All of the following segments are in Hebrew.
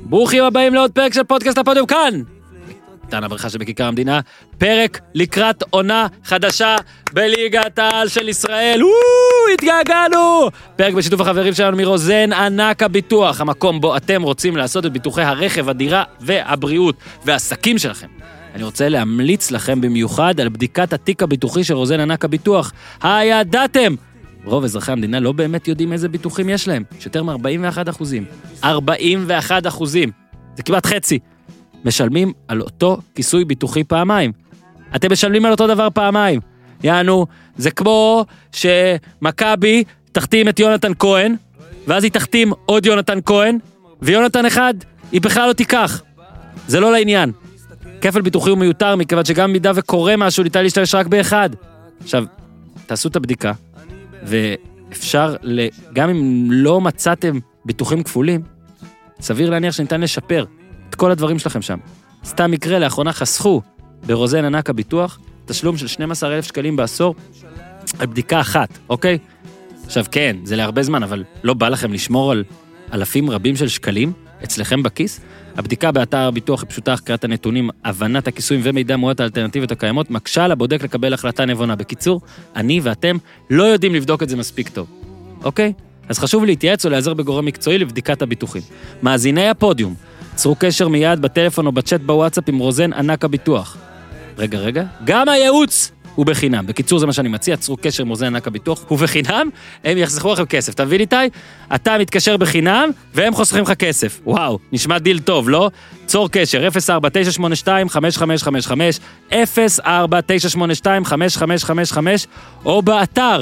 ברוכים הבאים לעוד פרק של פודקאסט הפודיום כאן. איתן הברכה שבכיכר המדינה, פרק לקראת עונה חדשה בליגת העל של ישראל. התגעגענו! פרק בשיתוף החברים שלנו מרוזן ענק הביטוח, המקום בו אתם רוצים לעשות את ביטוחי הרכב, הדירה והבריאות והעסקים שלכם. אני רוצה להמליץ לכם במיוחד על בדיקת התיק הביטוחי של רוזן ענק הביטוח. הידעתם! רוב אזרחי המדינה לא באמת יודעים איזה ביטוחים יש להם. יותר מ-41%. 41%. זה כמעט חצי. משלמים על אותו כיסוי ביטוחי פעמיים. אתם משלמים על אותו דבר פעמיים. יענו, זה כמו שמכבי תחתים את יונתן כהן, ואז היא תחתים עוד יונתן כהן, ויונתן אחד היא בכלל לא תיקח. זה לא לעניין. כפל ביטוחי הוא מיותר, מכיוון שגם מידה וקורה משהו, ניתן להשתמש רק באחד. עכשיו, תעשו את הבדיקה, ואפשר, גם אם לא מצאתם ביטוחים כפולים, סביר להניח שניתן לשפר את כל הדברים שלכם שם. סתם מקרה, לאחרונה חסכו ברוזן ענק הביטוח, תשלום של 12,000 שקלים בעשור, על בדיקה אחת, אוקיי? עכשיו כן, זה להרבה זמן, אבל לא בא לכם לשמור על אלפים רבים של שקלים אצלכם בכיס? הבדיקה באתר הביטוח היא פשוטה, קריאת הנתונים, הבנת הכיסויים ומידע מועט האלטרנטיביות הקיימות, מקשה לבודק לקבל החלטה נבונה. בקיצור, אני ואתם לא יודעים לבדוק את זה מספיק טוב, אוקיי? אז חשוב להתייעץ או להיעזר בגורם מקצועי לבדיקת הביטוחים. מאזיני הפודיום, צרו קשר מיד בטלפון או בצ'אט בוואטסאפ עם רוזן ענק הביטוח. רגע, גם הייעוץ הוא בחינם. בקיצור, זה מה שאני מציע, צרו קשר עם רוזן ענק הביטוח, הוא בחינם, הם יחסכו לכם כסף. אתה מבין איתי? אתה מתקשר בחינם, והם חוסכים לך כסף. וואו, נשמע דיל טוב, לא? צור קשר, 04-982-5555, 04-982-5555, או באתר,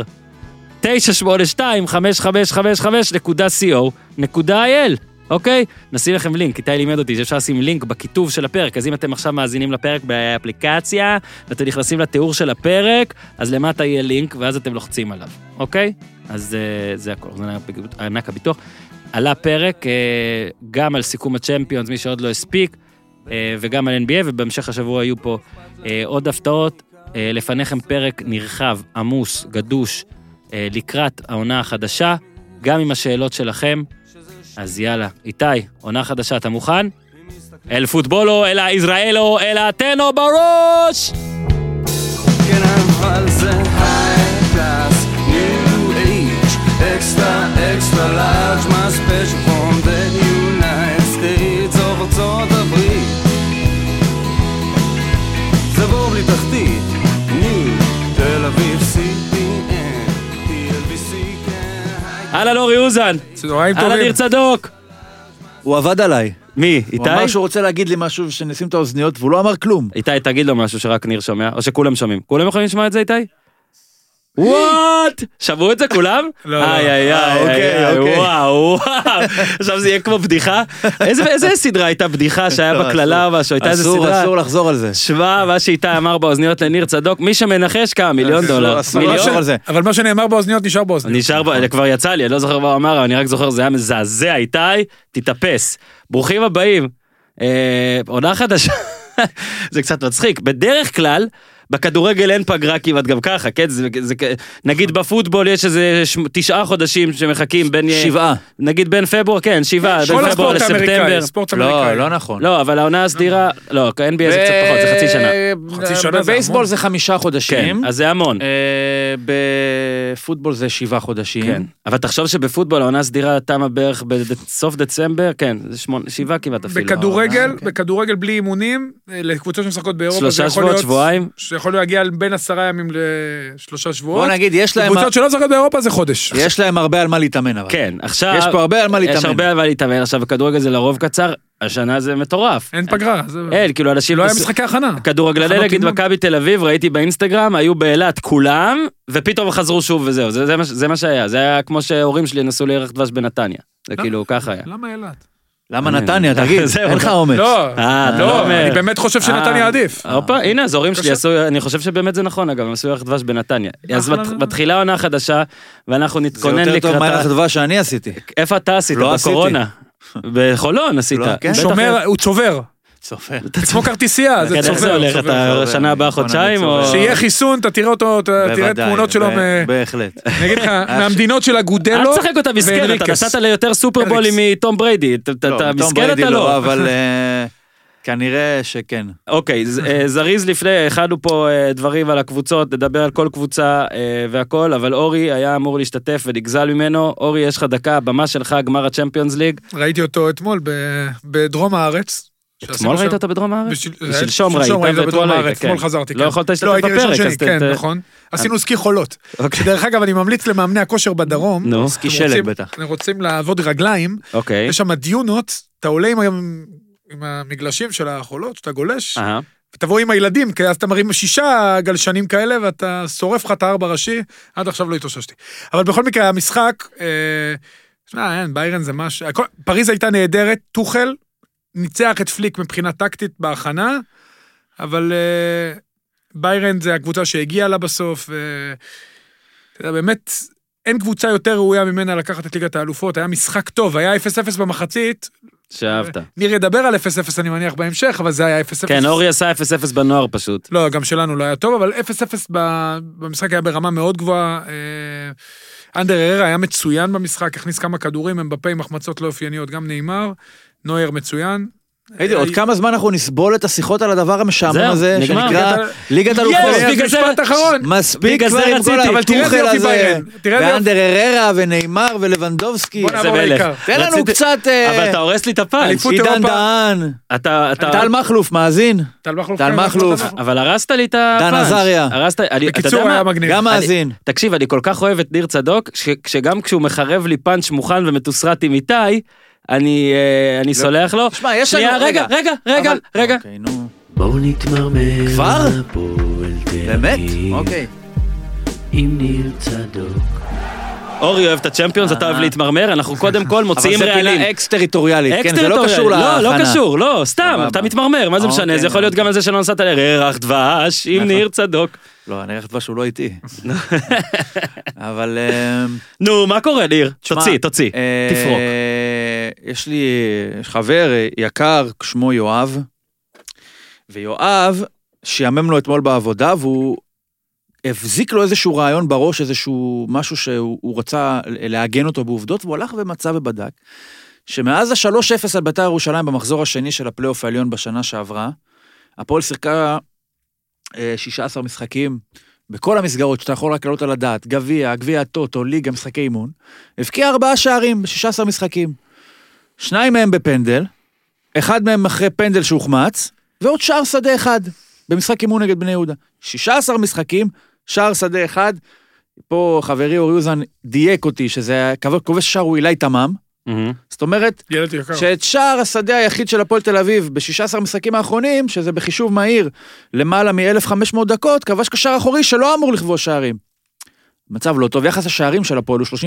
982-5555.co.il. אוקיי? נשים לכם לינק, איתי לימד אותי שאפשר לשים לינק בכיתוב של הפרק, אז אם אתם עכשיו מאזינים לפרק באפליקציה, ואתם נכנסים לתיאור של הפרק, אז למטה יהיה לינק, ואז אתם לוחצים עליו, אוקיי? אז זה הכל, זה ענק הביטוח. עלה פרק גם על סיכום הצ'מפיונס, מי שעוד לא הספיק, וגם על NBA, ובהמשך השבוע היו פה עוד הפתעות, לפניכם פרק נרחב, עמוס, גדוש, לקראת העונה החדשה, גם עם השאלות שלכם, אז יאללה, איתי, עונה חדשה, אתה מוכן? אל פוטבולו, אל הישראלו, אל התנו בראש! כן, אבל זה high class, new age, extra large, my special from the United States of ארצות הברית. זה בור בלי תחתית, new, תל אביב, CPN, TLBC, כן, אהלן אורי אוזן! אהלן ניר צדוק! הוא עבד עליי. מי? איתי? הוא אמר שהוא רוצה להגיד לי משהו שנשים את האוזניות, והוא לא אמר כלום. איתי, תגיד לו משהו שרק ניר שומע, או שכולם שומעים. כולם יכולים לשמוע את זה, איתי? וואט? שמעו את זה כולם? לא. אוקיי. וואו. עכשיו זה יהיה כמו בדיחה. איזה סדרה הייתה בדיחה שהיה בקללה או משהו? הייתה איזה סדרה? אסור לחזור על זה. שמע, מה שאיתי אמר באוזניות לניר צדוק, מי שמנחש כמה? $1,000,000. אבל מה שנאמר באוזניות נשאר באוזניות. זה כבר יצא לי, אני לא זוכר מה הוא אמר, אני רק זוכר, זה היה מזעזע, איתי, תתאפס. ברוכים הבאים. עונה חדשה. זה קצת מצחיק. בדרך כלל, בכדורגל אין פגרה כמעט גם ככה, כן? נגיד בפוטבול יש איזה 9 חודשים שמחכים בין... 7. נגיד בין פברואר, כן, 7, בין פברואר לספטמבר. ספורט אמריקאי. לא נכון. לא, אבל העונה הסדירה, לא, NBA זה קצת פחות, זה חצי שנה. חצי שנה זה בבייסבול זה 5 חודשים. כן, אז זה המון. בפוטבול זה 7 חודשים. כן, אבל תחשוב שבפוטבול העונה הסדירה תמה בערך בסוף דצמבר, כן, זה 7 כמעט אפילו. בכדורגל בלי אימונים, לקבוצות שמשחקות באירופה, 3 שבועות, שבועיים. שיכול להגיע בין 10 ימים ל3 שבועות. בוא נגיד, יש להם... קבוצות שלא משחקות באירופה זה חודש. יש להם הרבה על מה להתאמן, אבל. כן, עכשיו... יש פה הרבה על מה להתאמן. יש הרבה על מה להתאמן, עכשיו בכדורגל זה לרוב קצר, השנה זה מטורף. אין פגרה. אין, כאילו אנשים... לא היה משחקי הכנה. כדורגלני נגיד מכבי תל אביב, ראיתי באינסטגרם, היו באילת כולם, ופתאום חזרו שוב וזהו, זה מה שהיה. זה היה כמו שההורים שלי נסו לירח דבש בנתניה. זה כאילו ככה היה. למה אילת? למה נתניה, תגיד, אין לך אומץ. לא, אני באמת חושב שנתניה עדיף. הנה, אז ההורים שלי עשו, אני חושב שבאמת זה נכון, אגב, הם עשו ירח דבש בנתניה. אז מתחילה עונה חדשה, ואנחנו נתכונן לקראתה. זה יותר טוב מה ירח דבש שאני עשיתי. איפה אתה עשית? בקורונה. בחולון עשית. שומר, הוא צובר. צופר. זה כמו כרטיסייה, זה איך זה צובר. הולך? אתה שנה הבאה חודשיים? או- שיהיה חיסון, אתה תראה אותו, תראה תמונות שלו, בהחלט. אני אגיד לך, מהמדינות של אל הגודלו, תשחק אותה מסכן, אתה ואנריקס. נסעת ליותר סופרבולים מטום בריידי, אתה מסכן אתה לא. אבל כנראה שכן. אוקיי, זריז לפני, הכנו פה דברים על הקבוצות, נדבר על כל קבוצה והכל, אבל אורי היה אמור להשתתף ונגזל ממנו. אורי, יש לך דקה, במה שלך, גמר הצ'מפיונס ליג. ראיתי אותו אתמול בדרום הארץ. אתמול ראית אותו בדרום הארץ? שלשום שלשום ראית, בדרום ואתמול הארץ, כן. אתמול חזרתי. לא כן. יכולת להשתתף לא, הייתי בפרק, ראשון אז שני, כן, נכון. עשינו סקי חולות. אוקיי. שדרך אגב, אני ממליץ למאמני הכושר בדרום. נו, סקי אתם שלג רוצים- בטח. אתם רוצים לעבוד רגליים, אוקיי. יש שם דיונות, אתה עולה עם המגלשים של החולות, שאתה גולש, ותבוא עם הילדים, כי אז אתה מרים 6 גלשנים כאלה, ואתה שורף לך את הארבע ראשי, עד עכשיו לא התאוששתי. אבל בכל מקרה, המשחק, אין, ביירן זה משהו, פריז הייתה נהדרת, טוחל, ניצח את פליק מבחינה טקטית בהכנה, אבל ביירן זה הקבוצה שהגיעה לה בסוף, באמת, אין קבוצה יותר ראויה ממנה לקחת את ליגת האלופות, היה משחק טוב, היה 0-0 במחצית, שאהבת. ניר ידבר על 0-0 אני מניח בהמשך, אבל זה היה 0-0. כן, אורי עשה 0-0 בנוער פשוט. לא, גם שלנו לא היה טוב, אבל 0-0 במשחק היה ברמה מאוד גבוהה. אנדר הררה היה מצוין במשחק, הכניס כמה כדורים, הם בפה עם החמצות לא אופייניות, גם נאמר, נויר מצוין. עוד כמה זמן אנחנו נסבול את השיחות על הדבר המשעמם זהו, הזה, נגמר. שנקרא ליגת אלופות. בגלל זה- משפט אחרון. מספיק בגלל כבר זה עם כל רציתי, אבל תראה את הטוחל יופי הזה, ביירן, תראה את ואנדר הררה וניימר ולבנדובסקי. בוא נעבור מלך. לעיקר. תן לנו רציתי- קצת אבל אתה הורס לי את הפאנץ'. אליפות עידן אירופה. דהן, אתה... טל מכלוף, מאזין, טל מכלוף. טל כן, מכלוף. אבל הרסת לי את הפאנץ'. דן עזריה. הרסת... אתה יודע בקיצור מה? היה מגניב. גם מאזין. תקשיב, אני כל כך אוהב את ניר צדוק, שגם כשהוא מחרב לי פאנץ' מוכן ומתוסרט עם איתי, אני סולח לו. תשמע, יש לנו... שנייה, רגע. אוקיי, נו. בואו נתמרמר כבר? הפועל תל באמת? אביב. אוקיי. עם ניר צדוק. אורי אוהב את הצ'מפיונס, אתה אוהב להתמרמר, אנחנו קודם כל מוציאים אבל זה רעלים. פינה אקס-טריטוריאלית, כן, זה לא קשור להכנה. לא קשור, לא, סתם, סבבה. אתה מתמרמר, מה זה משנה, אוקיי, זה יכול להיות אוקיי. גם על זה שלא נסעת לרח דבש, עם ניר צדוק. לא, אני רכת משהו לא איתי. אבל... נו, מה קורה, ניר? תשמע, תוציא, תפרוק. יש לי חבר יקר, שמו יואב, ויואב, שיאמם לו אתמול בעבודה, והוא הבזיק לו איזשהו רעיון בראש, איזשהו משהו שהוא רצה להגן אותו בעובדות, והוא הלך ומצא ובדק, שמאז ה-3-0 על בית"ר ירושלים במחזור השני של הפלייאוף העליון בשנה שעברה, הפועל שיחקה 16 משחקים, בכל המסגרות שאתה יכול רק לעלות על הדעת, גביע הטוטו, ליגה, משחקי אימון, הבקיע 4 שערים ב-16 משחקים. 2 מהם בפנדל, 1 מהם אחרי פנדל שהוחמץ, ועוד שער שדה 1 במשחק אימון נגד בני יהודה. 16 משחקים, שער שדה 1, פה חברי אורי אוזן דייק אותי, שזה כובש שער הוא אילי תמם, זאת אומרת, ילד יקר. שאת שער השדה היחיד של הפועל תל אביב ב-16 משחקים האחרונים, שזה בחישוב מהיר למעלה מ-1500 דקות, כבש כשער אחורי שלא אמור לכבוש שערים. מצב לא טוב, יחס השערים של הפועל הוא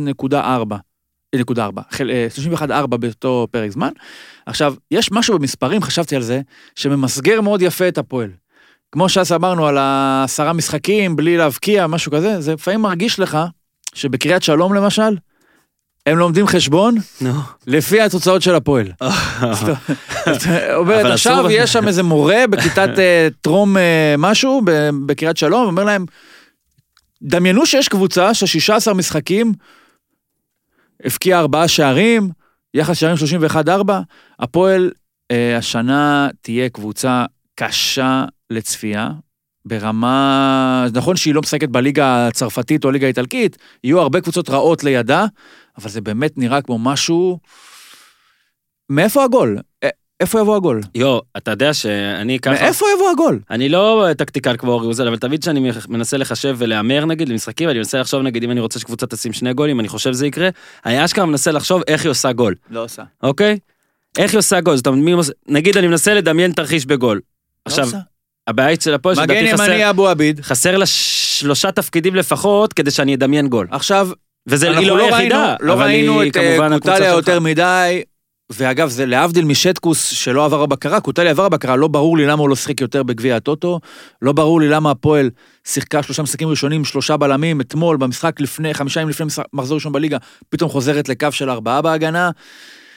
31.4 באותו פרק זמן. עכשיו, יש משהו במספרים, חשבתי על זה, שממסגר מאוד יפה את הפועל. כמו שאז אמרנו על 10 משחקים, בלי להבקיע, משהו כזה, זה לפעמים מרגיש לך שבקריית שלום למשל, הם לומדים חשבון לפי התוצאות של הפועל. אומרת, עכשיו יש שם איזה מורה בכיתת טרום משהו בקריית שלום, אומר להם, דמיינו שיש קבוצה ש16 משחקים, הפקיע 4 שערים, יחס שערים 31-4, הפועל השנה תהיה קבוצה קשה לצפייה, ברמה, נכון שהיא לא משחקת בליגה הצרפתית או ליגה האיטלקית, יהיו הרבה קבוצות רעות לידה, אבל זה באמת נראה כמו משהו, מאיפה הגול? איפה יבוא הגול? אתה יודע שאני ככה... מאיפה יבוא הגול? אני לא טקטיקל כמו אורי אוזן, אבל תמיד שאני מנסה לחשב ולאמר נגיד למשחקים, אני מנסה לחשוב נגיד אם אני רוצה שקבוצה תשים 2 גולים, אני חושב זה יקרה, אני אשכרה מנסה לחשוב איך היא עושה גול. לא עושה. אוקיי? איך היא עושה גול? נגיד אני מנסה לדמיין תרחיש בגול. עכשיו, הבעיה של הפועל מגן ימני אבו עביד. חסר לה 3 תפקידים לפחות כדי שאני אדמיין גול. עכשיו, וזה היא לא היחידה, לא ראינו את קוטליה יותר מדי, ואגב זה להבדיל משטקוס שלא עבר הבקרה, קוטליה עבר הבקרה, לא ברור לי למה הוא לא שיחק יותר בגביע הטוטו, לא ברור לי למה הפועל שיחקה 3 משחקים ראשונים, 3 בלמים, אתמול במשחק לפני, 5 ימים לפני מחזור ראשון בליגה, פתאום חוזרת לקו של 4 בהגנה,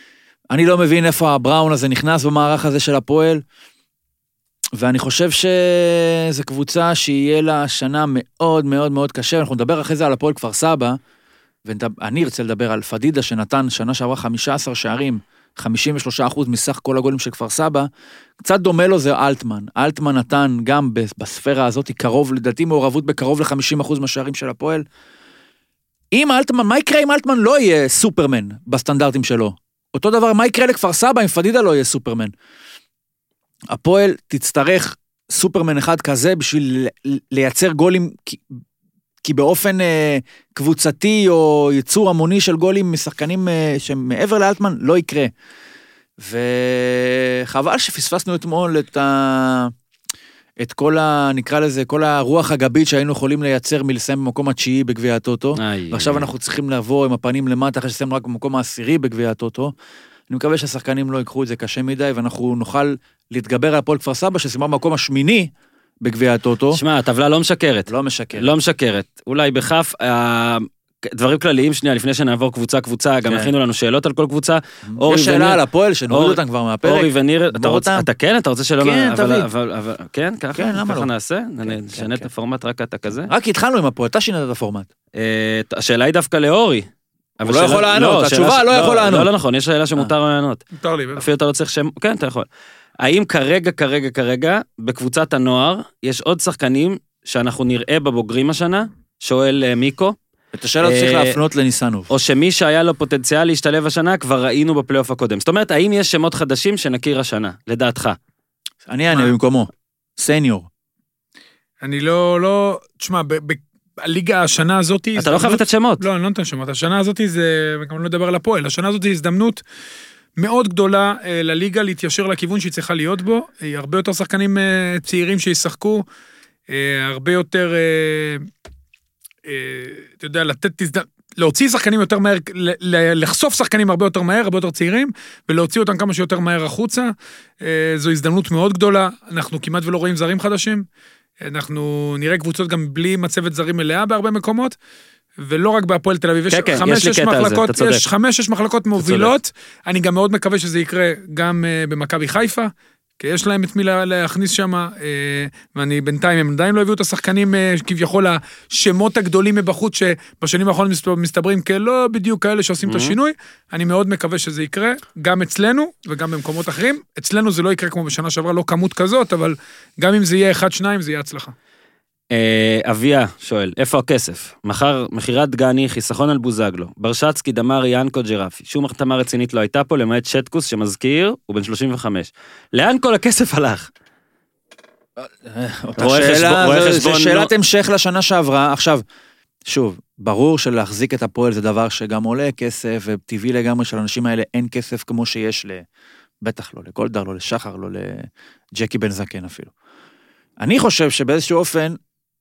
אני לא מבין איפה הבראון הזה נכנס במערך הזה של הפועל, ואני חושב שזו קבוצה שיהיה לה שנה מאוד מאוד מאוד קשה, אנחנו נדבר אחרי זה על הפועל כפר סבא, ואני ארצה לדבר על פדידה שנתן שנה שעברה 15 שערים, 53% מסך כל הגולים של כפר סבא, קצת דומה לו זה אלטמן. אלטמן נתן גם בספירה הזאת קרוב, לדעתי מעורבות בקרוב ל-50% מהשערים של הפועל. אם אלטמן, מה יקרה אם אלטמן לא יהיה סופרמן בסטנדרטים שלו? אותו דבר, מה יקרה לכפר סבא אם פדידה לא יהיה סופרמן? הפועל תצטרך סופרמן אחד כזה בשביל לייצר גולים, כי באופן קבוצתי או יצור המוני של גולים משחקנים שמעבר לאלטמן לא יקרה. וחבל שפספסנו אתמול את כל נקרא לזה, כל הרוח הגבית שהיינו יכולים לייצר מלסיים במקום התשיעי בגביע הטוטו, ועכשיו אנחנו צריכים לבוא עם הפנים למטה, אחרי שסיימנו רק במקום העשירי בגביע הטוטו. אני מקווה שהשחקנים לא ייקחו את זה קשה מדי, ואנחנו נוכל להתגבר על הפועל כפר סבא, שסיימה במקום השמיני בגביע הטוטו. שמע, הטבלה לא משקרת. לא משקרת. לא משקרת. אולי בכף, דברים כלליים שנייה, לפני שנעבור קבוצה, גם הכינו לנו שאלות על כל קבוצה. יש שאלה על הפועל, שנוריד אותם כבר מהפרק. אורי וניר, אתה כן? אתה רוצה שלא... כן, תביא. כן, ככה? כן, למה לא? ככה נעשה? נשנה את הפורמט רק אתה כזה? רק התחלנו עם הפועל, אתה שינית את הפורמט. השאלה היא דווקא לאורי. הוא לא יכול לענות, התשובה לא יכול לענות. לא נכון, יש שאלה שמותר לענות. מותר לי. אפילו אתה לא צריך שם, כן, אתה יכול. האם כרגע, בקבוצת הנוער, יש עוד שחקנים שאנחנו נראה בבוגרים השנה? שואל מיקו. את השאלה צריך להפנות לניסנוב. או שמי שהיה לו פוטנציאל להשתלב השנה, כבר ראינו בפלייאוף הקודם. זאת אומרת, האם יש שמות חדשים שנכיר השנה, לדעתך? אני אענה במקומו. סניור. אני לא... תשמע, הליגה השנה הזאת... אתה לא חייב לתת שמות. לא, אני לא נותן שמות. השנה הזאת זה... וגם לא לדבר על הפועל. השנה הזאת היא הזדמנות מאוד גדולה לליגה להתיישר לכיוון שהיא צריכה להיות בו. הרבה יותר שחקנים צעירים שישחקו, הרבה יותר... אתה יודע, להוציא שחקנים יותר מהר, לחשוף שחקנים הרבה יותר מהר, הרבה יותר צעירים, ולהוציא אותם כמה שיותר מהר החוצה. זו הזדמנות מאוד גדולה. אנחנו כמעט ולא רואים זרים חדשים. אנחנו נראה קבוצות גם בלי מצבת זרים מלאה בהרבה מקומות, ולא רק בהפועל תל אביב. יש 5-6 מחלקות מובילות. אני גם מאוד מקווה שזה יקרה גם במכבי חיפה, כי יש להם את מי להכניס שם, ואני בינתיים, הם עדיין לא הביאו את השחקנים, כביכול השמות הגדולים מבחוץ, שבשנים האחרונות מסתברים כלא בדיוק כאלה שעושים את השינוי. אני מאוד מקווה שזה יקרה, גם אצלנו וגם במקומות אחרים. אצלנו זה לא יקרה כמו בשנה שעברה, לא כמות כזאת, אבל גם אם זה יהיה 1-2, זה יהיה הצלחה. אביה שואל, איפה הכסף? מחר מחירת דגני, חיסכון על בוזגלו, ברשצקי, דמרי, ינקו, ג'רפי. שום החתמה רצינית לא הייתה פה, למעט שטקוס שמזכיר, הוא בן 35. לאן כל הכסף הלך? זה שאלת המשך לשנה שעברה. עכשיו, שוב, ברור שלהחזיק את הפועל זה דבר שגם עולה כסף, וטבעי לגמרי של האנשים האלה אין כסף כמו שיש בטח לא לגולדר, לא לשחר, לא לג'קי בן זקן אפילו. אני חושב שבאיזשהו אופן,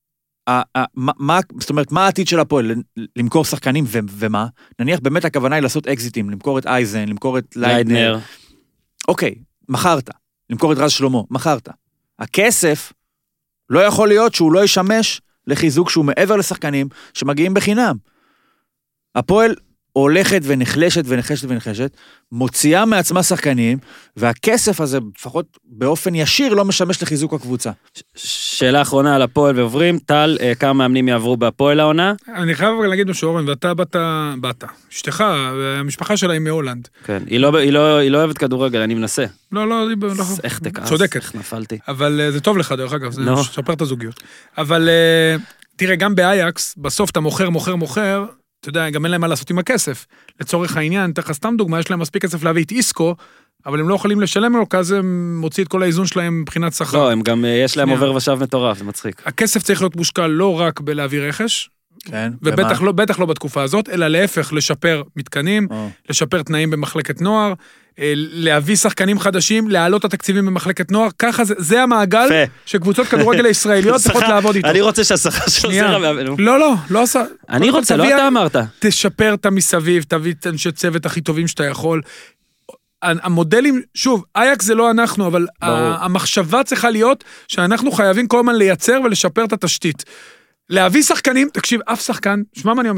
זאת אומרת, מה העתיד של הפועל? למכור שחקנים ומה? נניח באמת הכוונה היא לעשות אקזיטים, למכור את אייזן, למכור את ליידנר. אוקיי, מכרת. למכור את רז שלמה, מכרת. הכסף לא יכול להיות שהוא לא ישמש לחיזוק שהוא מעבר לשחקנים שמגיעים בחינם. הפועל הולכת ונחשת, מוציאה מעצמה שחקנים, והכסף הזה, לפחות באופן ישיר, לא משמש לחיזוק הקבוצה. שאלה אחרונה על הפועל ועוברים, טל, כמה מאמנים יעברו בהפועל העונה? אני חייב להגיד משהו, אורן, ואתה באת. אשתך, המשפחה שלה היא מהולנד. כן, היא לא אוהבת כדורגל, אני מנסה. לא. איך תכעס? צודקת. איך נפלתי. אבל זה טוב לך, דרך אגב, זה שפר את הזוגיות. אבל תראה, גם באייקס, בסוף אתה מוכר, אתה יודע, גם אין להם מה לעשות עם הכסף. לצורך העניין, תכף סתם דוגמה, יש להם מספיק כסף להביא את איסקו, אבל הם לא יכולים לשלם לו, כי אז הם מוציא את כל האיזון שלהם מבחינת שכר. לא, הם גם, יש להם עובר ושב מטורף, זה מצחיק. הכסף צריך להיות מושקע לא רק בלהביא רכש, כן, ובטח לא בתקופה הזאת, אלא להפך, לשפר מתקנים, לשפר תנאים במחלקת נוער, להביא שחקנים חדשים, להעלות את התקציבים במחלקת נוער, ככה זה המעגל שקבוצות כדורגל הישראליות צריכות לעבוד איתו. אני רוצה שהשכר שלו לא עשה. אני רוצה, לא אתה אמרת. תשפר את המסביב, תביא את אנשי צוות הכי טובים שאתה יכול. המודלים, שוב, אייקס זה לא אנחנו, אבל המחשבה צריכה להיות שאנחנו חייבים כל הזמן לייצר ולשפר את התשתית. להביא שחקנים, תקשיב, אף שחקן, שמע מה אני אומר לך,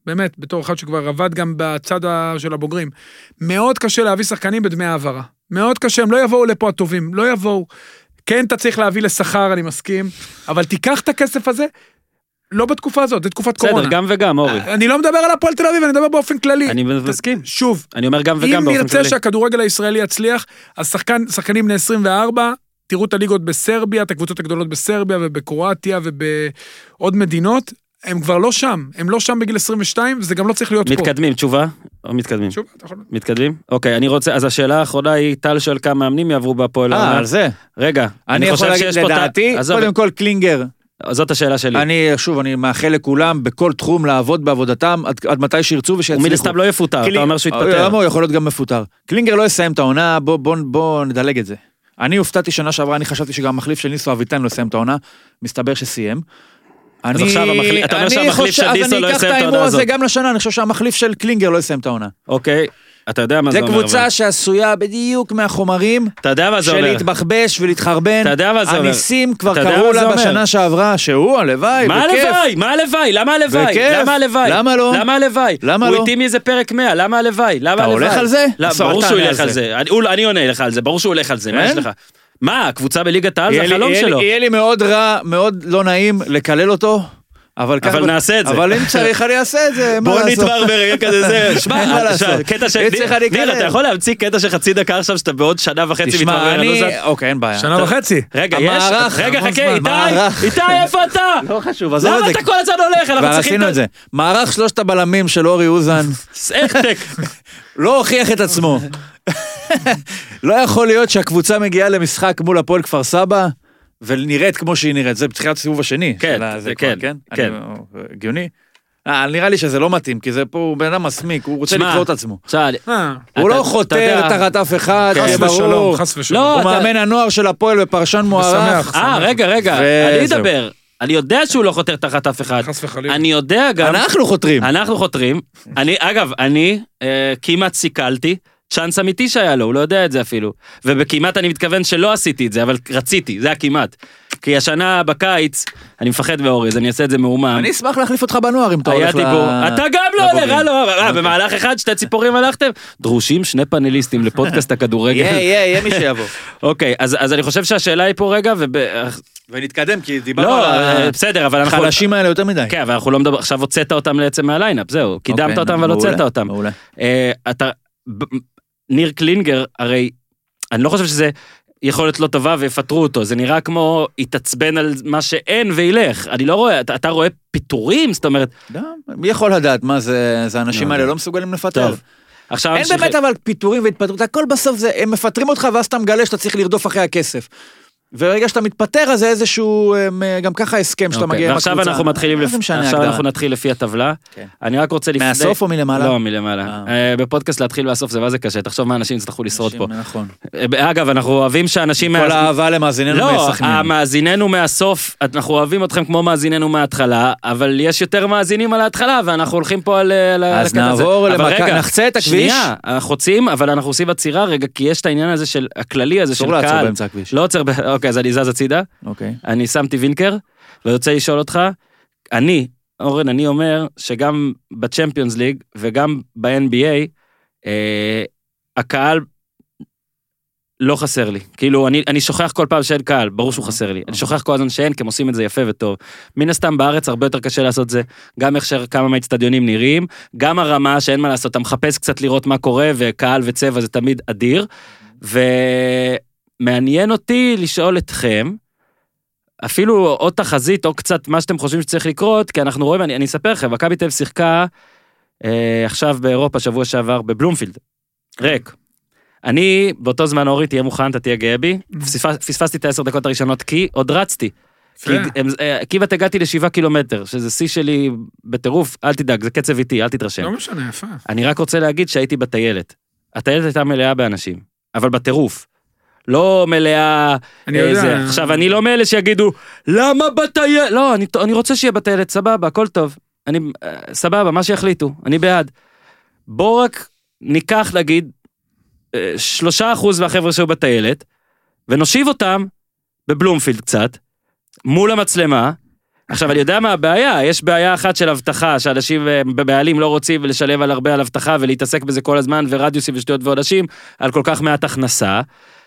באמת, בתור אחד שכבר עבד גם בצד של הבוגרים, מאוד קשה להביא שחקנים בדמי העברה. מאוד קשה, הם לא יבואו לפה הטובים, לא יבואו. כן, אתה צריך להביא לשכר, אני מסכים, אבל תיקח את הכסף הזה, לא בתקופה הזאת, זה תקופת קורונה. בסדר, גם וגם, אורי. אני לא מדבר על הפועל תל אביב, אני מדבר באופן כללי. אני מסכים. שוב, אני אומר גם וגם באופן כללי. אם נרצה שהכדורגל הישראלי יצליח, אז שחקנים בני 24, תראו את הליגות בסרביה, את הקבוצות הגדולות בסרביה ובקרואטיה ובעוד מדינות, הם כבר לא שם, הם לא שם בגיל 22, וזה גם לא צריך להיות פה. מתקדמים, תשובה? או מתקדמים? תשובה, אתה יכול... מתקדמים? אוקיי, אני רוצה, אז השאלה האחרונה היא, טל שואל כמה מאמנים יעברו בהפועל העונה. על זה. רגע, אני יכול להגיד לדעתי, קודם כל קלינגר. זאת השאלה שלי. אני מאחל לכולם בכל תחום לעבוד בעבודתם עד מתי שירצו ושיצליחו. הוא מן הסתם לא יפוטר, אתה אומר שהוא יתפטר. הוא יכול להיות גם מפוטר. קלינגר לא יסיים את העונה, בוא נדלג את זה. אני הופתעתי שנה שעברה, אני חשבתי שגם המחליף של ניסו אביטן לא יסיים את העונה, מסתבר שסיים. אז עכשיו אתה אומר שהמחליף של ניסו לא יסיים את העונה הזאת. זה גם לשנה, אני חושב שהמחליף של קלינגר לא יסיים את העונה. אוקיי. אתה יודע מה זה אומר. זה קבוצה שעשויה בדיוק מהחומרים של להתבחבש ולהתחרבן. אתה יודע מה זה אומר. הניסים כבר קראו לה בשנה שעברה, שהוא הלוואי, בכיף. מה הלוואי? למה הלוואי? למה הלוואי? למה לא? למה הלוואי? למה הוא לא? איתי מאיזה פרק 100, למה הלוואי? אתה הולך על זה? ברור שהוא ילך על זה. אני עונה לך על זה, ברור שהוא הולך על זה. מה יש לך? מה, הקבוצה בליגת העל זה החלום שלו. יהיה לי מאוד רע, מאוד לא נעים לקלל אותו. אבל נעשה את זה. אבל אם צריך אני אעשה את זה. בוא נתבר ברגע כזה זה. שמע, קטע של... ניר, אתה יכול להמציא קטע של חצי דקה עכשיו שאתה בעוד שנה וחצי מתברר. אוקיי, אין בעיה. שנה וחצי. רגע, יש? רגע, חכה, איתי, איפה אתה? לא חשוב. למה אתה כל הזמן הולך? כבר עשינו את זה. מערך 3 הבלמים של אורי אוזן. סכתק. לא הוכיח את עצמו. לא יכול להיות שהקבוצה מגיעה למשחק מול הפועל כפר סבא, ונראית כמו שהיא נראית, זה בתחילת הסיבוב השני. כן, כן. הגיוני? נראה לי שזה לא מתאים, כי זה פה הוא בן אדם מסמיק, הוא רוצה לקרוא את עצמו. הוא לא חותר תחת אף אחד, חס ושלום, חס ושלום. הוא מאמן הנוער של הפועל ופרשן מוערך. רגע, אני אדבר. אני יודע שהוא לא חותר תחת אף אחד. חס וחלילה. אני יודע גם... אנחנו חותרים. אגב, אני כמעט סיכלתי, צ'אנס אמיתי שהיה לו, הוא לא יודע את זה אפילו. ובכמעט אני מתכוון שלא עשיתי את זה, אבל רציתי, זה היה כמעט. כי השנה בקיץ, אני מפחד ואורי, אז אני אעשה את זה מאומם. אני אשמח להחליף אותך בנוער אם אתה הולך אתה גם לא הולך, במהלך אחד 2 ציפורים הלכתם? דרושים 2 פאנליסטים לפודקאסט הכדורגל. יהיה מי שיבוא. אוקיי, אז אני חושב שהשאלה היא פה רגע, ונתקדם, כי דיברנו על בסדר, אבל אנחנו... החלשים האלה יותר מדי. כן, אבל אנחנו לא מדבר, עכשיו הוצאת אותם לעצם מהליינאפ, זהו, קידמת אותם אבל הוצאת אותם. ניר קלינגר, הרי אני לא חושב שזה יכולת לא טובה ויפטרו אותו, זה נראה כמו התעצבן על מה שאין וילך, אני לא רואה, אתה רואה פיטורים, זאת אומרת... מי יכול לדעת מה זה, האנשים האלה לא מסוגלים לפטר. אין באמת אבל פיטורים והתפטרות, הכל בסוף זה, הם מפטרים אותך ואז אתה מגלה שאתה צריך לרדוף אחרי הכסף. וברגע שאתה מתפטר, אז זה איזשהו, גם ככה הסכם שאתה מגיע עם הקבוצה. ועכשיו אנחנו מתחילים, עכשיו אנחנו נתחיל לפי הטבלה. אני רק רוצה לפני... מהסוף או מלמעלה? לא, מלמעלה. בפודקאסט להתחיל מהסוף זה מה זה קשה, תחשוב מה אנשים יצטרכו לשרוד פה. נכון. אגב, אנחנו אוהבים שאנשים... כל האהבה למאזיננו מהסכמים. לא, המאזיננו מהסוף, אנחנו אוהבים אתכם כמו מאזיננו מההתחלה, אבל יש יותר מאזינים על ההתחלה, ואנחנו הולכים פה על אז נעבור נחצה את הכביש. שנייה, חוצים, אבל אנחנו עושים עצירה רגע, כי יש את העניין הזה של הכללי הזה של קהל. לא עוצר אוקיי, אז אני זז הצידה. אוקיי. אני שמתי וינקר, ורוצה לשאול אותך, אורן, אני אומר שגם בצ'מפיונס ליג, וגם ב-NBA, הקהל לא חסר לי. כאילו, אני שוכח כל פעם שאין קהל, ברור שהוא חסר לי. אני שוכח כל הזמן שאין, כי הם עושים את זה יפה וטוב. מן הסתם בארץ הרבה יותר קשה לעשות זה, גם איך כמה מהאצטדיונים נראים, גם הרמה שאין מה לעשות, אתה מחפש קצת לראות מה קורה, וקהל וצבע זה תמיד אדיר, מעניין אותי לשאול אתכם, אפילו עוד תחזית, או קצת מה שאתם חושבים שצריך לקרות, כי אנחנו רואים, אני אספר לכם, מכבי תל אביב שיחקה עכשיו באירופה, שבוע שעבר, בבלומפילד, ריק. אני, באותו זמן אורי, תהיה מוכן, אתה תהיה גאה בי, פספסתי את 10 דקות הראשונות, כי עוד רצתי. כמעט הגעתי ל7 קילומטר, שזה שיא שלי בטירוף, אל תדאג, זה קצב איתי, אל תתרשם. לא משנה, יפה. אני רק רוצה להגיד שהייתי בטיילת. הטיילת הייתה מלאה באנשים, אבל בטירוף. לא מלאה, עכשיו אני לא מאלה שיגידו, למה בטיילת? לא, אני רוצה שיהיה בטיילת, סבבה, הכל טוב, סבבה, מה שיחליטו, אני בעד. בוא רק ניקח להגיד, 3% מהחבר'ה שהיו בטיילת, ונושיב אותם בבלומפילד קצת, מול המצלמה, עכשיו, אני יודע מה הבעיה, יש בעיה אחת של הבטחה, שאנשים בבעלים לא רוצים לשלב על הרבה על הבטחה, ולהתעסק בזה כל הזמן, ורדיוסים ושטויות ועודשים, על כל כך מעט הכנסה,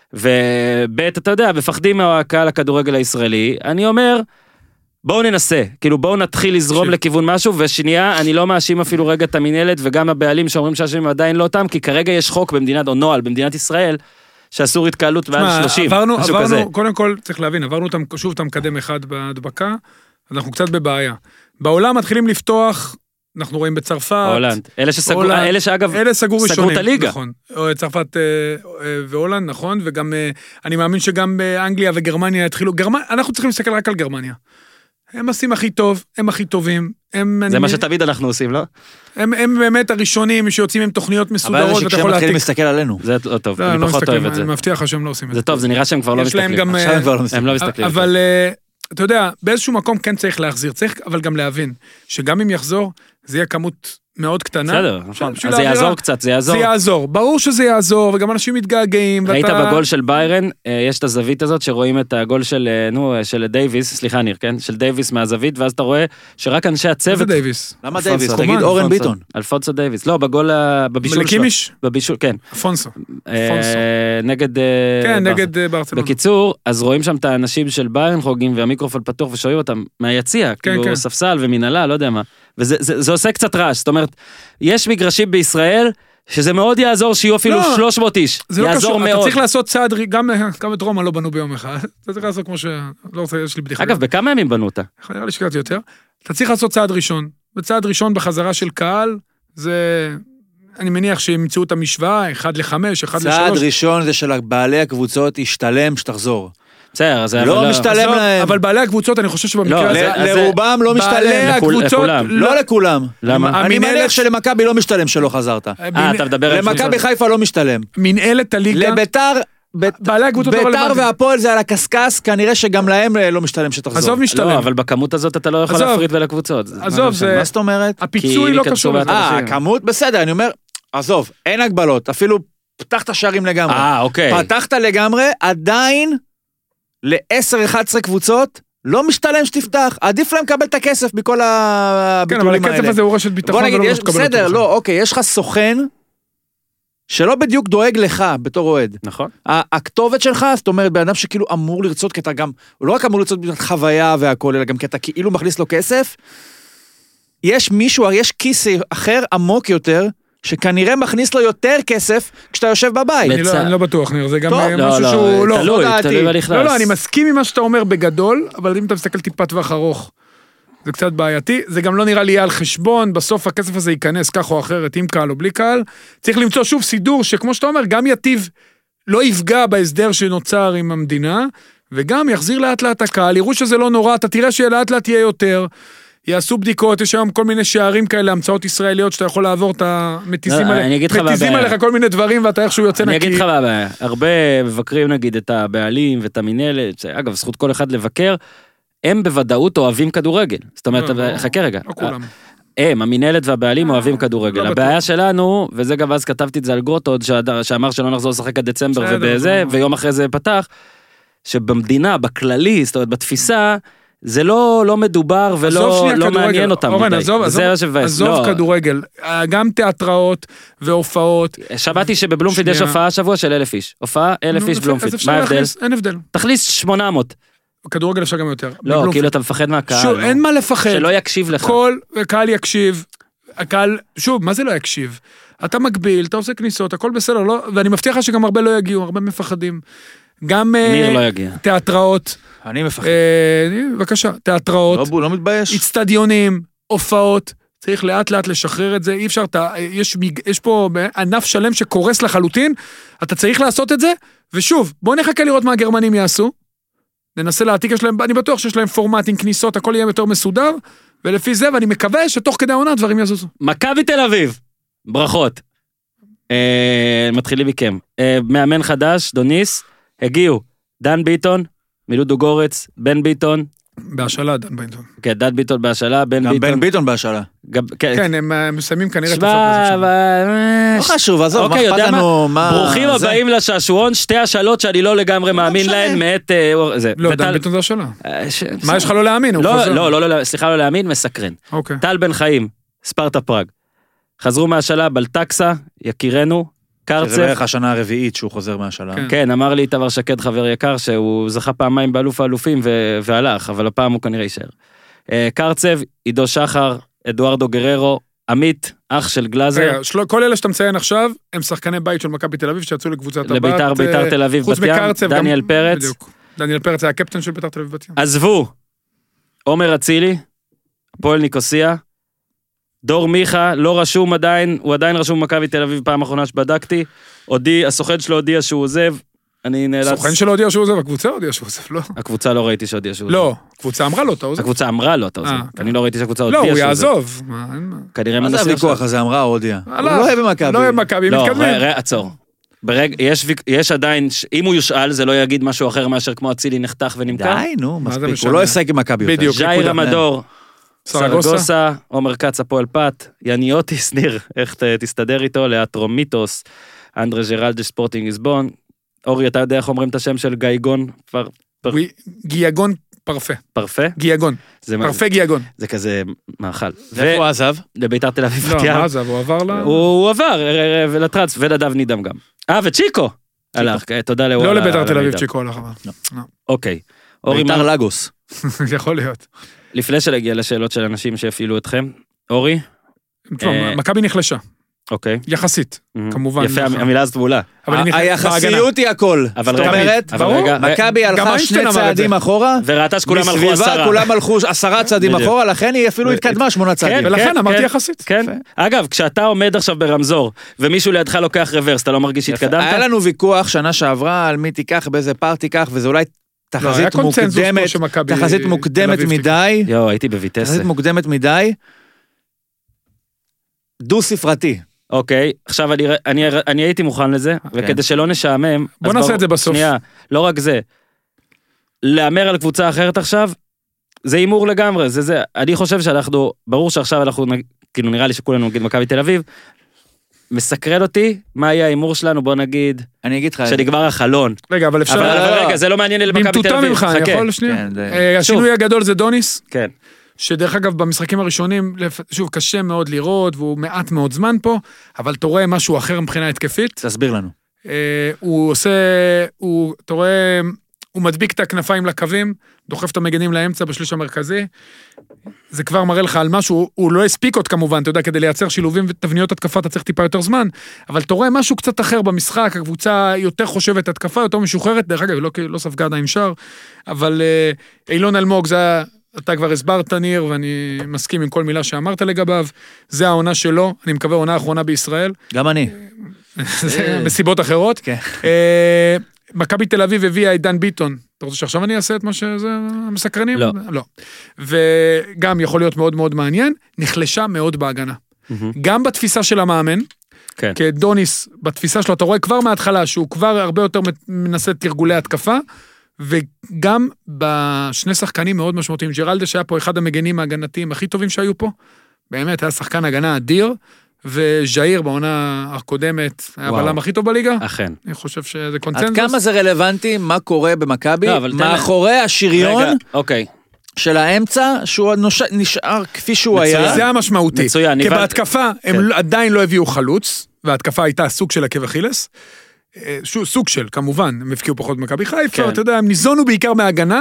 ובית, אתה יודע, מפחדים מהקהל הכדורגל הישראלי, אני אומר, בואו ננסה, כאילו בואו נתחיל לזרום לכיוון משהו, ושנייה, אני לא מאשים אפילו רגע את המנהלת, וגם הבעלים שאומרים שהשנים עדיין לא אותם, כי כרגע יש חוק במדינת, או נועל במדינת ישראל, שאסור התקהלות מעל 30, משהו כזה. קודם כל, צריך להבין, עברנו שוב את המקדם אחד בהדבקה, אנחנו קצת בבעיה. בעולם מתחילים לפתוח, אנחנו רואים בצרפת. הולנד. אלה שאגב, סגרו את הליגה. נכון. צרפת והולנד, נכון, וגם, אני מאמין שגם באנגליה וגרמניה התחילו, אנחנו צריכים להסתכל רק על גרמניה. הם עושים הכי טוב, הם הכי טובים. זה מה שתמיד אנחנו עושים, לא? הם באמת הראשונים שיוצאים עם תוכניות מסודרות. אבל שכשהם מתחילים להסתכל עלינו. זה טוב, אני פחות אוהב את זה. אני מבטיח לך שהם לא עושים את זה. זה טוב, זה נראה שהם כבר לא מסתכלים. הם לא מסתכלים. אבל אתה יודע, באיזשהו מקום כן צריך להחזיר, צריך אבל גם להבין, שגם אם יחזור, זה יהיה כמות מאוד קטנה. בסדר, נכון. אז זה יעזור קצת, זה יעזור. זה יעזור, ברור שזה יעזור, וגם אנשים מתגעגעים. ראית בגול של ביירן, יש את הזווית הזאת, שרואים את הגול של דייביס, סליחה ניר, כן? של דייביס מהזווית, ואז אתה רואה שרק אנשי הצוות... איזה דייביס? למה דייביס? תגיד אורן ביטון. אלפונסו דייביס. לא, בגול, בבישול שלו. לקימיש? בבישול, כן. אלפונסו. נגד... כן, נגד ברצלונה. בקיצור, אז רואים שם את האנשים של ביירן חוגים, והמיקרופון פתוח ושומעים אותם מהיציע, כאילו ספסל ומנהלה, לא יודע מה. וזה עושה קצת רעש, זאת אומרת, יש מגרשים בישראל, שזה מאוד יעזור שיהיו אפילו 300 איש, יעזור מאוד. אתה צריך לעשות צעד, גם את רומא לא בנו ביום אחד, אתה צריך לעשות כמו לא רוצה, יש לי בדיחה. אגב, בכמה ימים בנו אותה? נראה לי שקראתי יותר. אתה צריך לעשות צעד ראשון, וצעד ראשון בחזרה של קהל, זה... אני מניח שימצאו את המשוואה, 1-5, 1-3. צעד ראשון זה של בעלי הקבוצות, ישתלם שתחזור. בסדר, זה לא משתלם להם. אבל בעלי הקבוצות, אני חושב שבמקרה הזה... לרובם לא משתלם. לכולם. לא לכולם. למה? אני מניח שלמכבי לא משתלם שלא חזרת. אתה מדבר על... למכבי חיפה לא משתלם. מנהלת הליגה... לביתר... ביתר והפועל זה על הקסקס, כנראה שגם להם לא משתלם שתחזור. עזוב משתלם. לא, אבל בכמות הזאת אתה לא יכול להפריד בין הקבוצות. עזוב, זה... מה זאת אומרת? הפיצוי לא קשור. כמות בסדר, אני אומר, עזוב, אין הגבלות, אפילו פתחת שערים לגמרי. אוקיי. פתחת לגמרי, עדיין ל-10-11 קבוצות, לא משתלם שתפתח, עדיף להם לקבל את הכסף מכל הביטולים האלה. כן, אבל הכסף הזה הוא רשת ביטחון. בוא נגיד, בסדר, לא, אוקיי, יש לך סוכן, שלא בדיוק דואג לך בתור אוהד. נכון. הכתובת שלך, זאת אומרת, באדם שכאילו אמור לרצות, כי אתה גם, הוא לא רק אמור לרצות חוויה והכל, אלא גם כי אתה כאילו מכניס לו כסף, יש מישהו, יש כיס אחר עמוק יותר, שכנראה מכניס לו יותר כסף כשאתה יושב בבית. אני לא בטוח, ניר, זה גם משהו שהוא לא דעתי. לא, אני מסכים עם מה שאתה אומר בגדול, אבל אם אתה מסתכל טיפה טווח ארוך, זה קצת בעייתי, זה גם לא נראה לי על חשבון, בסוף הכסף הזה ייכנס כך או אחרת, עם קהל או בלי קהל, צריך למצוא שוב סידור שכמו שאתה אומר, גם יטיב, לא יפגע בהסדר שנוצר עם המדינה, וגם יחזיר לאט לאט הקהל, יראו שזה לא נורא, אתה תראה שלאט לאט יהיה יותר, יעשו בדיקות, יש היום כל מיני שערים כאלה, המצאות ישראליות, שאתה יכול לעבור את המטיסים עליך כל מיני דברים, ואתה איכשהו יוצא נקי. אני אגיד לך מה, הרבה מבקרים נגיד את הבעלים ואת המנהלת, אגב, זכות כל אחד לבקר, הם בוודאות אוהבים כדורגל. זאת אומרת, חכה רגע. לא כולם. המנהלת והבעלים אוהבים כדורגל. הבעיה שלנו, וזה גם אז כתבתי את זה על גרוטוד, שאמר שלא נחזור לשחק עד דצמבר ובזה, ויום אחרי זה פתח, שבמדינה, בכללי, זאת אומרת, בתפיסה, זה לא מדובר ולא מעניין אותם. אורן, עזוב כדורגל. גם תיאטראות והופעות. שמעתי שבבלומפילד יש הופעה שבוע של 1,000 איש. הופעה 1,000 איש בלומפילד. מה ההבדל? אין הבדל. תכניס 800. כדורגל אפשר גם יותר. לא, כאילו אתה מפחד מהקהל. שוב, אין מה לפחד. שלא יקשיב לך. כל קהל יקשיב. הקהל, שוב, מה זה לא יקשיב? אתה מגביל, אתה עושה כניסות, הכל בסדר, לא, ואני מבטיח לך שגם הרבה לא יגיעו, הרבה מפחדים. גם ניר לא יגיע. תיאטראות. אני מפחד. בבקשה, תיאטראות. לא מתבייש. אצטדיונים, הופעות, צריך לאט לאט לשחרר את זה, אי אפשר, יש פה ענף שלם שקורס לחלוטין, אתה צריך לעשות את זה, ושוב, בוא נחכה לראות מה הגרמנים יעשו, ננסה להעתיק, אני בטוח שיש להם פורמטים, כניסות, הכל יהיה יותר מסודר, ולפי זה, ואני מקווה שתוך כדי העונה דברים יזוזו. מכבי תל אביב, ברכות. מתחילים מכם. מאמן חדש, דוניס, הגיעו, דן ביטון, מילודו גורץ, בן ביטון, בהשאלה, דן ביטון. כן, דן ביטון בהשאלה, בן גם ביטון. בן ביטון בהשאלה. כן, הם מסיימים כנראה את שמע, לא חשוב, עזוב, מה אוקיי, אכפת יודע לנו, מה? מה... ברוכים זה? הבאים לשעשועון, שתי השאלות שאני לא לגמרי מאמין להן, מאת... לא, דן ביטון זה השאלה. מה יש לך לא להאמין? הוא חוזר. לא, סליחה, לא להאמין, מסקרן. אוקיי. טל בן חיים, ספרטה פראג. חזרו מהשאלה, בלטקסה, יקירנו, זה קרצב. בערך השנה הרביעית שהוא חוזר מהשאלה. כן. כן, אמר לי איתמר שקד, חבר יקר, שהוא זכה פעמיים באלוף האלופים והלך, אבל הפעם הוא כנראה יישאר. קרצב, עידו שחר, אדוארדו גררו, עמית, אח של גלאזר. רגע, כל אלה שאתה מציין עכשיו, הם שחקני בית של מכבי תל אביב, שיצאו לקבוצת הבת. ביתר תל אביב חוץ בת ים, מקרצב, דניאל פרץ. בדיוק. דניאל פרץ היה הקפטן של ביתר תל אביב בת ים. עזבו, עומר אצילי, הפועל ניקוסיה, דור מיכה, לא רשום עדיין, הוא עדיין רשום במכבי תל אביב פעם אחרונה שבדקתי, הסוכן שלו הודיע שהוא עוזב, אני נאלץ... הסוכן שלו הודיע שהוא עוזב, הקבוצה הודיע שהוא עוזב, לא. הקבוצה לא ראיתי שהודיע שהוא עוזב. לא, הקבוצה אמרה לו, אתה עוזב. הקבוצה אמרה לו, אתה עוזב. אני לא ראיתי שהקבוצה לא, הודיעה הוא שהוא עוזב. יעזוב. כנראה מה זה מנסה הוויכוח הזה, אמרה הודיע? הוא הלך. לא אוהב במכבי. לא אוהב מכבי, לא, מתקדמים. עצור. יש עדיין, אם הוא יושאל, זה לא יגיד משהו אחר מאשר כמו אצילי נחתך ונמכר. די, נו, מה זה מספיק. משנה? הוא לא ישחק עם מכבי יותר. בדיוק. ז'איר נקודה. המדור, סרגוסה. סרגוסה, עומר כץ הפועל פת, יניוטיס, ניר, איך תסתדר איתו, לאטרומיטוס, אנדרה ג'רלדה ספורטינג ליסבון, אורי, אתה יודע איך אומרים את השם של גייגון? גיאגון פרפה. פרפה? גיאגון. זה פרפה גיאגון. זה כזה מאכל. ואיפה הוא עזב? לביתר תל אביב לא, בת ים. מה זה, הוא עבר ל... הוא עבר, ולטרץ, ונדב נידם גם. וצ'יקו! הלך, תודה לא לביתר תל אביב צ'יקו הלך אבל. לא. אוקיי. אורי, ביתר לגוס. יכול להיות. לפני שנגיע לשאלות של אנשים שהפעילו אתכם, אורי? תשמע, מכבי נחלשה. אוקיי. יחסית, כמובן. יפה, המילה הזאת מעולה. אבל היא בהגנה. היחסיות היא הכל. אבל זאת רגע, אומרת, אבל רגע, מכבי גם הלכה איינשטיין 2 אמר את צעדים זה. אחורה, וראתה שכולם הלכו מסביבה 10. כולם הלכו 10 צעדים בדיוק. אחורה, לכן היא אפילו התקדמה 8 צעדים. ולכן כן, אמרתי כן. יחסית. כן. אגב, כשאתה עומד עכשיו ברמזור, ומישהו לידך לוקח רוורס, אתה לא מרגיש שהתקדמת? היה לנו ויכוח שנה שעברה על מי תיקח, באיזה פארט תיקח, וזה אולי לא, היה קונצנזוס פה שמכבי תחזית תל מוקדמת אביב מדי, יו, הייתי בויטסה. תחזית מוקדמת מדי, דו ספרתי. אוקיי, עכשיו אני הייתי מוכן לזה, וכדי שלא נשעמם... בוא אז נעשה את זה בסוף. שנייה, לא רק זה. להמר על קבוצה אחרת עכשיו, זה הימור לגמרי, זה. אני חושב שאנחנו, ברור שעכשיו אנחנו, כאילו נראה לי שכולנו נגיד מכבי תל אביב, מסקרן אותי, מה יהיה ההימור שלנו, בוא נגיד, אני אגיד לך, שנגמר החלון. רגע, אבל אפשר... אבל רגע, זה לא מעניין למכבי תל במטוטה אביב. ממך, אני חכה. יכול שנייה? כן, זה- השינוי הגדול זה דוניס, כן. שדרך אגב במשחקים הראשונים, שוב, קשה מאוד לראות, והוא מעט מאוד זמן פה, אבל אתה רואה משהו אחר מבחינה התקפית. תסביר לנו. הוא עושה, אתה רואה, הוא מדביק את הכנפיים לקווים, דוחף את המגנים לאמצע בשליש המרכזי, זה כבר מראה לך על משהו, הוא לא הספיק עוד כמובן, אתה יודע, כדי לייצר שילובים ותבניות התקפה, אתה צריך טיפה יותר זמן, אבל אתה רואה משהו קצת אחר במשחק, הקבוצה יותר חושבת התקפה, יותר משוחררת, דרך אגב, לא ספגה עדיין שער, אבל אילון אלמוג, זה אתה כבר הסברת ניר, ואני מסכים עם כל מילה שאמרת לגביו, זה העונה שלו, אני מקווה עונה האחרונה בישראל. גם אני. מסיבות אחרות. כן. מכבי תל אביב הביאה את דן ביטון. אתה רוצה שעכשיו אני אעשה את מה שזה המסקרנים? לא. לא. וגם יכול להיות מאוד מאוד מעניין, נחלשה מאוד בהגנה. גם בתפיסה של המאמן, כן. כדוניס, בתפיסה שלו, אתה רואה כבר מההתחלה, שהוא כבר הרבה יותר מנסה תרגולי התקפה, וגם בשני שחקנים מאוד משמעותיים, ג'רלדה שהיה פה אחד המגנים ההגנתיים הכי טובים שהיו פה, באמת היה שחקן הגנה אדיר, וז'איר בעונה הקודמת היה הבלם הכי טוב בליגה. אכן. אני חושב שזה קונצנזוס. עד כמה זה רלוונטי, מה קורה במכבי, לא, אבל תן מאחורי השריון רגע, אוקיי. של האמצע, שהוא נשאר כפי שהוא היה. זה המשמעותי. מצוין, כי נבד- בהתקפה הם עדיין לא הביאו חלוץ, וההתקפה הייתה סוג של עקב אכילס. סוג של, כמובן, הם הפקיעו פחות במכבי חיפה, כן. אתה יודע, הם ניזונו בעיקר מהגנה.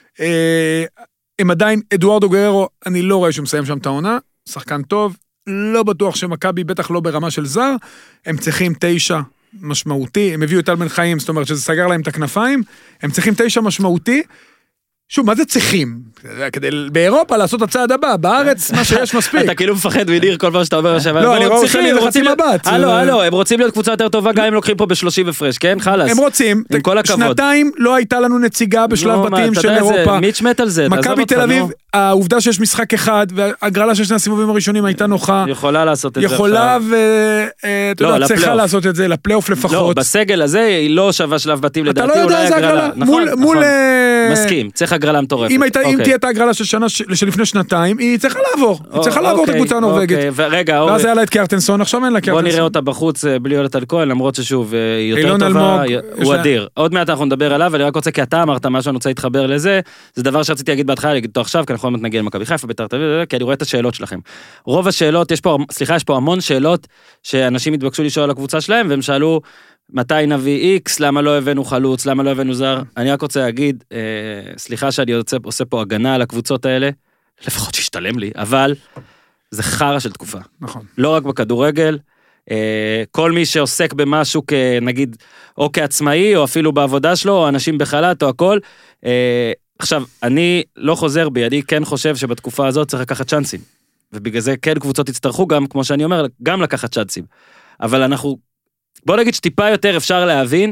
הם עדיין, אדוארדו גררו, אני לא רואה שהוא מסיים שם את העונה, שחקן טוב, לא בטוח שמכבי, בטח לא ברמה של זר, הם צריכים 9 משמעותי, הם הביאו את טל בן חיים, זאת אומרת שזה סגר להם את הכנפיים, הם צריכים 9 משמעותי, שוב, מה זה צריכים? כדי באירופה לעשות הצעד הבא, בארץ מה שיש מספיק. אתה כאילו מפחד מדיר כל פעם שאתה אומר עכשיו. לא, אני רואה אותך לחצי מבט. הלו, הם רוצים להיות קבוצה יותר טובה, גם אם לוקחים פה ב-30 הפרש, כן? חלאס. הם רוצים, עם כל הכבוד. שנתיים לא הייתה לנו נציגה בשלב נו, מה, בתים אתה של יודע, אירופה. מיץ' מת על זה, תעזוב מכבי אותך, תל אביב, נו. העובדה שיש משחק אחד, והגרלה של שני הסיבובים הראשונים הייתה נוחה. יכולה לעשות את זה. יכולה ואתה יודע, צריכה לעשות את זה, לפלייאוף לפחות. לא, בסגל הזה היא לא שווה שלב בתים אתה לדעתי, לא יודע אולי איזה הגרלה. הגרלה. נכון, מול... מסכים, צריך הגרלה מטורפת. אם תהיה את ההגרלה של שנה שלפני שנתיים, היא צריכה לעבור. היא צריכה לעבור את הקבוצה הנורווגית. ורגע, ואז היה לה את קיארטנסון, עכשיו אין לה קיארטנסון. בוא נראה אותה בחוץ בלי יונתן כהן, למרות ששוב, היא יותר אילון טובה, אלמוג, הוא אדיר. עוד מעט אנחנו נדבר עליו, ואני רק רוצה, כי אתה אמרת משהו, אני רוצה להתחבר לזה, זה דבר שרציתי להגיד בהתחלה, להגיד אותו עכשיו, כי אנחנו עוד נגיע למכבי חיפה, בית"ר תל אביב, כי אני רואה את השאלות שלכם. רוב השאלות, יש פה המון שאלות שאנשים התבקשו לשאול על הקבוצה שלהם, והם שאלו, מתי נביא X, למה לא הבאנו חלוץ, למה לא הבאנו זר? אני רק רוצה להגיד, סליחה שאני עושה פה הגנה על הקבוצות האלה, לפחות שישתלם לי, אבל זה חרא של תקופה. נכון. לא רק בכדורגל, כל מי שעוסק במשהו כנגיד, או כעצמאי, או אפילו בעבודה שלו, או אנשים בחל"ת, או הכל. עכשיו, אני לא חוזר בי, אני כן חושב שבתקופה הזאת צריך לקחת צ'אנסים. ובגלל זה כן קבוצות יצטרכו גם, כמו שאני אומר, גם לקחת צ'אנסים. אבל בוא נגיד שטיפה יותר אפשר להבין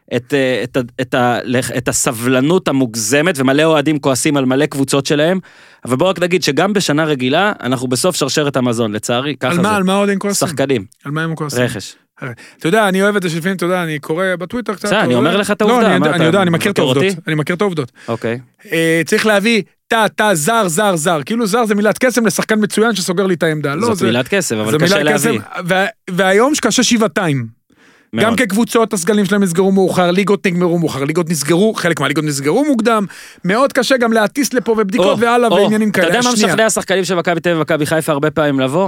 את הסבלנות המוגזמת, ומלא אוהדים כועסים על מלא קבוצות שלהם, אבל בוא רק נגיד שגם בשנה רגילה, אנחנו בסוף שרשרת המזון, לצערי, ככה זה. על מה אוהדים כועסים? שחקנים. על מה הם כועסים? רכש. אתה יודע, אני אוהב את זה שלפעמים, אתה יודע, אני קורא בטוויטר קצת. אני אומר לך את העובדה. לא, אני יודע, אני מכיר את העובדות. אוקיי. צריך להביא זר. כאילו זר זה מילת קסם לשחקן מצוין שסוגר לי את העמדה. זאת מילת קסם, אבל קשה להביא. והיום שקשה שבעתיים. גם כקבוצות, הסגלים שלהם נסגרו מאוחר, ליגות נגמרו מאוחר, ליגות נסגרו, חלק מהליגות נסגרו מוקדם, מאוד קשה גם להטיס לפה ובדיקות והלאה ועניינים כאלה. אתה יודע מה משכנע השחקנים של מכבי תל אביב ומכבי חיפה הרבה פעמים לבוא?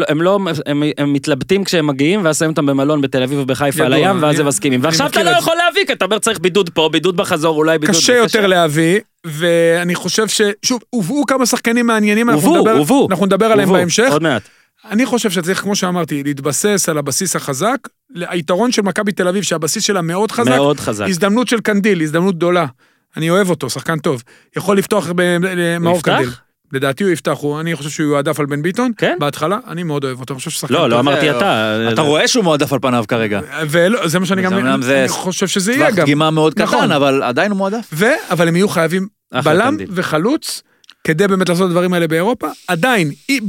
הם מתלבטים כשהם מגיעים, ואז שמים אותם במלון בתל אביב ובחיפה על הים, ואז הם מסכימים. ועכשיו אתה לא יכול להביא, כי אתה אומר צריך בידוד פה, בידוד בחזור, אולי בידוד... קשה יותר להביא, ואני חושב שוב, הובאו כמה שחקנים מעניינים, אנחנו נדבר עליהם בהמשך. עוד מעט. אני חושב שצריך, כמו שאמרתי, להתבסס על הבסיס החזק, היתרון של מכבי תל אביב, שהבסיס שלה מאוד חזק, הזדמנות של קנדיל, הזדמנות גדולה, אני אוהב אותו, שחקן טוב, יכול לפתוח במאור קנדיל, לדעתי הוא יפתח, אני חושב שהוא יועדף על בן ביטון, בהתחלה, אני מאוד אוהב אותו, אני חושב ששחקן טוב. לא אמרתי אתה רואה שהוא מועדף על פניו כרגע. וזה מה שאני גם, אני חושב שזה יהיה גם. דגימה מאוד קטן, אבל עדיין הוא מועדף. אבל הם יהיו חייבים בלם וחלוץ, כדי באמת לעשות את הדברים האלה באירופה, עדיין,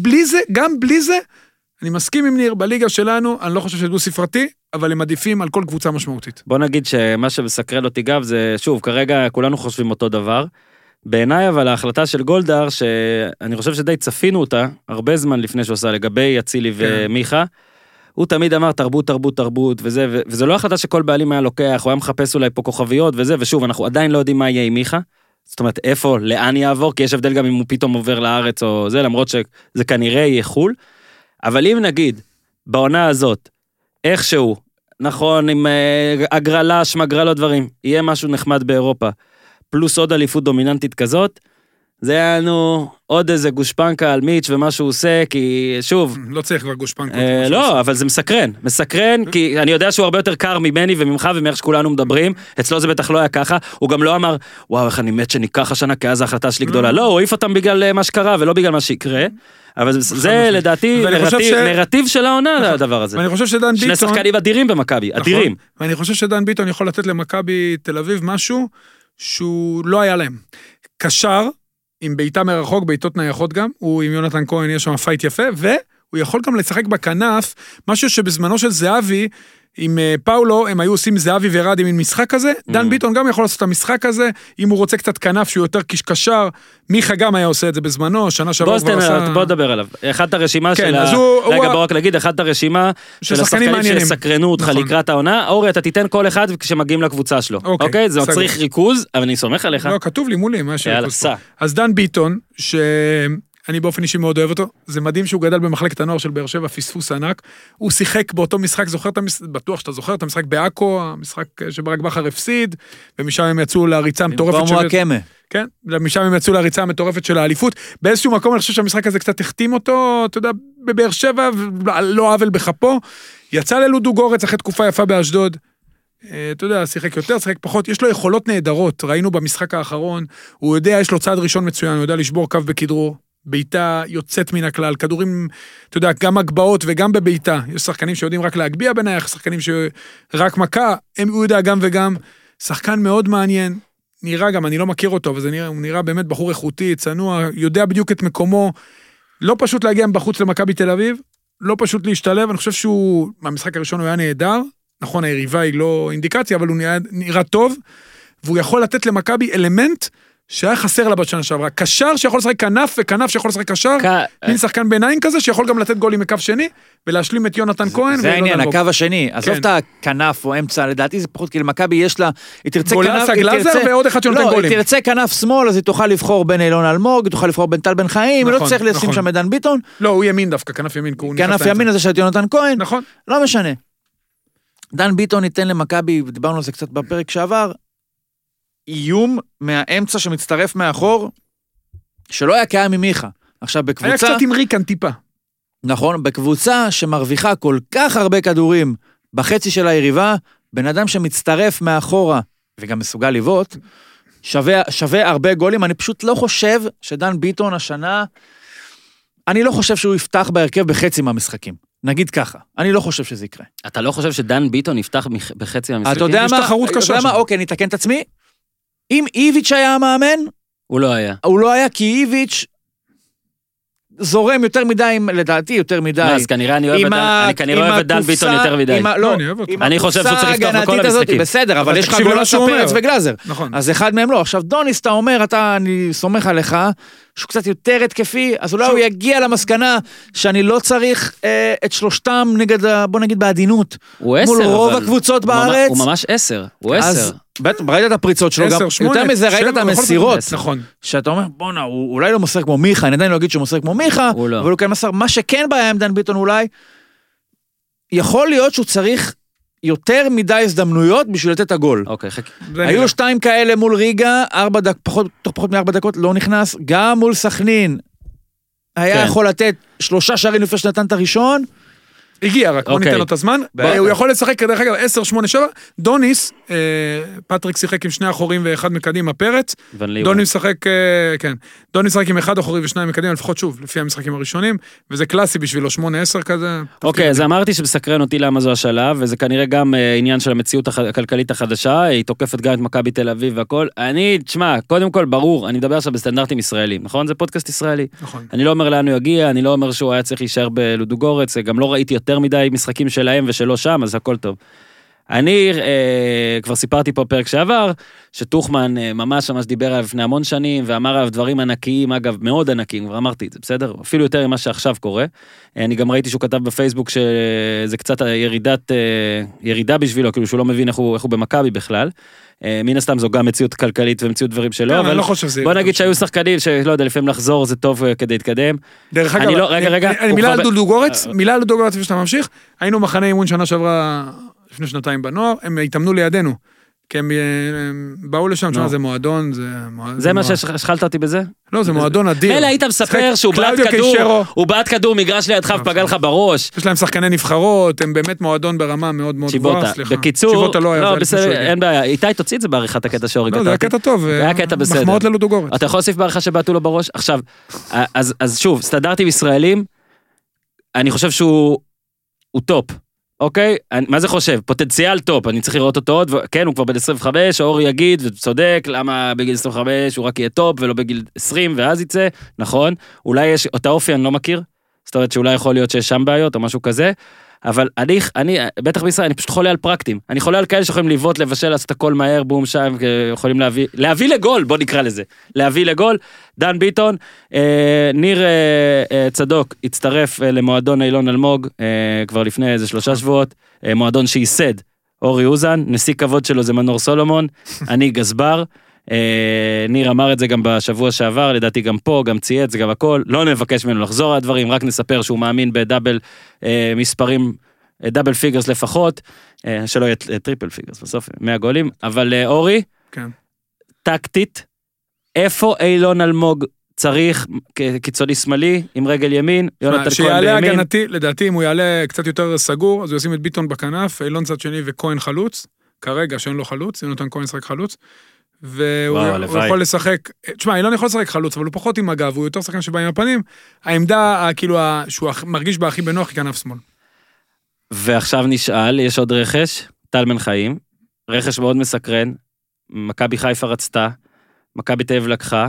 גם בלי זה, אני מסכים עם ניר, בליגה שלנו, אני לא חושב שדו ספרתי, אבל הם עדיפים על כל קבוצה משמעותית. בוא נגיד שמה שמסקרן אותי גב, זה שוב, כרגע כולנו חושבים אותו דבר, בעיניי אבל ההחלטה של גולדהר, שאני חושב שדי צפינו אותה, הרבה זמן לפני שעושה לגבי אצילי ומיכה, הוא תמיד אמר תרבות, וזה לא החלטה שכל בעלים היה לוקח, הוא היה מחפש אולי פה כוכביות וזה, ושוב, אנחנו עדיין לא יודעים מה יהיה עם מיכה, זאת אומרת, איפה, לאן יעבור, כי יש הבדל גם אם הוא פתאום עובר לארץ או זה, למרות שזה כנראה יהיה חול, אבל אם נגיד, בעונה הזאת, איכשהו, נכון, עם הגרלה, שמגרלות דברים, יהיה משהו נחמד באירופה, פלוס עוד אליפות דומיננטית כזאת, זה היה לנו עוד איזה גושפנקה על מיץ' ומה שהוא עושה, כי שוב... לא צריך כבר גושפנקה. לא, אבל זה מסקרן, כי אני יודע שהוא הרבה יותר קר ממני וממך ומאיך שכולנו מדברים, אצלו זה בטח לא היה ככה, הוא גם לא אמר, וואו, איך אני מת שניקח השנה, כי אז ההחלטה שלי גדולה. לא, הוא העיף אותם בגלל מה שקרה ולא בגלל מה שיקרה, אבל זה לדעתי נרטיב של העונה, הדבר הזה. ואני חושב שדן ביטון... שני שחקנים אדירים במכבי, אדירים. ואני חושב שדן ביטון יכול לתת למכבי תל אביב משהו שהוא לא היה להם. קשר, עם בעיטה מרחוק, בעיטות נייחות גם, הוא עם יונתן כהן, יש שם פייט יפה, והוא יכול גם לשחק בכנף, משהו שבזמנו של זהבי, עם פאולו, הם היו עושים זהבי ורדי עם משחק כזה, דן ביטון גם יכול לעשות את המשחק הזה, אם הוא רוצה קצת כנף שהוא יותר קשר, מיכה גם היה עושה את זה בזמנו, שנה שעברה כבר עשה... בוא נדבר עליו, אחת הרשימה של... רגע, בוא רק להגיד, אחת הרשימה של השחקנים שסקרנו אותך לקראת העונה, אורי, אתה תיתן כל אחד כשמגיעים לקבוצה שלו, אוקיי? זה מצריך ריכוז, אבל אני סומך עליך. לא, כתוב לי מולי, אז דן ביטון, אני באופן אישי מאוד אוהב אותו, זה מדהים שהוא גדל במחלקת הנוער של באר שבע, פספוס ענק, הוא שיחק באותו משחק, בטוח שאתה זוכר את המשחק באקו, המשחק שברק בכר הפסיד, ומשם הם יצאו להריצה המטורפת כן, משם הם יצאו להריצה המטורפת של האליפות, באיזשהו מקום אני חושב שהמשחק הזה קצת החתים אותו, אתה יודע, בבאר שבע, לא עוול בחפו, יצא ללודו גורץ אחרי תקופה יפה באשדוד, אתה יודע, שיחק יותר, שיחק פחות, יש לו יכולות נהדרות, ראינו במשחק האחרון, הוא יודע, יש לו צעד ראשון מצוין, הוא יודע לשבור קו בכדרור, ביתה יוצאת מן הכלל, כדורים, אתה יודע, גם הגבעות וגם בביתה, יש שחקנים שיודעים רק להגביע בנייח, שחקנים שרק מכה, הוא יודע גם וגם, שחקן מאוד מעניין, נראה גם, אני לא מכיר אותו, אבל הוא נראה באמת בחור איכותי, צנוע, יודע בדיוק את מקומו, לא פשוט להגיע בחוץ למכבי תל אביב, לא פשוט להשתלב, אני חושב שהוא, במשחק הראשון הוא היה נהדר, נכון, היריבה היא לא אינדיקציה, אבל הוא נראה טוב, והוא יכול לתת למכבי אלמנט שהיה חסר לה בשנה שעברה. קשר שיכול לשחק כנף, וכנף שיכול לשחק קשר, מין שחקן ביניים כזה, שיכול גם לתת גולים מקו שני, ולהשלים את יונתן כהן. זה העניין, הקו השני. עזוב את הכנף או אמצע, לדעתי זה פחות, כי למכבי יש לה, היא תרצה גולסה, גלאזר ועוד אחד שנותן גולים. היא תרצה כנף שמאל, אז היא תוכל לבחור בין אילון אלמוג, היא תוכל לבחור בין טל בן חיים, היא לא צריך לשים שם את דן ביטון. לא, הוא ימין דווקא, כנף ימין. כנף ימין הזה של יונתן כהן. נכון. לא משנה. דן ביטון ייתן למכבי, דיברנו על זה קצת בפרק שעבר, איום מהאמצע שמצטרף מאחור, שלא היה קיים ממיכה. עכשיו בקבוצה... היה קצת עם ריקן טיפה. נכון, בקבוצה שמרוויחה כל כך הרבה כדורים בחצי של היריבה, בן אדם שמצטרף מאחורה, וגם מסוגל לבעוט, שווה הרבה גולים. אני פשוט לא חושב שדן ביטון השנה, אני לא חושב שהוא יפתח בהרכב בחצי מהמשחקים. נגיד ככה, אני לא חושב שזה יקרה. אתה לא חושב שדן ביטון יפתח בחצי מהמשחקים? אתה יודע יש מה? תחרות קשה שם. אוקיי, אני אתקן את עצמי. אם איביץ' היה המאמן, הוא לא היה. הוא לא היה, כי איביץ' זורם יותר מדי, לדעתי יותר מדי. אז כנראה אני אוהב את דן ביטון יותר מדי. אני חושב שהוא צריך לפתוח בכל המשחקים. בסדר, אבל יש לך גולסה, פרץ וגלאזר. נכון. אז אחד מהם לא. עכשיו דוניס, אתה אומר, אני סומך עליך, שהוא קצת יותר התקפי, אז אולי הוא יגיע למסקנה שאני לא צריך את שלושתם נגד, בוא נגיד בעדינות. הוא 10. מול רוב הקבוצות בארץ. הוא ממש 10. הוא 10. ראית את הפריצות שלו, גם יותר מזה ראית את המסירות, נכון. שאתה אומר, בונה, הוא אולי לא מוסר כמו מיכה, אני עדיין לא אגיד שהוא מוסר כמו מיכה, אבל הוא כן מסר, מה שכן בעיה עם דן ביטון אולי, יכול להיות שהוא צריך יותר מדי הזדמנויות בשביל לתת הגול. אוקיי, חכי. היו 2 כאלה מול ריגה, תוך פחות מ4 דקות לא נכנס, גם מול סכנין, היה יכול לתת 3 שערים לפני שנתן את הראשון, הגיע רק, בוא ניתן לו את הזמן. הוא יכול לשחק, דרך אגב, 10, 8, 7. דוניס, פטריק שיחק עם 2 אחורים ו1 מקדימה, פרץ. דוניס שחק, כן. דוניס שחק עם 1 אחורי ו2 מקדימה, לפחות שוב, לפי המשחקים הראשונים, וזה קלאסי בשבילו, 8-10 כזה. אוקיי, אז אמרתי שמסקרן אותי למה זו השלב, וזה כנראה גם עניין של המציאות הכלכלית החדשה, היא תוקפת גם את מכבי תל אביב והכל. תשמע, קודם כל, ברור, אני מדבר עכשיו בסטנדרטים ישראלים, נכון? זה פודקאסט ישראלי. נכון. אני לא אומר לאן הוא יגיע, אני לא אומר שהוא היה צריך להישאר בלודוגורץ, גם לא ראיתי יותר מדי משחקים שלהם ושלא שם, אז הכל טוב. אני כבר סיפרתי פה פרק שעבר, שטוחמן ממש דיבר עליו לפני המון שנים, ואמר עליו דברים ענקיים, אגב, מאוד ענקיים, כבר אמרתי את זה, בסדר? אפילו יותר ממה שעכשיו קורה. אני גם ראיתי שהוא כתב בפייסבוק שזה קצת ירידה בשבילו, כאילו שהוא לא מבין איך הוא במכבי בכלל. מן הסתם זו גם מציאות כלכלית ומציאות דברים שלו, אבל בוא נגיד שהיו שחקנים שלא יודע, לפעמים לחזור זה טוב כדי להתקדם. דרך אגב, מילה על דודוגורץ, ושאתה ממשיך, היינו מחנה אימון שנה שעברה לפני 2 בנוער, הם התאמנו לידינו, כי הם באו לשם, זה מועדון, זה מה שהשחלת אותי בזה? לא, זה מועדון אדיר. מילא היית מספר שהוא בעט כדור מגרש לידך ופגע לך בראש. יש להם שחקני נבחרות, הם באמת מועדון ברמה מאוד מאוד גבוהה, סליחה. בקיצור, לא, בסדר, אין בעיה. איתי תוציא את זה בעריכת הקטע שאורי כתבתי. לא, זה היה קטע טוב. היה קטע בסדר. מחמאות ללודוגורץ. אתה יכול להוסיף בעריכה שבעטו לו בראש? עכשיו, אז שוב, סטנדרטים ישראלים, אני חושב שהוא טופ. אוקיי? מה זה חושב? פוטנציאל טופ, אני צריך לראות אותו עוד, כן, הוא כבר בגיל 25, אורי יגיד, וצודק, למה בגיל 25 הוא רק יהיה טופ, ולא בגיל 20, ואז יצא, נכון? אולי יש, אותה אופי אני לא מכיר, זאת אומרת שאולי יכול להיות שיש שם בעיות, או משהו כזה, אבל אני, בטח בישראל, אני פשוט חולה על פרקטים, אני חולה על כאלה שיכולים לבעוט, לבשל, לעשות הכל מהר, בום שם, יכולים להביא לגול, בוא נקרא לזה, להביא לגול, דן ביטון, ניר צדוק, הצטרף למועדון אילון אלמוג, כבר לפני איזה 3 שבועות, מועדון שייסד, אורי אוזן, נשיא כבוד שלו זה מנור סולומון, אני גזבר, ניר אמר את זה גם בשבוע שעבר, לדעתי גם פה, גם צייץ, גם הכל, לא נבקש ממנו לחזור על הדברים, רק נספר שהוא מאמין בדאבל מספרים, דאבל פיגרס לפחות, שלא יהיה טריפל פיגרס בסוף, 100 גולים, אבל אורי, כן. טקטית, איפה אילון אלמוג צריך קיצוני שמאלי, עם רגל ימין, יונתן כהן שיעלה בימין. הגנתי, לדעתי אם הוא יעלה קצת יותר סגור, אז הוא ישים את ביטון בכנף, אילון צד שני וכהן חלוץ, כרגע שאין לו חלוץ, יונתן כהן שחק חלוץ, והוא יכול לשחק, תשמע, אילון יכול לשחק חלוץ, אבל הוא פחות עם הגב, הוא יותר שחקן שבא עם הפנים, העמדה כאילו שהוא מרגיש בה הכי בנוח היא כנף שמאל. ועכשיו נשאל, יש עוד רכש, טל בן חיים, רכש מאוד מסקרן, מכבי חיפה רצתה, מכבי תל אביב לקחה,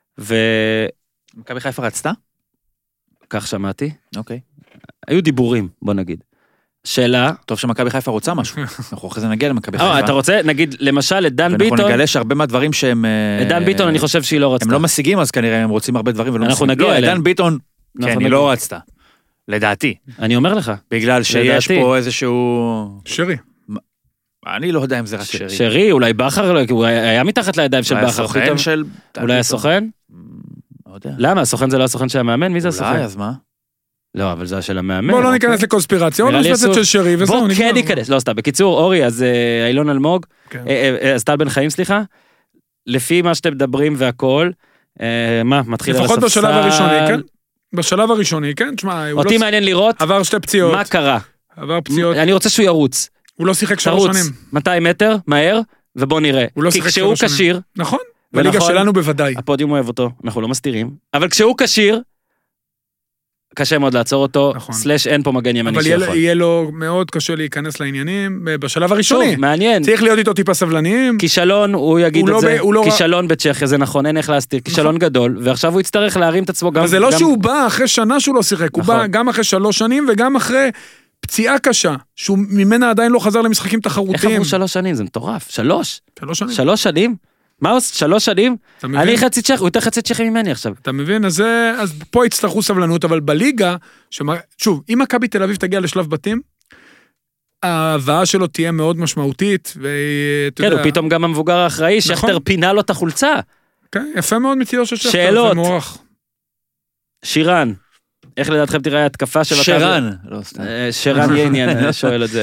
מכבי חיפה רצתה? כך שמעתי. אוקיי. היו דיבורים, בוא נגיד. שאלה... טוב שמכבי חיפה רוצה משהו. אנחנו אחרי זה נגיע למכבי חיפה. אתה רוצה, נגיד, למשל, לדן ביטון... ואנחנו נגלה שהרבה מהדברים שהם... לדן ביטון אני חושב שהיא לא רצתה. הם לא משיגים, אז כנראה הם רוצים הרבה דברים ולא אנחנו משיגים. נגיע אליהם. לדן ביטון, כן, היא לא רצתה. לדעתי. אני אומר לך. בגלל שיש פה איזשהו... שרי. אני לא יודע אם זה רק שרי. שרי, אולי בכר, הוא היה מתחת לידיים של בכר. אולי הסוכן? לא יודע. למה? הסוכן זה לא הסוכן של המאמן? מי זה הסוכן? אולי, אז מה? לא, אבל זה של המאמן. בוא לא ניכנס לקונספירציה, עוד משפטת של שרי, וזהו, בוא כן ניכנס, לא סתם. בקיצור, אורי, אז אילון אלמוג, אז טל בן חיים, סליחה, לפי מה שאתם מדברים והכל, מה, מתחיל על הספסל? לפחות בשלב הראשוני, כן? בשלב הראשוני, כן? תשמע, אותי מעניין לראות, עבר 2 פציעות. מה קרה? עבר פציעות. אני רוצה שהוא ירוץ. הוא לא שיחק 3 תרוץ, שנים. 200 מטר, מהר, ובוא נראה. כי כשהוא כשיר, נכון, בליגה שלנו בוודאי. הפודיום אוהב אותו, אנחנו לא מסתירים, אבל כשהוא כשיר, קשה מאוד לעצור אותו, סלש אין פה מגן ימני שיכול. אבל יהיה לו מאוד קשה להיכנס לעניינים בשלב הראשוני. טוב, מעניין. צריך להיות איתו טיפה סבלניים. כישלון, הוא יגיד את זה, כישלון בצ'כיה, זה נכון, אין איך להסתיר, כישלון גדול, ועכשיו הוא יצטרך להרים את עצמו גם... אבל זה לא שהוא בא אחרי שנה שהוא לא שיחק, הוא בא גם אחרי 3 שנים וגם אחרי פציעה קשה, שהוא ממנה עדיין לא חזר למשחקים תחרותיים. איך עברו 3 שנים? זה מטורף. 3? 3 שנים? מה עושה? 3 שנים? אני חצי צ'כי, הוא יותר חצי צ'כי ממני עכשיו. אתה מבין? אז פה יצטרכו סבלנות, אבל בליגה, שוב, אם מכבי תל אביב תגיע לשלב בתים, ההבאה שלו תהיה מאוד משמעותית, כן, הוא פתאום גם המבוגר האחראי, שכתר פינה לו את החולצה. כן, יפה מאוד מצידו של שכתר. שאלות. שירן, איך לדעתכם תראה התקפה של... שרן. שרן יהיה עניין, שואל את זה.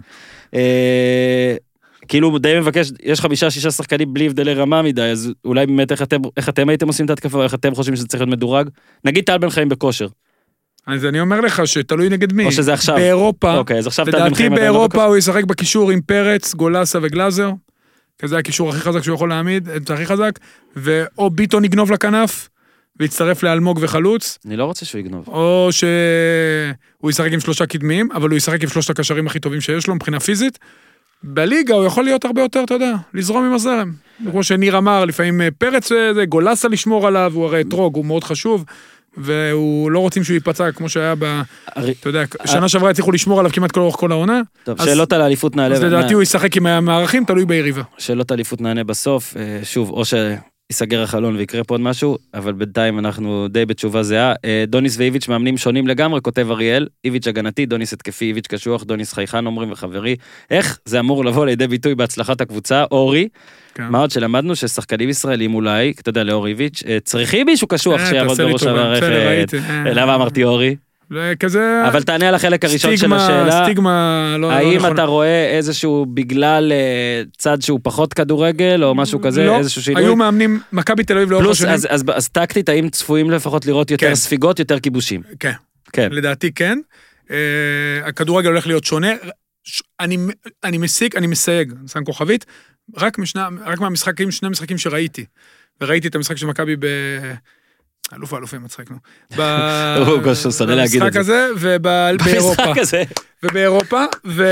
כאילו די מבקש, יש 5-6 שחקנים בלי הבדלי רמה מדי, אז אולי באמת איך אתם הייתם עושים את ההתקפה, או איך אתם חושבים שזה צריך להיות מדורג? נגיד טל בן חיים בכושר. אז אני אומר לך שתלוי נגד מי. או שזה עכשיו. באירופה. אוקיי, אז עכשיו טל בן חיים. לדעתי באירופה הוא ישחק בקישור עם פרץ, גולסה וגלאזר, כי זה הקישור הכי חזק שהוא יכול להעמיד, את הכי חזק, או ביטון יגנוב לכנף, ויצטרף לאלמוג וחלוץ. אני לא רוצה שהוא יגנוב. או שהוא ישחק עם 3 קדמיים, אבל הוא ישחק עם 3 הקשרים הכי טובים שיש לו מבחינה פיזית. בליגה הוא יכול להיות הרבה יותר, אתה יודע, לזרום עם הזרם. כמו שניר אמר, לפעמים פרץ זה, גולסה לשמור עליו, הוא הרי טרוג, הוא מאוד חשוב, והוא לא רוצים שהוא ייפצע, כמו שהיה אתה יודע, שנה שעברה הצליחו לשמור עליו כמעט כל אורך כל העונה. טוב, שאלות על האליפות נעלה. אז לדעתי הוא ישחק עם המערכים, תלוי ביריבה. שאלות על האליפות נענה בסוף, שוב, או שיסגר החלון ויקרה פה עוד משהו, אבל בינתיים אנחנו די בתשובה זהה. דוניס ואיביץ' מאמנים שונים לגמרי, כותב אריאל, איביץ' הגנתי, דוניס התקפי, איביץ' קשוח, דוניס חייכן אומרים וחברי. איך זה אמור לבוא לידי ביטוי בהצלחת הקבוצה? אורי, מה עוד שלמדנו ששחקנים ישראלים אולי, אתה יודע, לאורי איביץ', צריכים מישהו קשוח שיעבוד בראש המערכת. למה אמרתי אורי? כזה... אבל תענה על החלק הראשון של השאלה. סטיגמה לא האם אתה רואה איזשהו בגלל צד שהוא פחות כדורגל או משהו כזה, איזשהו שינוי? היו מאמנים, מכבי תל אביב לאורך השנים. אז טקטית, האם צפויים לפחות לראות יותר ספיגות, יותר כיבושים? כן. לדעתי כן. הכדורגל הולך להיות שונה. אני מסייג, אני שם כוכבית, רק מהמשחקים, 2 משחקים שראיתי. וראיתי את המשחק של מכבי אלופים מצחקנו. במשחק הזה, ובאירופה,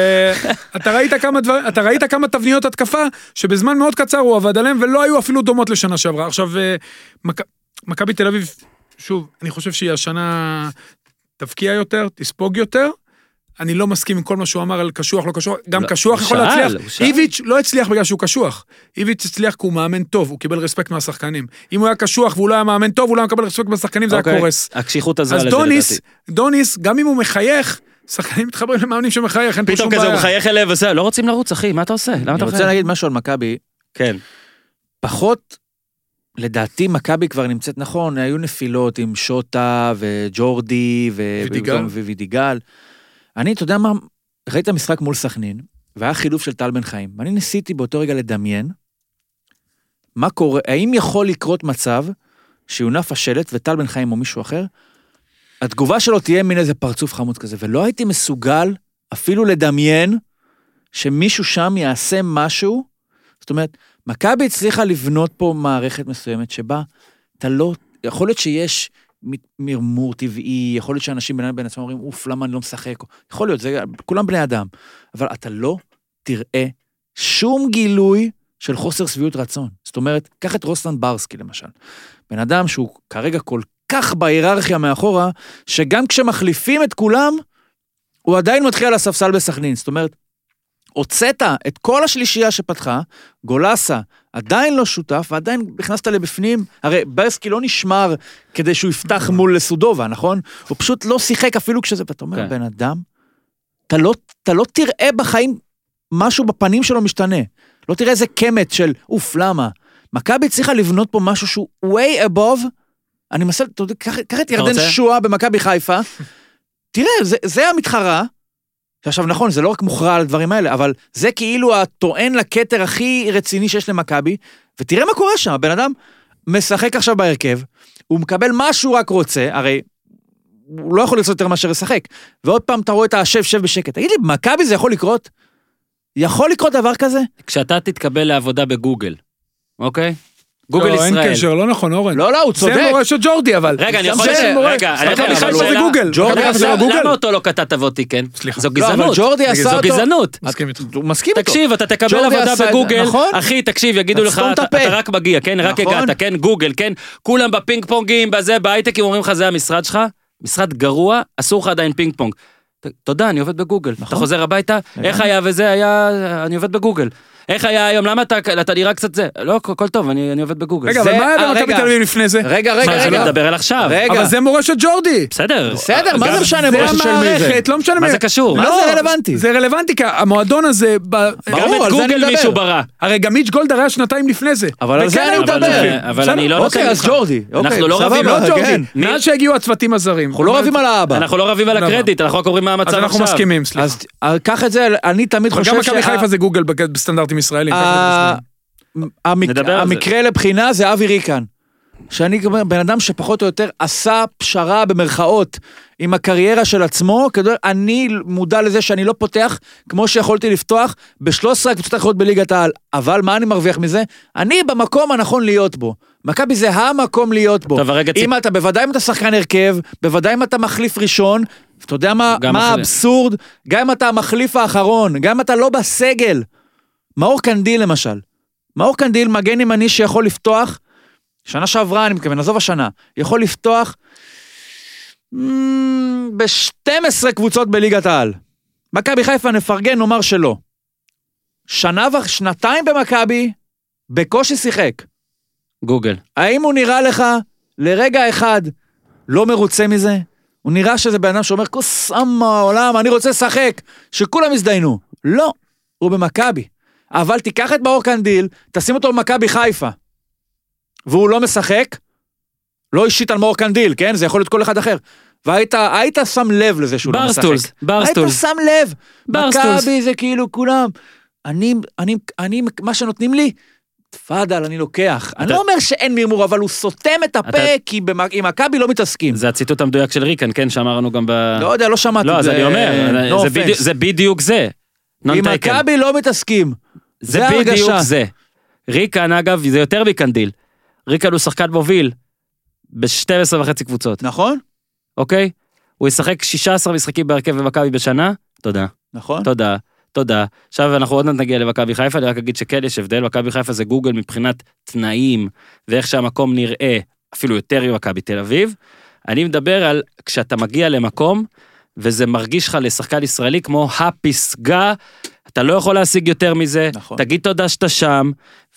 ואתה ראית כמה תבניות התקפה, שבזמן מאוד קצר הוא עבד עליהם, ולא היו אפילו דומות לשנה שעברה. עכשיו, מכבי תל אביב, שוב, אני חושב שהיא השנה תבקיע יותר, תספוג יותר, אני לא מסכים עם כל מה שהוא אמר על קשוח, לא קשוח, גם קשוח יכול להצליח. איביץ' לא הצליח בגלל שהוא קשוח. איביץ' הצליח כי הוא מאמן טוב, הוא קיבל רספקט מהשחקנים. אם הוא היה קשוח והוא לא היה מאמן טוב, הוא לא היה מקבל רספקט מהשחקנים, זה היה קורס. הקשיחות הזו אז דוניס, גם אם הוא מחייך, שחקנים מתחברים למאמנים שמחייך, אין פה שום בעיה. פתאום כזה הוא מחייך אליו וזה, לא רוצים לרוץ, אחי, מה אתה עושה? אני רוצה להגיד משהו על מכבי. כן. פחות, לדעתי מכבי כבר נמצאת נכון, היו נפילות עם שוטה וג'ורדי ווידיגל. אני, אתה יודע מה, ראיתי את המשחק מול סכנין, והיה חילוף של טל בן חיים, ואני ניסיתי באותו רגע לדמיין, מה קורה, האם יכול לקרות מצב, שיונף השלט וטל בן חיים או מישהו אחר, התגובה שלו תהיה מין איזה פרצוף חמוץ כזה, ולא הייתי מסוגל אפילו לדמיין, שמישהו שם יעשה משהו, זאת אומרת, מכבי הצליחה לבנות פה מערכת מסוימת, שבה אתה לא, יכול להיות שיש, מרמור טבעי, יכול להיות שאנשים בין עצמם אומרים, אוף, למה אני לא משחק? יכול להיות, זה כולם בני אדם. אבל אתה לא תראה שום גילוי של חוסר שביעות רצון. זאת אומרת, קח את רוסלן ברסקי למשל. בן אדם שהוא כרגע כל כך בהיררכיה מאחורה, שגם כשמחליפים את כולם, הוא עדיין מתחיל על הספסל בסכנין. זאת אומרת, הוצאת את כל השלישייה שפתחה, גולסה עדיין לא שותף, ועדיין הכנסת לבפנים, הרי ברסקי לא נשמר כדי שהוא יפתח מול לסודובה, נכון? הוא פשוט לא שיחק אפילו כשזה, ואתה אומר, בן אדם, אתה לא תראה בחיים משהו בפנים שלו משתנה. לא תראה איזה קמת של, למה? מכבי צריכה לבנות פה משהו שהוא way above, אני מסל, קח את ירדן שואה במכבי חיפה, תראה, זה המתחרה, שעכשיו נכון, זה לא רק מוכרע על הדברים האלה, אבל זה כאילו הטוען לכתר הכי רציני שיש למכבי, ותראה מה קורה שם, הבן אדם משחק עכשיו בהרכב, הוא מקבל מה שהוא רק רוצה, הרי הוא לא יכול לרצות יותר מאשר לשחק, ועוד פעם אתה רואה את השב בשקט, תגיד לי, במכבי זה יכול לקרות? יכול לקרות דבר כזה? כשאתה תתקבל לעבודה בגוגל, אוקיי? גוגל ישראל. לא, אין קשר, לא נכון, אורן. לא, הוא צודק. זה מורשת ג'ורדי, אבל. רגע, אני יכול זה גוגל. למה אותו לא כתבת אבותי, כן? סליחה. זו גזענות. אבל ג'ורדי עשה זו אותו. גזענות. מסכים איתו. הוא מסכים איתו. תקשיב, אתה תקבל עבודה בגוגל, אחי, תקשיב, יגידו לך, אתה רק מגיע, כן? רק הגעת, כן? גוגל, כן? כולם בפינג פונגים, בזה, בהייטקים, אומרים לך, זה המשרד שלך, משרד גרוע, אסור לך עדיין פינג פונג. תודה, אני עובד בגוגל. אתה חוזר הביתה, איך היה וזה היה, אני עובד בגוגל. איך היה היום, למה אתה נראה קצת זה? לא, הכל טוב, אני עובד בגוגל. רגע, אבל מה היה במכבי תל אביב לפני זה? רגע, נדבר על עכשיו. אבל זה מורשת ג'ורדי. בסדר, מה זה משנה זה מורשת של מי זה? המערכת, לא משנה מה זה קשור? מה זה רלוונטי? זה רלוונטי, כי המועדון הזה... גם את גוגל מישהו ברא. הרי גם מיץ' גולדהר היה שנתיים לפני זה. אבל על זה אני מדבר. אבל אני לא אוקיי, אז ג'ורדי. אנחנו לא רבים. לא ג'ורדי. מאז שהגיעו הצוותים הזרים. אנחנו לא רבים על האבא. אנחנו לא רבים על הקרדיט, אנחנו רק אומרים מה המצב אז אנחנו עכשיו. מסכימים, סליחה. אז קח את זה, אני תמיד אבל חושב גם מכבי חיפה זה גוגל בסטנדרטים ישראלים. המקרה לבחינה זה אבי ריקן. שאני בן אדם שפחות או יותר עשה פשרה במרכאות עם הקריירה של עצמו, אני מודע לזה שאני לא פותח כמו שיכולתי לפתוח ב-13 הקבוצות האחרות בליגת העל, אבל מה אני מרוויח מזה? אני במקום הנכון להיות בו. מכבי זה המקום להיות בו. בוודאי אם אתה שחקן הרכב, בוודאי אם אתה מחליף ראשון, אתה יודע מה האבסורד? גם אם אתה המחליף האחרון, גם אם אתה לא בסגל. מאור קנדיל למשל. מאור קנדיל מגן ימני שיכול לפתוח, שנה שעברה, אני מתכוון, עזוב השנה, יכול לפתוח ב-12 קבוצות בליגת העל. מכבי חיפה נפרגן, נאמר שלא. שנתיים במכבי, בקושי שיחק. גוגל. האם הוא נראה לך לרגע אחד לא מרוצה מזה? הוא נראה שזה בן אדם שאומר, קוסם העולם, אני רוצה לשחק, שכולם יזדיינו. לא, הוא במכבי. אבל תיקח את מאור קנדיל, תשים אותו במכבי חיפה. והוא לא משחק, לא אישית על מאור קנדיל, כן? זה יכול להיות כל אחד אחר. והיית שם לב לזה שהוא לא משחק. ברסטולס. היית שם לב. מכבי זה כאילו כולם. אני, מה שנותנים לי, תפאדל, אני לוקח. אני לא אומר שאין מרמור, אבל הוא סותם את הפה, כי עם מכבי לא מתעסקים. זה הציטוט המדויק של ריקן, כן? שאמרנו גם ב... לא יודע, לא שמעתי. לא, אז אני אומר, זה בדיוק זה. עם מכבי לא מתעסקים. זה בדיוק זה. ריקן, אגב, זה יותר מקנדיל. ריקן הוא שחקן מוביל ב-12.5 קבוצות. נכון? אוקיי? הוא ישחק 16 משחקים בהרכב במכבי בשנה. תודה. נכון? תודה. עכשיו אנחנו עוד נגיע למכבי חיפה, אני רק אגיד שכן יש הבדל, מכבי חיפה זה גוגל מבחינת תנאים, ואיך שהמקום נראה, אפילו יותר ממכבי תל אביב. אני מדבר על כשאתה מגיע למקום, וזה מרגיש לך לשחקן ישראלי כמו הפסגה, אתה לא יכול להשיג יותר מזה, נכון. תגיד תודה שאתה שם,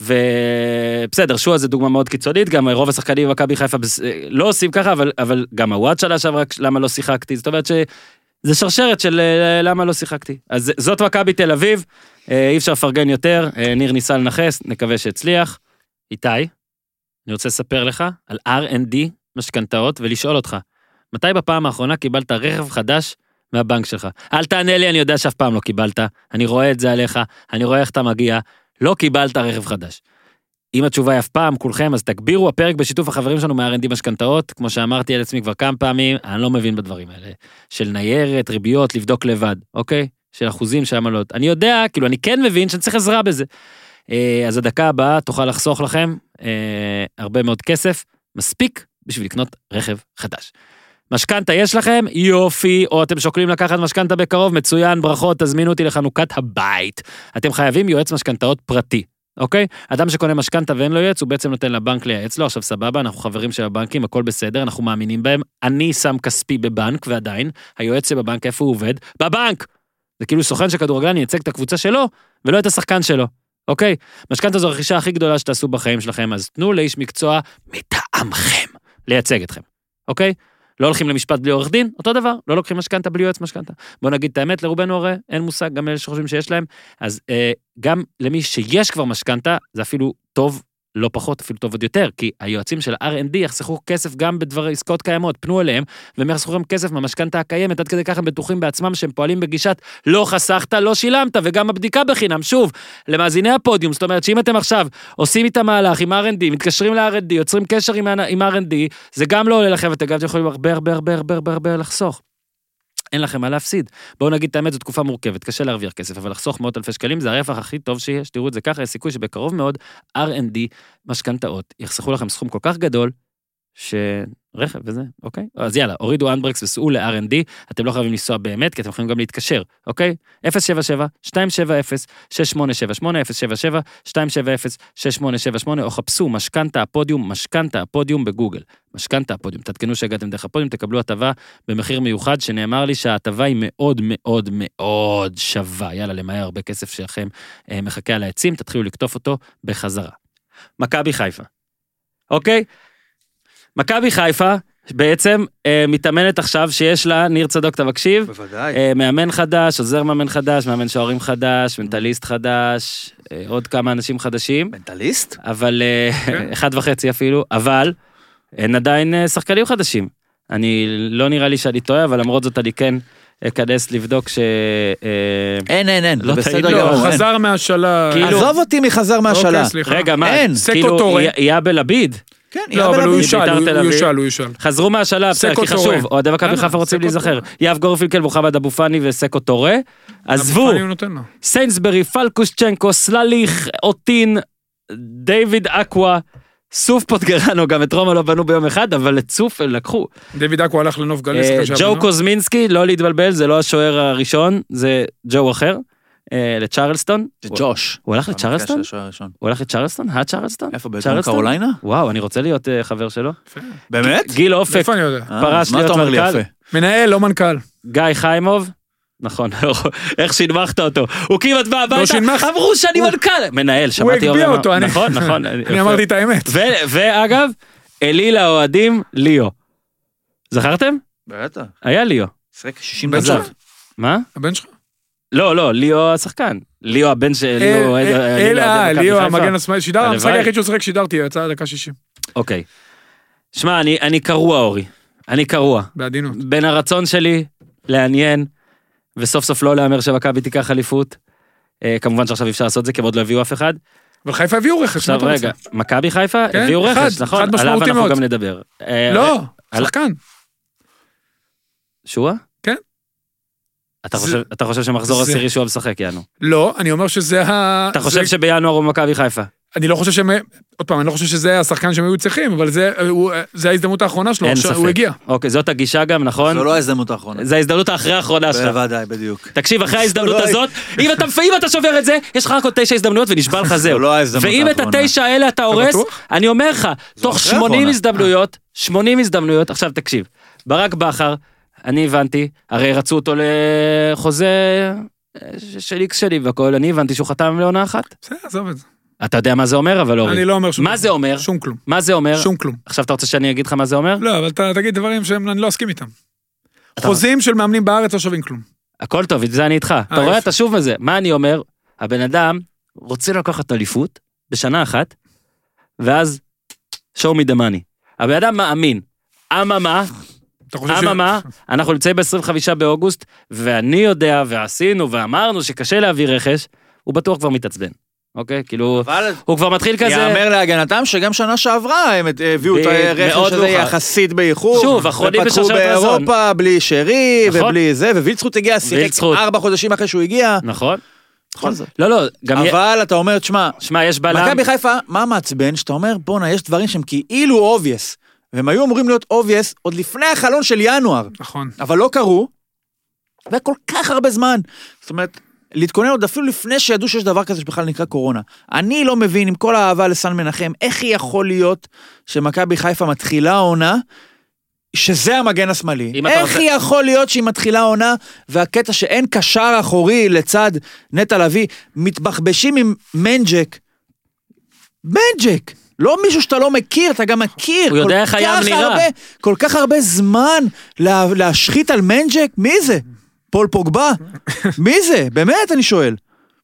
ובסדר, שואה זה דוגמה מאוד קיצונית, גם רוב השחקנים במכבי חיפה לא עושים ככה, אבל גם הוואט שלה עכשיו רק למה לא שיחקתי, זאת אומרת שזה שרשרת של למה לא שיחקתי. אז זאת מכבי תל אביב, אי אפשר לפרגן יותר, ניר ניסה לנחס, נקווה שהצליח. איתי, אני רוצה לספר לך על R&D משכנתאות ולשאול אותך, מתי בפעם האחרונה קיבלת רכב חדש מהבנק שלך? אל תענה לי, אני יודע שאף פעם לא קיבלת, אני רואה את זה עליך, אני רואה איך אתה מגיע, לא קיבלת רכב חדש. אם התשובה היא אף פעם, כולכם, אז תגבירו הפרק בשיתוף החברים שלנו מה-R&D משכנתאות, כמו שאמרתי על עצמי כבר כמה פעמים, אני לא מבין בדברים האלה, של ניירת, ריביות, לבדוק לבד, אוקיי? של אחוזים, של עמלות. אני יודע, כאילו, אני כן מבין שאני צריך עזרה בזה. אז הדקה הבאה תוכל לחסוך לכם הרבה מאוד כסף, מספיק בשביל לקנות רכב חדש. משכנתה יש לכם? יופי, או אתם שוקלים לקחת משכנתה בקרוב, מצוין, ברכות, תזמינו אותי לחנוכת הבית. אתם חייבים יועץ משכנתאות פרטי. אוקיי? אדם שקונה משכנתה ואין לו יועץ, הוא בעצם נותן לבנק לייעץ לו, עכשיו סבבה, אנחנו חברים של הבנקים, הכל בסדר, אנחנו מאמינים בהם, אני שם כספי בבנק, ועדיין, היועץ שבבנק, איפה הוא עובד? בבנק! זה כאילו סוכן של כדורגלן ייצג את הקבוצה שלו, ולא את השחקן שלו, אוקיי? משכנתה זו הרכישה הכי גדולה שתעשו בחיים שלכם, אז תנו לאיש מקצוע מטעמכם לייצג אתכם, אוקיי? לא הולכים למשפט בלי עורך דין, אותו דבר, לא לוקחים משכנתה בלי יועץ משכנתה. בוא נגיד את האמת, לרובנו הרי אין מושג, גם אלה שחושבים שיש להם, אז גם למי שיש כבר משכנתה, זה אפילו טוב, לא פחות, אפילו טוב עוד יותר, כי היועצים של R&D יחסכו כסף גם בדבר עסקאות קיימות, פנו אליהם, והם יחסכו להם כסף מהמשכנתה הקיימת, עד כדי ככה הם בטוחים בעצמם שהם פועלים בגישת לא חסכת, לא שילמת, וגם הבדיקה בחינם, שוב, למאזיני הפודיום, זאת אומרת שאם אתם עכשיו עושים איתם מהלך עם R&D, מתקשרים ל-R&D, יוצרים קשר עם R&D, זה גם לא עולה לכם, ואתם גם יכולים הרבה לחסוך. אין לכם מה להפסיד. בואו נגיד את האמת, זו תקופה מורכבת, קשה להרוויח כסף, אבל לחסוך מאות אלפי שקלים, זה הרווח הכי טוב שיש, תראו את זה ככה, יש סיכוי שבקרוב מאוד, R&D, משכנתאות, יחסכו לכם סכום כל כך גדול, שרכב וזה, אוקיי? אז יאללה, הורידו אנברקס וסעו ל-R&D, אתם לא חייבים לנסוע באמת, כי אתם יכולים גם להתקשר, אוקיי? 077-270-6878, 077-270-6878, או חפשו משכנתה הפודיום בגוגל. משכנתה הפודיום, תתקנו שהגעתם דרך הפודיום, תקבלו הטבה במחיר מיוחד, שנאמר לי שההטבה היא מאוד מאוד מאוד שווה. יאללה, למהר הרבה כסף שלכם מחכה על העצים, תתחילו לקטוף אותו בחזרה. מכבי חיפה. אוקיי? מכבי חיפה בעצם מתאמנת עכשיו שיש לה, ניר צדוק תבקשיב, בוודאי. מאמן חדש, עוזר מאמן חדש, מאמן שוערים חדש, מנטליסט חדש, עוד כמה אנשים חדשים. מנטליסט? אבל, 1.5 אפילו, אבל אין עדיין שחקנים חדשים. אני לא נראה לי שאני טועה, אבל למרות זאת אני כן אכנס לבדוק ש... אין, לא זה בסדר טעיתי. גמור. לא, אין. חזר מהשאלה. כאילו- עזוב אותי מחזר מהשאלה. אוקיי, סליחה. רגע, מה? אין. סקו כאילו, טורן. יהיה בלביד. כן, לא, אבל הוא יושל, בית"ר תל אביב. הוא יושל. חזרו מהשאלה, בסדר, סקו כי טורה. חשוב, אוהדי מכבי חיפה רוצים סקו להיזכר. טורה. יאב גורפינקל, מוחמד אבו פאני וסקו טורה. עזבו, אני נותן לו. סיינסברי, פלקושצ'נקו, סלליך, אוטין, דיוויד אקווה, סוף פוטגרנו, גם את רומא לא בנו ביום אחד, אבל את סוף הם לקחו. דיוויד אקו הלך לנוף גליס. ג'ו קוזמינסקי, לא להתבלבל, זה לא השוער הראשון, זה ג'ו אחר, לצ'רלסטון. זה ג'וש. הוא הלך לצ'רלסטון? הראשון. הוא הלך לצ'רלסטון? הצ'רלסטון? איפה, בדרום צ'רלסטון? קרוליינה? וואו, אני רוצה להיות חבר שלו. באמת? גיל אופק, איפה אני יודע? פרש מה להיות אתה אומר לי מנכ"ל. יפה? מנהל, לא מנכ"ל. גיא חיימוב, נכון, איך שינמכת אותו, הוא כמעט בא הביתה, שינמך. אמרו שאני מנכ"ל, מנהל, הוא שמעתי הגביה אורן, אותו, נכון, אני אמרתי את האמת. ואגב, אליל האוהדים, ליאו, זכרתם? בטח. היה ליאו, שחק 60 בן דקות. שלך? מה? הבן שלך? לא, ליאו השחקן, ליאו הבן של ליאו, ליאו המגן השמאלי, שידר, המשחק הלוואי. היחיד שהוא שחק שידרתי, יצא דקה 60. אוקיי, שמע, אני קרוע אורי, אני קרוע, בעדינות. בין הרצון שלי לעניין, וסוף סוף לא לאמר שמכבי תיקח אליפות, כמובן שעכשיו אפשר לעשות זה, כי עוד לא הביאו אף אחד. אבל חיפה הביאו רכש, מה עכשיו אתה רוצה? רגע, מכבי חיפה כן, הביאו אחד, רכש, נכון? אחד עליו משמעותי אנחנו מאוד. גם נדבר. לא, על- שחקן. שועה? כן. אתה חושב שמחזור זה- עשירי שועה משחק, יענו? לא, אני אומר שזה אתה חושב שבינואר הוא מכבי חיפה? אני לא חושב עוד פעם, אני לא חושב שזה השחקן שהם היו צריכים, אבל זה ההזדמנות האחרונה שלו, אין עכשיו הוא ספק. הגיע. אוקיי, זאת הגישה גם, נכון? זו לא ההזדמנות האחרונה. זה ההזדמנות האחרי האחרונה שלך. בוודאי, בדיוק. תקשיב, אחרי ההזדמנות לא- הזאת, אם אתה שובר את זה, יש לך רק עוד 9 הזדמנויות ונשבע לך זהו. לא ההזדמנות ואם את האחרונה. 9 האלה אתה הורס, בטוח? אני אומר לך, תוך אחרי 80 האחרונה. הזדמנויות, 80 הזדמנויות, עכשיו תקשיב, ברק בכר, אני הבנתי, הרי רצו אותו לחוזה של איקס שלי והכל, אני הבנתי שהוא חתם לעונה אחת. בסדר, עזוב את זה. אתה יודע מה זה אומר, אבל אורי. אני לא אומר שום מה כלום. זה אומר? שום כלום. מה זה אומר? שום כלום. עכשיו אתה רוצה שאני אגיד לך מה זה אומר? לא, אבל תגיד דברים שאני לא אסכים איתם. אתה- חוזים של מאמנים בארץ לא שווים כלום. הכל טוב, את זה אני איתך. אתה רואה, יפה. אתה שוב מזה. מה אני אומר? הבן אדם רוצה לקחת אליפות בשנה אחת, ואז show me the money. הבן אדם מאמין. אממה, אתה חושב אנחנו נמצאים ב-25 באוגוסט, ואני יודע, ועשינו, ואמרנו שקשה להביא רכש, הוא בטוח כבר מתעצבן. אוקיי? כאילו, אבל הוא כבר מתחיל כזה... יאמר להגנתם שגם שנה שעברה הם הביאו את הרכש מאוד הזה מאוחר. יחסית באיחור. שוב, אחרונים בשרשרת ופתחו מזון. באירופה בלי שרי נכון. ובלי זה, ווילצחוט הגיע, שיחק וילצחוט. 4 חודשים אחרי שהוא הגיע. נכון? בכל זאת. לא, גם... אבל אתה אומר, תשמע, שמע, יש בלם... מכבי חיפה, מה מעצבן? שאתה אומר, בואנה, יש דברים שהם כאילו אובייס, והם היו אמורים להיות אובייס עוד לפני החלון של ינואר, נכון. אבל לא קרו, וכל כך הרבה זמן. זאת אומרת, להתכונן עוד אפילו לפני שידעו שיש דבר כזה שבכלל נקרא קורונה. אני לא מבין, עם כל האהבה לסן מנחם, איך יכול להיות שמכבי חיפה מתחילה עונה, שזה המגן השמאלי. איך יכול להיות שהיא מתחילה עונה, והקטע שאין קשר אחורי לצד נטע לביא, מתבחבשים עם מנג'ק. מנג'ק! לא מישהו שאתה לא מכיר, אתה גם מכיר. הוא יודע איך הים נראה. כל כך הרבה זמן להשחית על מנג'ק, מי זה? פול פוגבה? מי זה? באמת, אני שואל.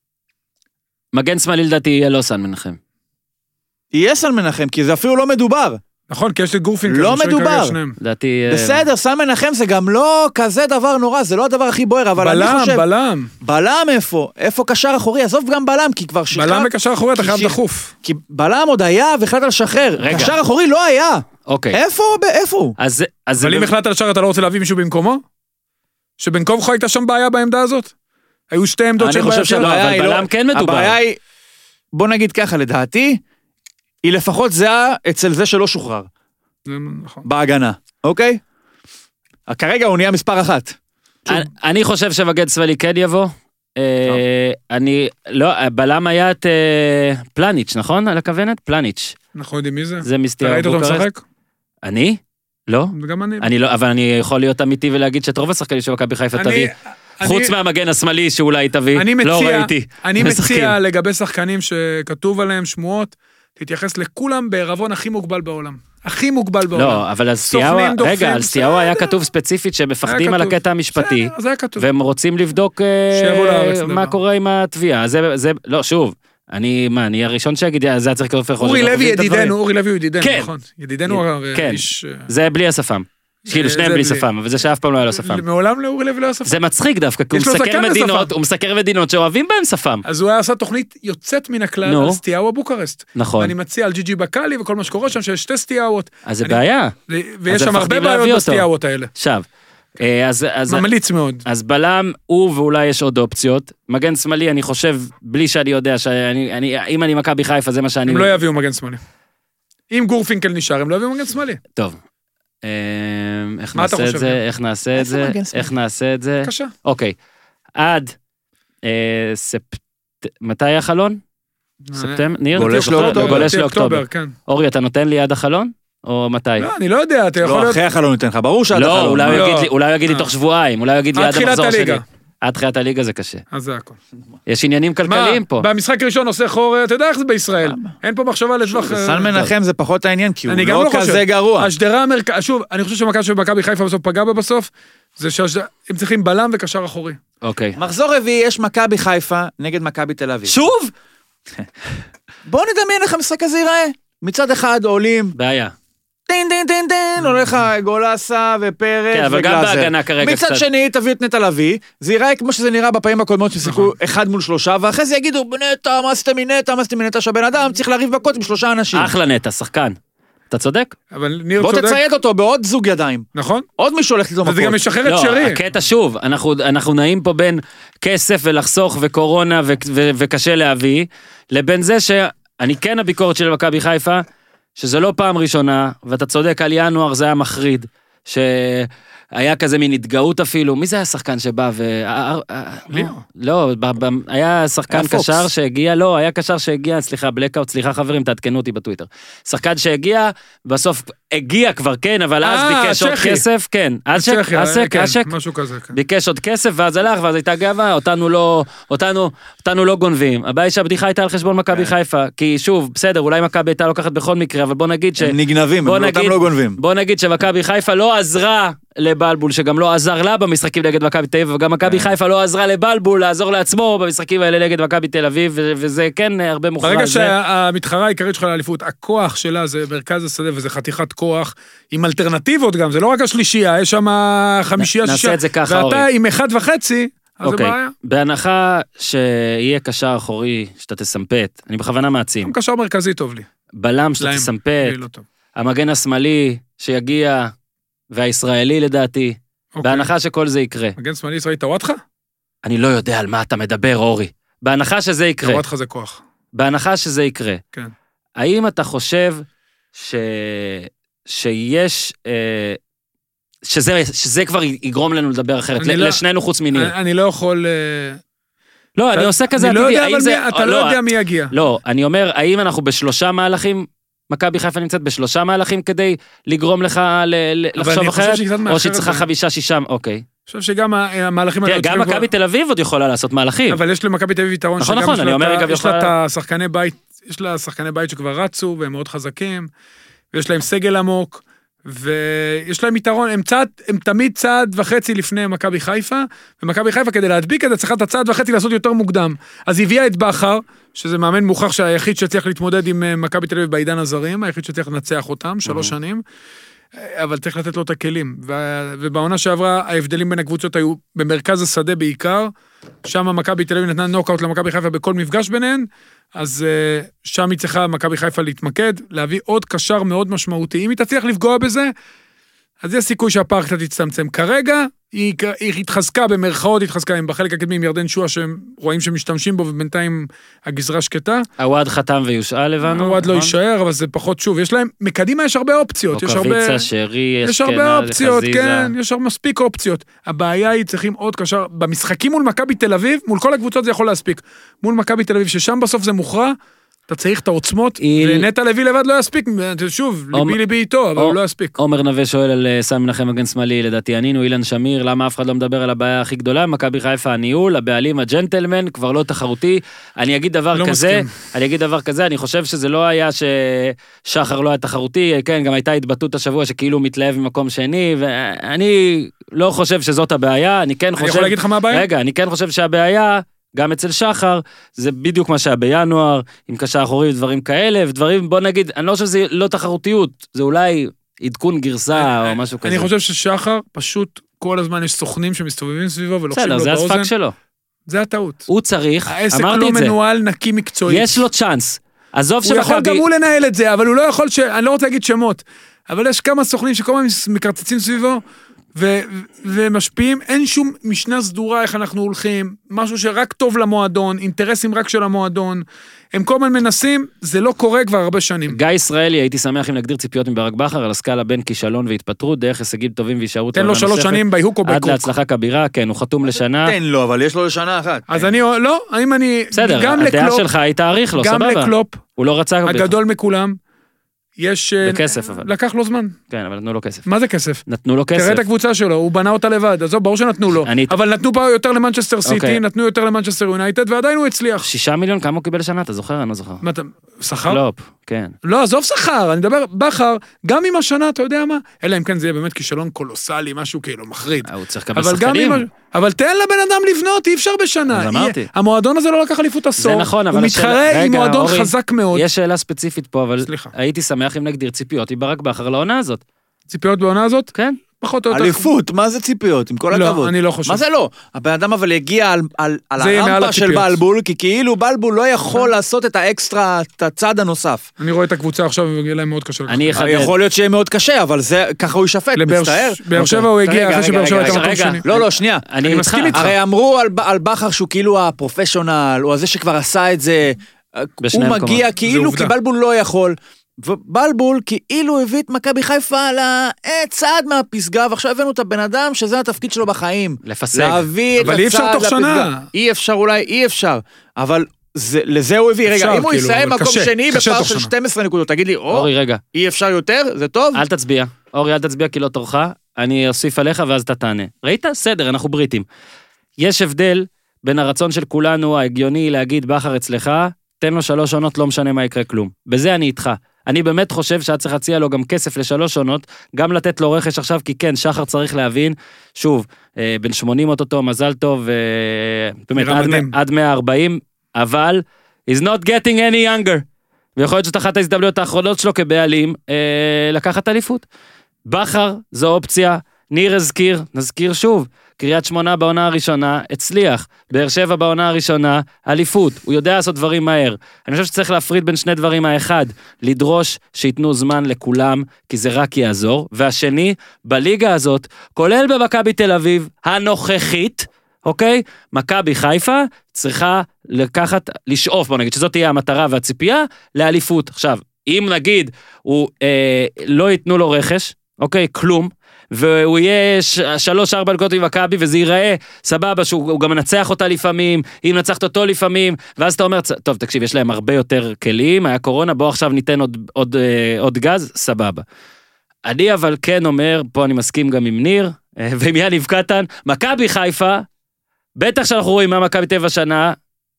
מגן שמאלי לדעתי יהיה לא סן מנחם. יהיה סן מנחם, כי זה אפילו לא מדובר. נכון, כי יש לי גורפינקל. לא מדובר. לדעתי... בסדר, סן מנחם זה גם לא כזה דבר נורא, זה לא הדבר הכי בוער, אבל אני חושב... בלם איפה? איפה קשר אחורי? עזוב גם בלם, כי כבר שחרר... בלם וקשר אחורי, אתה חייב דחוף. כי בלם עוד היה, והחלטת לשחרר. קשר אחורי לא היה. אוקיי. איפה הוא? אבל אם החלטת לשחרר, אתה לא רוצה להביא מישהו במקומו? שבמקומך הייתה שם בעיה בעמדה הזאת? היו שתי עמדות אני חושב שלא, אבל בלם כן מדובר. הבעיה היא, בוא נגיד ככה, לדעתי, היא לפחות זהה אצל זה שלא שוחרר. בהגנה, אוקיי? כרגע הוא נהיה מספר 1. אני חושב שמגן שמאלי כן יבוא. אני, לא, בלם היה את פלניץ', נכון? על הכוונת? פלניץ'. אנחנו יודעים מי זה. זה מסתיר ראית אותו משחק? אני? לא. וגם אני לא, אבל אני יכול להיות אמיתי ולהגיד שאת רוב השחקנים של מכבי חיפה תביא. חוץ מהמגן השמאלי שאולי תביא. לא ראיתי. אני מציע לגבי שחקנים שכתוב עליהם שמועות, תתייחס לכולם בערבון הכי מוגבל בעולם. הכי מוגבל בעולם. לא, אבל על סטיהו היה כתוב ספציפית שהם מפחדים על הקטע המשפטי, והם רוצים לבדוק מה קורה עם התביעה. לא, שוב, אני הראשון שיגיד, זה היה צריך כתוב חושב. אורי לוי ידידנו, נכון. ידידנו איש... זה בלי השפם. כאילו שניהם בלי שפם, אבל זה שאף פעם לא היה לו שפם. מעולם לאורי לוי לא היה שפם. זה מצחיק דווקא, כי הוא מסקר מדינות שאוהבים בהם שפם. אז הוא היה עשה תוכנית יוצאת מן הכלל על סטיהו בבוקרסט. נכון. אני מציע על ג'י בקלי וכל מה שקורה שם, שיש שתי סטיהות. אז זה בעיה. ויש שם הרבה בעיות בסטיהות האלה. עכשיו. ממליץ מאוד. אז בלם הוא ואולי יש עוד אופציות. מגן שמאלי אני חושב, בלי שאני יודע, אם אני מכבי חיפה זה מה שאני... הם לא יביאו מגן שמאלי. אם גורפינקל נשאר, הם לא יביאו מגן שמאלי. טוב. איך נעשה את זה? בבקשה. אוקיי. עד מתי החלון? ספטמבר? ניר? גולש לאוקטובר. אורי, אתה נותן לי עד החלון? או מתי? לא, אני לא יודע, אתה יכול להיות... לא, אחרי החלון ניתן לך, ברור שעד החלון. לא, אולי הוא יגיד לי תוך שבועיים, אולי הוא יגיד לי עד המחזור שלי. עד תחילת הליגה זה קשה. אז זה הכל. יש עניינים כלכליים פה. במשחק הראשון עושה חור, אתה יודע איך זה בישראל. אין פה מחשבה לטווח... סן מנחם זה פחות העניין, כי הוא לא כזה גרוע. השדרה המרכז... שוב, אני חושב שמכבי חיפה בסוף פגע בה בסוף, זה שהם צריכים בלם וקשר אחורי. אוקיי. מחזור רביעי יש מכבי חיפה נגד מכבי תל אביב. שוב? בוא נדמיין איך המשחק הזה ייראה. מצד אחד עולים... בעיה. טין, הולך גולסה ופרץ כן, אבל גם בהגנה כרגע מצד שני, תביא את נטע לביא, זה ייראה כמו שזה נראה בפעמים הקודמות ששיחקו 1-3, ואחרי זה יגידו, נטע, מה עשיתם מנטע, שהבן אדם צריך להריב בקוט עם 3 אנשים. אחלה נטע, שחקן. אתה צודק? בוא תצייד אותו בעוד זוג ידיים. נכון. עוד מישהו הולך לזום מכות. וזה גם משחרר את שרי. הקטע שוב, אנחנו נעים פה בין כסף ולחסוך וקורונה וקשה להביא, לבין זה שאני כן הביקורת של מכבי חיפה, שזה לא פעם ראשונה, ואתה צודק, על ינואר זה היה מחריד, שהיה כזה מין התגאות אפילו, מי זה היה שחקן שבא לא, היה שחקן קשר שהגיע, לא, היה קשר שהגיע, סליחה, בלקאוט, סליחה חברים, תעדכנו אותי בטוויטר. שחקן שהגיע, בסוף הגיע כבר, כן, אבל אז ביקש עוד כסף, כן, משהו כזה, ביקש עוד כסף, ואז הלך, ואז הייתה גאווה, אותנו לא גונבים. הבעיה שהבדיחה הייתה על חשבון מכבי חיפה, כי שוב, בסדר, אולי מכבי הייתה לוקחת בכל מקרה, אבל בוא נגיד הם נגנבים, אותם לא גונבים. בוא נגיד שמכבי חיפה לא עזרה לבלבול, שגם לא עזר לה במשחקים נגד מכבי תל אביב, וגם מכבי חיפה לא עזרה לבלבול לעזור לעצמו במשחקים האלה נגד מכבי תל אביב, וזה כן הרבה מוכרע. ברגע שהמתחרה העיקרית שלך לאליפות, הכוח שלה זה מרכז השדה, וזה חתיכת כוח, עם אלטרנטיבות גם, זה לא רק השלישייה, יש שם 5, 6, ואתה עם 1.5, אז זה בעיה. בהנחה שיהיה קשר אחורי שאתה תסמפת, אני בכוונה מעצים. קשר מרכזי טוב לי. בלם שאתה תסמפת, המגן השמאלי שיגיע, והישראלי לדעתי, בהנחה שכל זה יקרה. מגן שמאלי ישראלי, טוואטחה? אני לא יודע על מה אתה מדבר, אורי. בהנחה שזה יקרה. טוואטחה זה כוח. בהנחה שזה יקרה. כן. האם אתה חושב שיש... שזה כבר יגרום לנו לדבר אחרת, לשנינו חוץ מניר. אני לא יכול לא, אני עושה כזה, אני לא יודע, האם אבל זה- אתה לא יודע מי יגיע. לא, אני אומר, האם אנחנו בשלושה מהלכים, מכבי חיפה נמצאת בשלושה מהלכים כדי לגרום לך לחשוב אני חושב אחרת, שהיא קצת או מאחרת שהיא צריכה בה. 5-6, אוקיי. אני חושב שגם המהלכים... תראה, האלה גם צריכים מכבי תל אביב עוד יכולה לעשות מהלכים. אבל יש למכבי תל אביב יתרון נכון, שגם נכון, יש אני לה אומר, את ה- אגב, יש לה את יכולה- השחקני בית, יש לה שחקני בית שכבר רצו והם מאוד חזקים, ויש להם סגל עמוק, ויש להם יתרון, הם תמיד צעד וחצי לפני מכבי חיפה, ומכבי חיפה כדי להדביק את זה צריכה את הצעד וחצי לעשות יותר מוקדם. אז הביאה את בכר, שזה מאמן מוכח שהיחיד שצריך להתמודד עם מכבי תל אביב בעידן הזרים, היחיד שצריך לנצח אותם, 3 שנים, אבל צריך לתת לו את הכלים. ובעונה שעברה ההבדלים בין הקבוצות היו במרכז השדה בעיקר, שם מכבי תל אביב נתנה נוקאוט למכבי חיפה בכל מפגש ביניהן, אז שם היא צריכה מכבי חיפה להתמקד, להביא עוד קשר מאוד משמעותי. אם היא תצליח לפגוע בזה, אז יש סיכוי שהפער קצת יצטמצם. כרגע היא התחזקה, במרכאות התחזקה, עם בחלק הקדמי עם ירדן שועה שהם רואים שמשתמשים בו, ובינתיים הגזרה שקטה. הוואד חתם ויושאל לבנו. הוואד לא יישאר, אבל זה פחות שוב. יש להם, מקדימה יש הרבה אופציות. רוקאביצה, שרי, יש הרבה אשכנז, אופציות, חזיזה. כן, יש מספיק אופציות. הבעיה היא צריכים עוד קשר, במשחקים מול מכבי תל אביב, מול כל הקבוצות זה יכול להספיק. מול מכבי תל אביב, ששם בסוף זה מוכרע, אתה צריך את העוצמות, ונטע לוי לבד לא יספיק, שוב, ליבי איתו, אבל הוא לא יספיק. עומר נווה שואל על סמי מנחם מגן שמאלי, לדעתי ענינו, אילן שמיר, למה אף אחד לא מדבר על הבעיה הכי גדולה, מכבי חיפה הניהול, הבעלים, הג'נטלמן, כבר לא תחרותי. אני אגיד דבר כזה, אני חושב שזה לא היה ששחר לא היה תחרותי, כן, גם הייתה התבטאות השבוע שכאילו מתלהב ממקום שני, ואני לא חושב שזאת הבעיה, אני יכול להגיד לך מה הבעיה? רגע, אני כן חושב שהבעיה גם אצל שחר, זה בדיוק מה שהיה בינואר, עם קשה אחורי ודברים כאלה, ודברים, בוא נגיד, אני לא חושב שזה לא תחרותיות, זה אולי עדכון גרסה או משהו כזה. אני חושב ששחר, פשוט כל הזמן יש סוכנים שמסתובבים סביבו ולוחשים לו באוזן. בסדר, זה הספק שלו. זה הטעות. הוא צריך, העסק אמרתי לא את זה. מנוהל נקי מקצועית. יש לו צ'אנס. עזוב הוא יכול גם הוא לנהל את זה, אבל הוא לא יכול, אני לא רוצה להגיד שמות, אבל יש כמה סוכנים שכל הזמן מקרצצים סביבו, ומשפיעים, אין שום משנה סדורה איך אנחנו הולכים, משהו שרק טוב למועדון, אינטרסים רק של המועדון, הם כל הזמן מנסים, זה לא קורה כבר הרבה שנים. גיא ישראלי, הייתי שמח אם נגדיר ציפיות מברק בכר, על הסקאלה בין כישלון והתפטרות, דרך הישגים טובים וישארות. תן לו 3 שנים בהוק או בקוק. עד להצלחה כבירה, כן, הוא חתום לשנה. תן לו, אבל יש לו לשנה אחת. אז אני, לא, אם אני, בסדר, הדעה שלך היא תאריך לו, סבבה. גם לקלופ, הוא לא רצה. הגדול מכולם, יש... בכסף אבל. לקח לו זמן. כן, אבל נתנו לו כסף. מה זה כסף? נתנו לו כסף. תראה את הקבוצה שלו, הוא בנה אותה לבד, אז ברור שנתנו לו. אבל נתנו פה יותר למנצ'סטר סיטי, נתנו יותר למנצ'סטר יונייטד, ועדיין הוא הצליח. 6 מיליון, כמה הוא קיבל לשנה, אתה זוכר? אני לא זוכר. מה אתה... שכר? קלופ, כן. לא, עזוב שכר, אני מדבר, בכר, גם עם השנה, אתה יודע מה? אלא אם כן זה יהיה באמת כישלון קולוסלי, משהו כאילו מחריד. הוא צריך לקבל שחקנים. אבל תן לבן אדם לבנות, אי אפשר בשנה. אז אמרתי. המועדון הזה לא לקח אליפות עשור. זה נכון, אבל הוא מתחרה עם מועדון חזק מאוד. יש שאלה ספציפית פה, אבל הייתי שמח אם נגדיר ציפיות מברק בכר לעונה הזאת. ציפיות בעונה הזאת? כן. פחות או יותר. אליפות, מה זה ציפיות? עם כל הכבוד. לא, אני לא חושב. מה זה לא? הבן אדם אבל הגיע על הרמפה של בלבול, כי כאילו בלבול לא יכול לעשות את האקסטרה, את הצד הנוסף. אני רואה את הקבוצה עכשיו ויהיה להם מאוד קשה. יכול להיות שיהיה מאוד קשה, אבל ככה הוא ישפט, מצטער. באר שבע הוא הגיע אחרי שבאר שבע הייתה מקום שני. לא, שנייה. אני מסכים איתך. הרי אמרו על בכר שהוא כאילו הפרופשיונל, הוא הזה שכבר עשה את זה, הוא מגיע כאילו, כי בלבול לא יכול. ובלבול כאילו הביא את מכבי חיפה צעד מהפסגה, ועכשיו הבאנו את הבן אדם שזה התפקיד שלו בחיים. לפסק. להביא את הצעד. אבל אי אפשר תוך שנה. אי אפשר אולי, אי אפשר. אבל לזה הוא הביא. רגע, אם הוא יסיים מקום שני בפער של 12 נקודות, תגיד לי, אורי, רגע. אי אפשר יותר, זה טוב? אל תצביע. אורי, אל תצביע כי לא תורך. אני אוסיף עליך ואז אתה תענה. ראית? סדר, אנחנו בריטים. יש הבדל בין הרצון של כולנו ההגיוני להגיד בכר אצלך, תן לו 3 עונות, לא משנה מה יקרה כלום. בזה אני איתך. אני באמת חושב שאת צריך להציע לו גם כסף ל3 עונות, גם לתת לו רכש עכשיו, כי כן, שחר צריך להבין, שוב, בין 80 אותו, מזל טוב, באמת, עד 140, אבל, he's not getting any younger, ויכול להיות שאת אחת ההזדמנויות האחרונות שלו כבעלים, לקחת אליפות. בכר, זו אופציה, ניר נזכיר שוב, קריית שמונה בעונה הראשונה, הצליח, באר שבע בעונה הראשונה, אליפות, הוא יודע לעשות דברים מהר. אני חושב שצריך להפריד בין שני דברים, האחד, לדרוש שיתנו זמן לכולם, כי זה רק יעזור, והשני, בליגה הזאת, כולל במכבי תל אביב, הנוכחית, אוקיי? מכבי חיפה צריכה לשאוף, בוא נגיד, שזאת תהיה המטרה והציפייה, לאליפות. עכשיו, אם נגיד, הוא לא ייתנו לו רכש, אוקיי, כלום, והוא יהיה 3-4 נקודות עם מכבי, וזה ייראה סבבה, שהוא גם מנצח אותה לפעמים, היא מנצחת אותו לפעמים, ואז אתה אומר, טוב, תקשיב, יש להם הרבה יותר כלים, היה קורונה, בוא עכשיו ניתן עוד גז, סבבה. אני אבל כן אומר, פה אני מסכים גם עם ניר, ועם יניב קטן, מכבי חיפה, בטח שאנחנו רואים מה מכבי טבע שנה,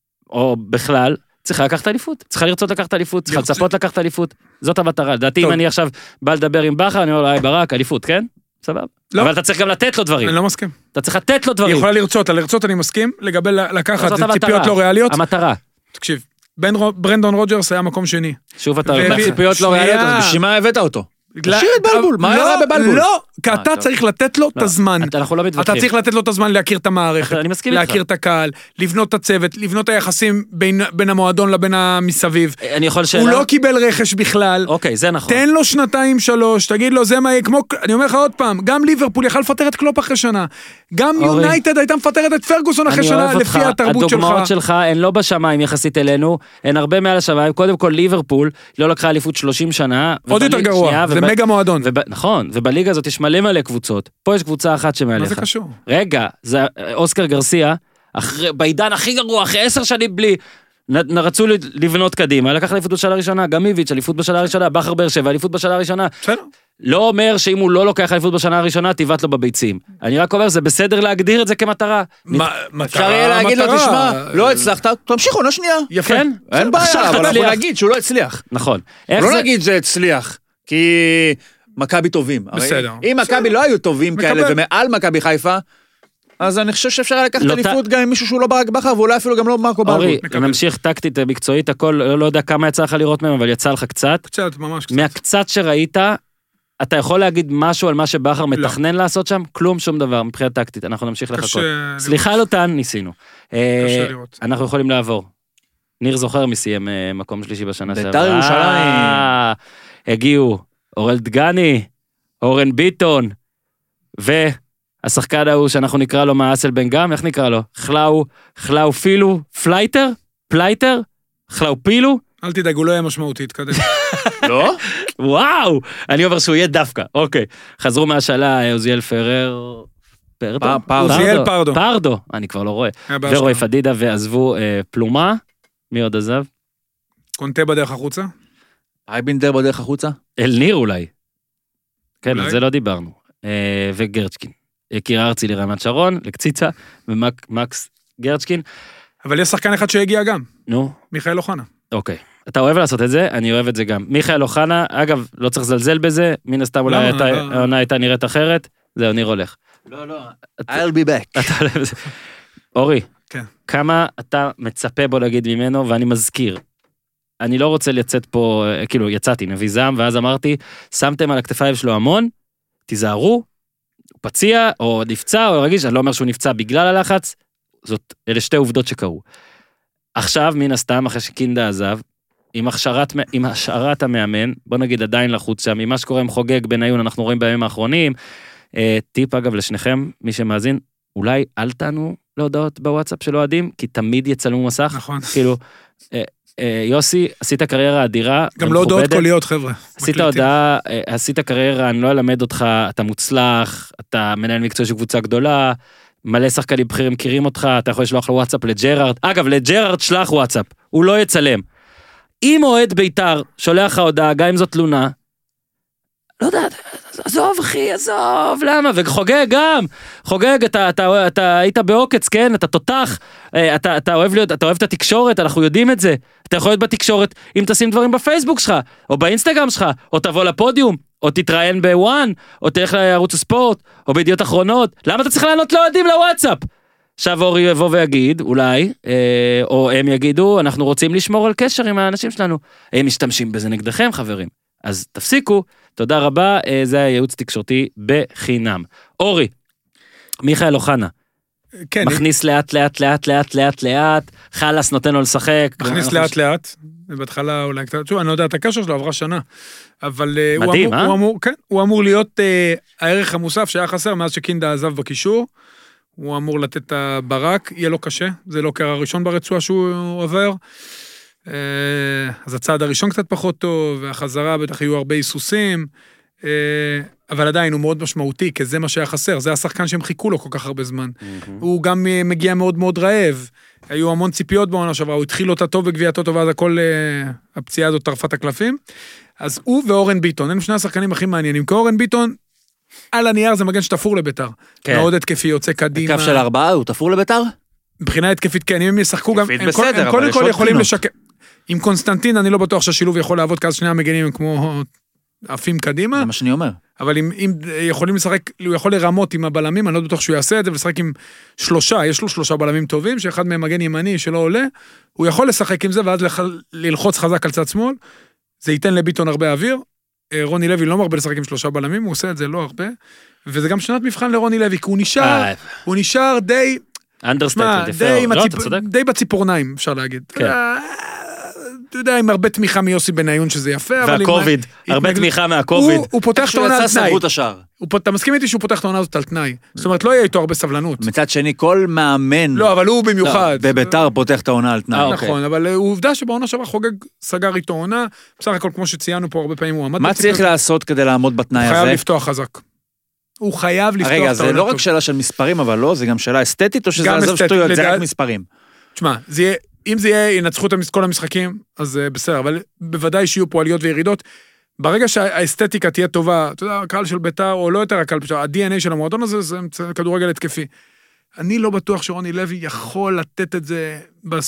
או בכלל, צריכה לקחת אליפות, צריכה לרצות לקחת אליפות, צריכה לצפות לקחת אליפות, זאת המטרה. לדעתי אם אני עכשיו בא לדבר עם בכר, אני אומר לו, היי ברק, אליפות, כן? סבב. אבל אתה צריך גם לתת לו דברים. אני לא מסכים. אתה צריך לתת לו דברים. היא יכולה לרצות, על לרצות אני מסכים, לגבי לקחת ציפיות לא ריאליות. המטרה. תקשיב, ברנדון רוג'רס היה מקום שני. שוב אתה... ציפיות לא ריאליות, אז בשביל מה הבאת אותו? תשאיר את בלבול, מה היה בבלבול? לא, כי אתה צריך לתת לו את הזמן. אנחנו לא מתווכחים. אתה צריך לתת לו את הזמן להכיר את המערכת, אני מסכים איתך. להכיר את הקהל, לבנות את הצוות, לבנות את היחסים בין המועדון לבין המסביב. אני יכול שאלה? הוא לא קיבל רכש בכלל. אוקיי, זה נכון. תן לו 2-3, תגיד לו, זה מה יהיה, כמו, אני אומר לך עוד פעם, גם ליברפול יכל לפטר את קלופ אחרי שנה. גם יונייטד הייתה מפטרת את פרגוסון אחרי שנה, לפי התרבות שלך. הדוגמאות שלך הן לא בשמיים יחסית אלינו, הן הרבה מעל השמיים. קודם כל ליברפול לא לקחה אליפות 30 שנה. עוד יותר גרוע, זה מגה מועדון. נכון, ובליגה הזאת יש מלא קבוצות. פה יש קבוצה אחת שמעליך. מה זה קשור? רגע, זה אוסקר גרסיה, בעידן הכי גרוע, אחרי 10 שנים בלי, רצו לבנות קדימה, לקח אליפות בשנה הראשונה, גם איביץ' אליפות בשנה הראשונה, בכר באר שבע, אליפות בשנה הראשונה. בסדר. לא אומר שאם הוא לא לוקח אליפות בשנה הראשונה, תיבט לו בביצים. אני רק אומר, זה בסדר להגדיר את זה כמטרה. אפשר יהיה להגיד לו, תשמע, לא הצלחת, תמשיך עונה שנייה. יפה. אין בעיה, אבל אנחנו נגיד שהוא לא הצליח. נכון. לא נגיד זה הצליח, כי מכבי טובים. בסדר. אם מכבי לא היו טובים כאלה ומעל מכבי חיפה, אז אני חושב שאפשר לקחת אליפות גם עם מישהו שהוא לא ברק בכר, ואולי אפילו גם לא מרקו בלבול. אורי, נמשיך טקטית, מקצועית, הכל, לא יודע כמה יצא לך לראות מהם, אבל יצא לך קצת. קצת, ממש קצת. מהקצת שראית, אתה יכול להגיד משהו על מה שבכר מתכנן לעשות שם? כלום, שום דבר, מבחינת טקטית, אנחנו נמשיך לחכות. סליחה לוטן, ניסינו. קשה לראות. אנחנו יכולים לעבור. ניר זוכר מסיים מקום שלישי בשנה שעברה. בית"ר ירושלים. הגיעו אורל דגני, אורן ביטון, והשחקן ההוא שאנחנו נקרא לו מהאסל בן גם, איך נקרא לו? חלאו פילו, פלייטר, חלאו פילו. אל תדאג, הוא לא יהיה משמעותי, תקדם. לא? וואו, אני אומר שהוא יהיה דווקא, אוקיי. חזרו מהשאלה, עוזיאל פרר, עוזיאל פרדו, אני כבר לא רואה. ורועי פדידה ועזבו פלומה, מי עוד עזב? קונטה בדרך החוצה? אייבינדר בדרך החוצה? אל ניר אולי. כן, על זה לא דיברנו. וגרצ'קין. יקיר ארצי לרמת שרון, לקציצה, ומקס גרצ'קין. אבל יש שחקן אחד שהגיע גם. נו. מיכאל אוחנה. אוקיי. אתה אוהב לעשות את זה, אני אוהב את זה גם. מיכאל אוחנה, אגב, לא צריך לזלזל בזה, מן הסתם אולי העונה הייתה נראית אחרת, זהו, ניר הולך. לא. I'll be back. אורי, כן. כמה אתה מצפה בו להגיד ממנו, ואני מזכיר, אני לא רוצה לצאת פה, כאילו יצאתי נביא זעם, ואז אמרתי, שמתם על הכתפיים שלו המון, תיזהרו, הוא פציע, או נפצע, או רגיש, אני לא אומר שהוא נפצע בגלל הלחץ, אלה שתי עובדות שקרו. עכשיו, מן הסתם, אחרי שקינדה עזב, עם השארת המאמן, בוא נגיד עדיין לחוץ שם, עם מה שקורה עם חוגג בניון, אנחנו רואים בימים האחרונים, טיפ אגב לשניכם, מי שמאזין, אולי אל תענו להודעות בוואטסאפ של אוהדים, כי תמיד יצלמו מסך, נכון. כאילו, יוסי, עשית קריירה אדירה, גם לא הודעות קוליות, חבר'ה. עשית קריירה, אני לא אלמד אותך, אתה מוצלח, אתה מנהל מקצועי של קבוצה גדולה, מלא שחקנים בכירים מכירים אותך, אתה יכול לשלוח לו וואטסאפ לג'רארד, אגב, לג'רארד שלח וואטסאפ, הוא לא יצלם. אם אוהד בית"ר שולח לך הודעה, גם אם זאת תלונה, לא יודע, עזוב אחי, עזוב, למה? וחוגג גם, חוגג, אתה היית בעוקץ, כן? אתה תותח, אתה אוהב את התקשורת, אנחנו יודעים את זה. אתה יכול להיות בתקשורת אם תשים דברים בפייסבוק שלך, או באינסטגרם שלך, או תבוא לפודיום, או תתראיין בוואן, או תלך לערוץ הספורט, או בידיעות אחרונות. למה אתה צריך לענות לאוהדים לוואטסאפ? עכשיו אורי יבוא ויגיד, אולי, או הם יגידו, אנחנו רוצים לשמור על קשר עם האנשים שלנו. הם משתמשים בזה נגדכם, חברים. אז תפסיקו, תודה רבה, זה הייעוץ תקשורתי בחינם. אורי, מיכאל אוחנה, כן, מכניס לאט, חלס נותן לו לשחק. מכניס לאט, בהתחלה אולי קצת, שוב, אני לא יודע את הקשר שלו, עברה שנה, אבל מדהים, הוא אמור להיות הערך המוסף שהיה חסר מאז שקינדה עזב בקישור, הוא אמור לתת את הברק, יהיה לו קשה, זה לא קרה ראשון ברצועה שהוא עובר, אז הצעד הראשון קצת פחות טוב, והחזרה בטח יהיו הרבה היסוסים, אבל עדיין הוא מאוד משמעותי, כי זה מה שהיה חסר, זה השחקן שהם חיכו לו כל כך הרבה זמן. הוא גם מגיע מאוד מאוד רעב, היו המון ציפיות בעונה שעברה, הוא התחיל אותה טוב בגביעתו טובה, אז הכל, הפציעה הזאת טרפה את הקלפים. אז הוא ואורן ביטון, הם שני השחקנים הכי מעניינים, כי אורן ביטון, על הנייר זה מגן שתפור לביתר. מאוד התקפי, יוצא קדימה. הקו של 4, הוא תפור לביתר? מבחינה התקפית, כן, אם הם ישחקו גם, התקפית הם בסדר, קודם אבל כל יש עוד יכולים בחינות. לשקר. עם קונסטנטין, אני לא בטוח שהשילוב יכול לעבוד, כי אז שני המגנים הם כמו עפים קדימה. זה מה שאני אומר. אבל אם יכולים לשחק, הוא יכול לרמות עם הבלמים, אני לא בטוח שהוא יעשה את זה, ולשחק עם 3, יש לו 3 בלמים טובים, שאחד מהם מגן ימני שלא עולה, הוא יכול לשחק עם זה, ואז ללחוץ חזק על צד שמאל, זה ייתן לביטון הרבה אוויר, רוני לוי לא מרבה לשחק עם 3 בלמים, הוא עושה את זה לא הרבה, וזה גם שנת מבחן לרוני לוי, כי הוא נשאר די, די בציפורניים, אפשר להגיד. אתה יודע, עם הרבה תמיכה מיוסי בניון שזה יפה, והקוביד, הרבה תמיכה מהקוביד. הוא פותח את העונה על תנאי. השער. אתה מסכים איתי שהוא פותח את העונה הזאת על תנאי. זאת אומרת, לא יהיה איתו הרבה סבלנות. מצד שני, כל מאמן... לא, אבל הוא במיוחד. בביתר פותח את העונה על תנאי. נכון, אבל עובדה שבעונה שעברה חוגג סגר איתו עונה, בסך הכל כמו שציינו פה הרבה פעמים הוא עמד. מה צריך לעשות כדי לעמוד בתנאי הזה? הוא חייב לפתוח חזק. הוא חייב לפתוח את העונה. רגע, זה לא רק שאלה של מספרים, אבל לא, זה גם שאלה אסתטית, או שזה עזוב שטויות, זה רק מספרים. תשמע, אם זה יהיה, ינצחו את כל המשחקים, אז בסדר, אבל בוודאי שיהיו פה עליות וירידות. ברגע שהאסתטיקה תהיה טובה, אתה יודע, הקהל של ביתר, או לא יותר הקהל, ה-DNA של המועדון הזה, זה כדורגל התקפי. אני לא בטוח שרוני לוי יכול לתת את זה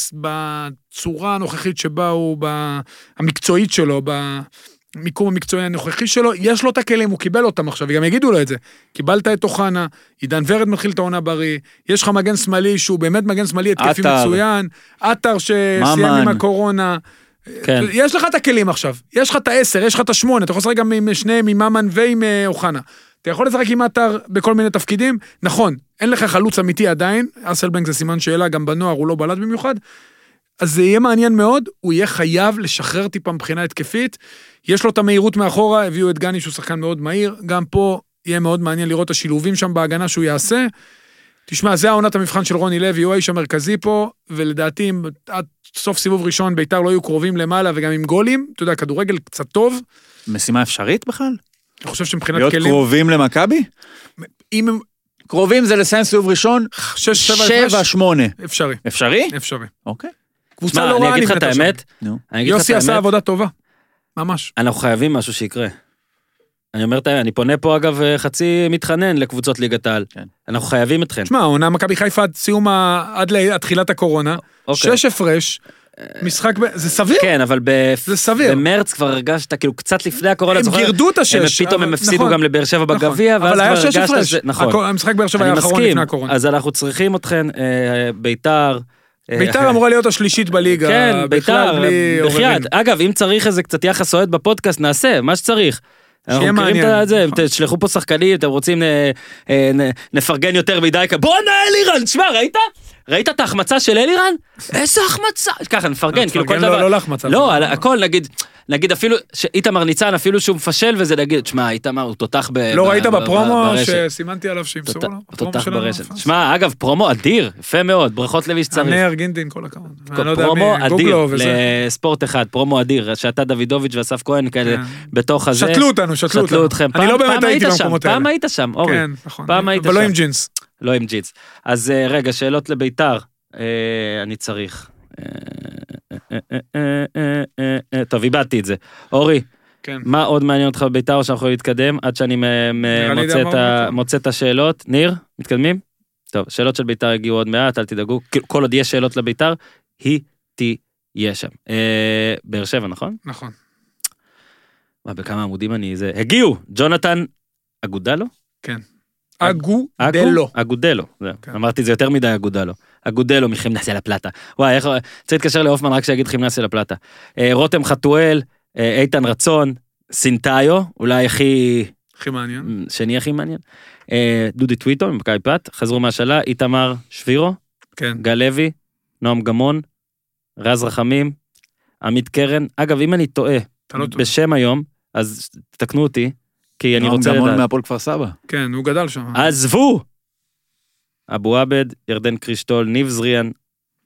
בצורה הנוכחית שבה הוא, המקצועית שלו, במיקום המקצועי הנוכחי שלו, יש לו את הכלים, הוא קיבל אותם עכשיו, וגם יגידו לו את זה. קיבלת את אוחנה, עידן ורד מתחיל את העונה בריא, יש לך מגן שמאלי שהוא באמת מגן שמאלי התקפי מצוין, עטר שסיים עם הקורונה, כן. יש לך את הכלים עכשיו, יש לך את 10, יש לך את 8, אתה יכול לשחק גם עם שניהם, עם ממן ועם אוחנה. אתה יכול לשחק עם עטר בכל מיני תפקידים, נכון, אין לך חלוץ אמיתי עדיין, אסלבנק זה סימן שאלה, גם בנוער הוא לא בלט במיוחד, אז זה יהיה מעניין מאוד, הוא יהיה חייב לשחרר טיפה מבחינה התקפית, יש לו את המהירות מאחורה, הביאו את גני שהוא שחקן מאוד מהיר, גם פה יהיה מאוד מעניין לראות את השילובים שם בהגנה שהוא יעשה, תשמע, זה העונת המבחן של רוני לוי, הוא האיש המרכזי פה, ולדעתי, עד סוף סיבוב ראשון, ביתר לא היו קרובים למעלה, וגם עם גולים, אתה יודע, כדורגל קצת טוב. משימה אפשרית בכלל? אני חושב שמבחינת להיות כלים... להיות קרובים למכבי? אם הם... קרובים זה לסיים סיבוב ראשון? 7-8. אפשרי. אפשרי? אפשרי. אוקיי. קבוצה לא רעה נבנתה שם. יוסי עשה עבודה טובה. ממש. אנחנו חייבים משהו שיקרה. אני אומר, אני פונה פה אגב חצי מתחנן לקבוצות ליגת העל. אנחנו חייבים אתכם. תשמע, עונה מכבי חיפה עד סיום, עד לתחילת הקורונה, 6 הפרש, משחק, זה סביר? כן, אבל זה סביר. במרץ כבר הרגשת, כאילו קצת לפני הקורונה, הם גירדו את 6. פתאום הם הפסידו גם לבאר שבע בגביע, ואז כבר הרגשת, נכון. המשחק באר שבע היה האחרון לפני הקורונה. אז אנחנו צריכים אתכם, ביתר, ביתר אמורה להיות השלישית בליגה. כן, ביתר, בחייאת. אגב, אם צריך איזה קצת יחס אוהד בפודקאסט, נעשה, מה שצריך. אנחנו מכירים את זה, תשלחו פה שחקנים, אתם רוצים נפרגן יותר מדי, בוא נע אלירן, תשמע, ראית את ההחמצה של אלירן? איזה החמצה? ככה, נפרגן, כאילו כל דבר. לא להחמצה. לא, הכל, נגיד אפילו, שאיתמר ניצן, אפילו שהוא מפשל וזה, נגיד, תשמע, איתמר הוא תותח ברשת. לא ראית בפרומו שסימנתי עליו שימסרו לו? תותח ברשת. תשמע, אגב, פרומו אדיר, יפה מאוד, ברכות למי שצריך. נר גינדין, כל הכבוד. פרומו אדיר, לספורט אחד, פרומו אדיר, שאתה דוידוביץ' ואסף כהן כאלה בתוך הזה. שתלו אתכם. אני לא באמת הייתי במקומות האלה. פעם היית שם, אורי. כן, נכון. פעם היית שם. אבל לא עם ג'ינס. לא עם ג'ינס. אז רגע, שאלות לביתר. אני צריך. טוב, איבדתי את זה. אורי, מה עוד מעניין אותך בביתר או שאנחנו יכולים להתקדם עד שאני מוצא את השאלות? ניר, מתקדמים? טוב, שאלות של ביתר הגיעו עוד מעט, אל תדאגו. כל עוד יש שאלות לביתר, היא תהיה שם. באר שבע, נכון? נכון. מה, בכמה עמודים אני זה? הגיעו, ג'ונתן אגודלו? כן. אגודלו. אמרתי זה יותר מדי אגודלו מחימנסיה לפלטה. וואי, צריך להתקשר לאופמן רק שיגיד חימנסיה לפלטה. רותם חתואל, איתן רצון, סינטאיו, אולי הכי מעניין. שני הכי מעניין. דודי טוויטו, ממכבי פת, חזרו מהשאלה, איתמר שבירו, גל לוי, נועם גמון, רז רחמים, עמית קרן. אגב, אם אני טועה בשם היום, אז תקנו אותי, כי אני רוצה לדעת. גמון מהפועל כפר סבא. כן, הוא גדל שם. עזבו! אבו עבד, ירדן קרישטול, ניב זריאן,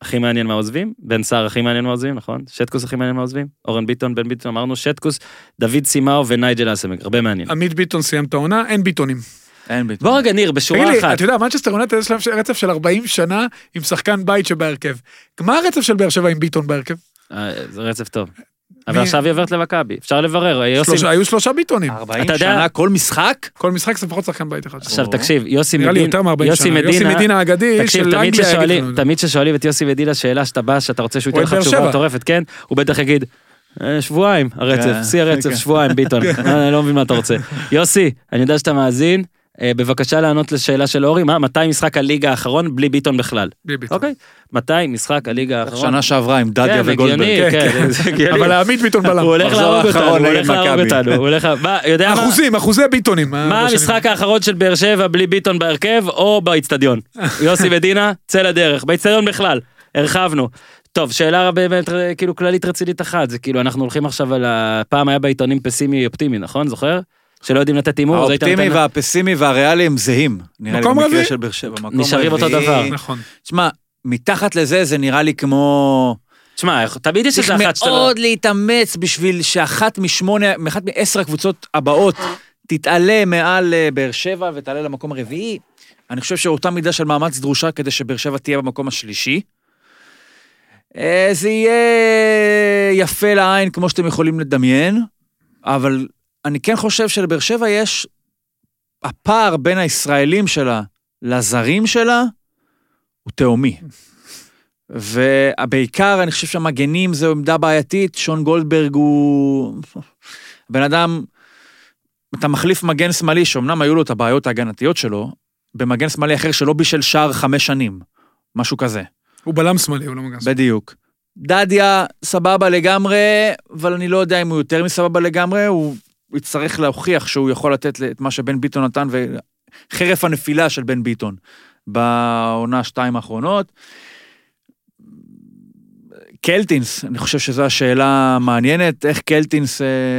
הכי מעניין מהעוזבים, בן סער הכי מעניין מהעוזבים, נכון? שטקוס הכי מעניין מהעוזבים, אורן ביטון, בן ביטון, אמרנו שטקוס, דוד סימאו ונייג'ל אסמק, הרבה מעניין. עמית ביטון סיים את העונה, אין ביטונים. אין ביטון. בוא רגע ניר, בשורה תגיד אחת. לי, אתה יודע, מנצ'סטר יונייטד יש להם רצף של 40 שנה עם שחקן בית שבהרכב. מה הרצף של באר שבע עם ביטון בהרכב? זה רצף טוב. אבל עכשיו היא עוברת למכבי, אפשר לברר. היו 3 ביטונים. 40 שנה, כל משחק? כל משחק זה לפחות שחקן בית אחד. עכשיו תקשיב, יוסי נראה לי יותר מ-40 שנה. יוסי מדינה האגדי של אנגליה. תמיד ששואלים את יוסי מדינה שאלה שאתה בא, שאתה רוצה שהוא ייתן לך תשובה מטורפת, כן? הוא בטח יגיד, שבועיים, הרצף, שיא הרצף, שבועיים, ביטון. אני לא מבין מה אתה רוצה. יוסי, אני יודע שאתה מאזין, בבקשה לענות לשאלה של אורי, מתי משחק הליגה האחרון בלי ביטון בכלל? בלי ביטון. אוקיי? מתי משחק הליגה האחרון? שנה שעברה עם דדיה וגולדברג. כן, זה הגיוני. אבל העמית ביטון בלם. הוא הולך להרוג אותנו, אחוזי ביטונים. מה המשחק האחרון של באר שבע בלי ביטון בהרכב או באצטדיון? יוסי מדינה, צא לדרך, באצטדיון בכלל, הרחבנו. טוב, שאלה באמת כאילו כללית רצינית אחת, זה כאילו אנחנו הולכים עכשיו על הפעם היה בעיתונים פסימי אופטימי, נכון? זוכר? שלא יודעים לתת אימור. האופטימי והפסימי והריאלי הם זהים. נראה לי במקרה של באר שבע. נשארים אותו דבר. נכון. תשמע, מתחת לזה זה נראה לי כמו... תשמע, תמיד יש איזה אחת צריך מאוד להתאמץ בשביל שאחת מ10 הקבוצות הבאות תתעלה מעל באר שבע ותעלה למקום הרביעי. אני חושב שאותה מידה של מאמץ דרושה כדי שבאר שבע תהיה במקום השלישי. זה יהיה יפה לעין כמו שאתם יכולים לדמיין, אבל אני כן חושב שלבאר שבע יש הפער בין הישראלים שלה לזרים שלה הוא תאומי. ובעיקר אני חושב שהמגנים זו עמדה בעייתית, שון גולדברג הוא בן אדם, אתה מחליף מגן שמאלי שאומנם היו לו את הבעיות ההגנתיות שלו, במגן שמאלי אחר שלא בישל שער 5 שנים, משהו כזה. הוא בלם שמאלי, הוא לא מגן שמאלי. בדיוק. דדיה סבבה לגמרי, אבל אני לא יודע אם הוא יותר מסבבה לגמרי, הוא יצטרך להוכיח שהוא יכול לתת את מה שבן ביטון נתן, וחרף הנפילה של בן ביטון, בעונה 2 האחרונות. קלטינס, אני חושב שזו השאלה המעניינת, איך קלטינס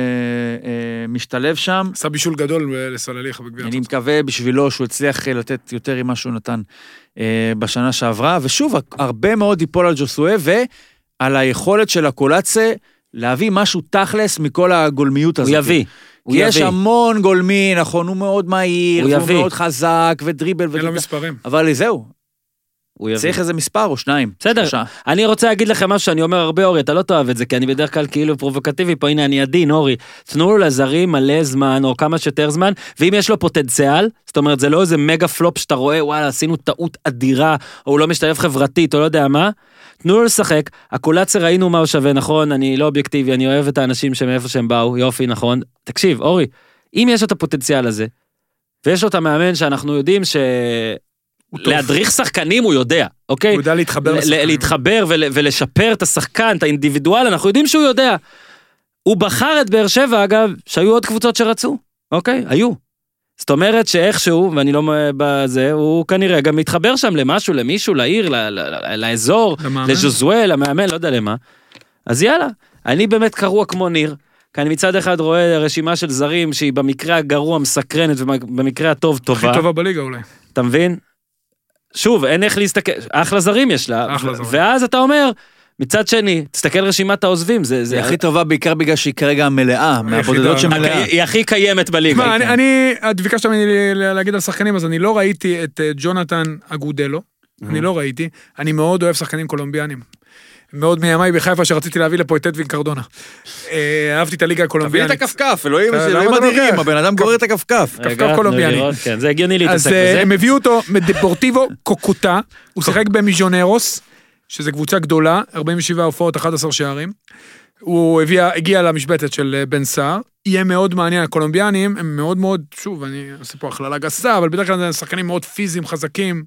משתלב שם. עשה בישול גדול לסלליך בגביע. אני מקווה בשבילו שהוא הצליח לתת יותר עם מה שהוא נתן בשנה שעברה, ושוב, הרבה מאוד ייפול על ג'וסואה, ועל היכולת של הקולציה להביא משהו תכלס מכל הגולמיות הזאת. הוא יביא. כי יש המון גולמי, נכון, הוא מאוד מהיר, הוא מאוד חזק, ודריבל, אין לו מספרים. אבל זהו. צריך איזה מספר או 2. בסדר, אני רוצה להגיד לכם משהו שאני אומר הרבה, אורי, אתה לא תאהב את זה, כי אני בדרך כלל כאילו פרובוקטיבי, פה הנה אני עדין, אורי, תנו לו לזרים מלא זמן, או כמה שיותר זמן, ואם יש לו פוטנציאל, זאת אומרת, זה לא איזה מגה פלופ שאתה רואה, וואלה, עשינו טעות אדירה, או הוא לא משתלב חברתית, או לא יודע מה, תנו לו לשחק, הקולציה ראינו מה הוא שווה, נכון, אני לא אובייקטיבי, אני אוהב את האנשים שמאיפה שהם באו, יופי, נכון, תקשיב, אורי, אם יש לו את הפוטנציאל הזה, ויש לו את המאמן שאנחנו יודעים להדריך שחקנים הוא יודע, אוקיי? הוא יודע להתחבר ולשפר את השחקן, את האינדיבידואל, אנחנו יודעים שהוא יודע. הוא בחר את באר שבע, אגב, שהיו עוד קבוצות שרצו, אוקיי? היו. זאת אומרת שאיכשהו, ואני לא בזה, הוא כנראה גם מתחבר שם למשהו, למישהו, לעיר, לאזור, לג'וזואל, למאמן, לא יודע למה. אז יאללה, אני באמת קרוע כמו ניר, כי אני מצד אחד רואה רשימה של זרים שהיא במקרה הגרוע מסקרנת ובמקרה הטוב טובה. הכי טובה בליגה אולי. אתה מבין? שוב, אין איך להסתכל, אחלה זרים יש לה, ואז אתה אומר, מצד שני, תסתכל רשימת העוזבים, זה הכי טובה בעיקר בגלל שהיא כרגע מלאה, מהבודדות שמלאה. היא הכי קיימת בליגה. הדביקה שאתה להגיד על שחקנים, אז אני לא ראיתי את ג'ונתן אגודלו, אני לא ראיתי, אני מאוד אוהב שחקנים קולומביאנים. מאוד מימיי בחיפה שרציתי להביא לפה את אדווין קרדונה. אהבתי את הליגה הקולומביאנית. תביא את הכפכף, אלוהים אדירים, הבן אדם גורר את הכפכף. כפכף קולומביאני. כן, זה הגיוני להתעסק אז בזה. הם הביאו אותו מדפורטיבו קוקוטה, הוא שיחק במיז'ונרוס, שזה קבוצה גדולה, 47 הופעות, 11 שערים. הוא הגיע למשבצת של בן סער, יהיה מאוד מעניין, הקולומביאנים הם מאוד מאוד, שוב, אני עושה פה הכללה גסה, אבל בדרך כלל זה שחקנים מאוד פיזיים, חזקים,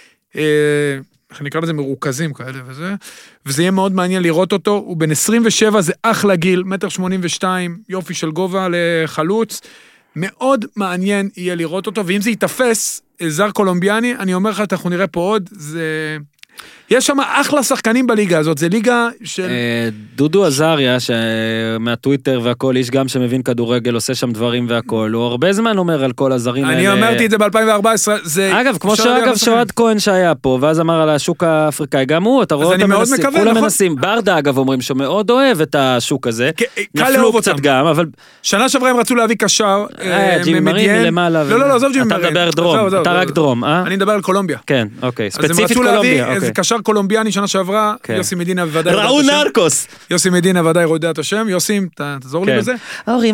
איך נקרא לזה מרוכזים כאלה וזה יהיה מאוד מעניין לראות אותו, הוא בן 27, זה אחלה גיל, 1.82 מטר, יופי של גובה לחלוץ, מאוד מעניין יהיה לראות אותו, ואם זה יתפס, זר קולומביאני, אני אומר לך, אנחנו נראה פה עוד, יש שם אחלה שחקנים בליגה הזאת, זה ליגה של... דודו עזריה, מהטוויטר והכל, איש גם שמבין כדורגל, עושה שם דברים והכל, הוא הרבה זמן אומר על כל הזרים האלה. אני אמרתי את זה ב-2014, זה... אגב, כמו שאוהד כהן שהיה פה, ואז אמר על השוק האפריקאי, גם הוא, אתה רואה אותם מנסים, כולם מנסים, ברדה אגב אומרים שמאוד אוהב את השוק הזה, נפלו קצת גם, אבל... שנה שעברה הם רצו להביא קשר, ג'ימי מרין מלמעלה. לא, עזוב ג'ימי מרין. אתה מדבר דרום, אתה רק דרום, אה? אני מדבר על קולומביה. כן, אוקיי, אז הם ספציפית רצו להביא קולומביה, איזה קשר קולומביאני שנה שעברה, יוסי מדינה בוודאי. ראו נרקוס. יוסי מדינה ודאי יודע את השם, יוסי, תעזור לי בזה.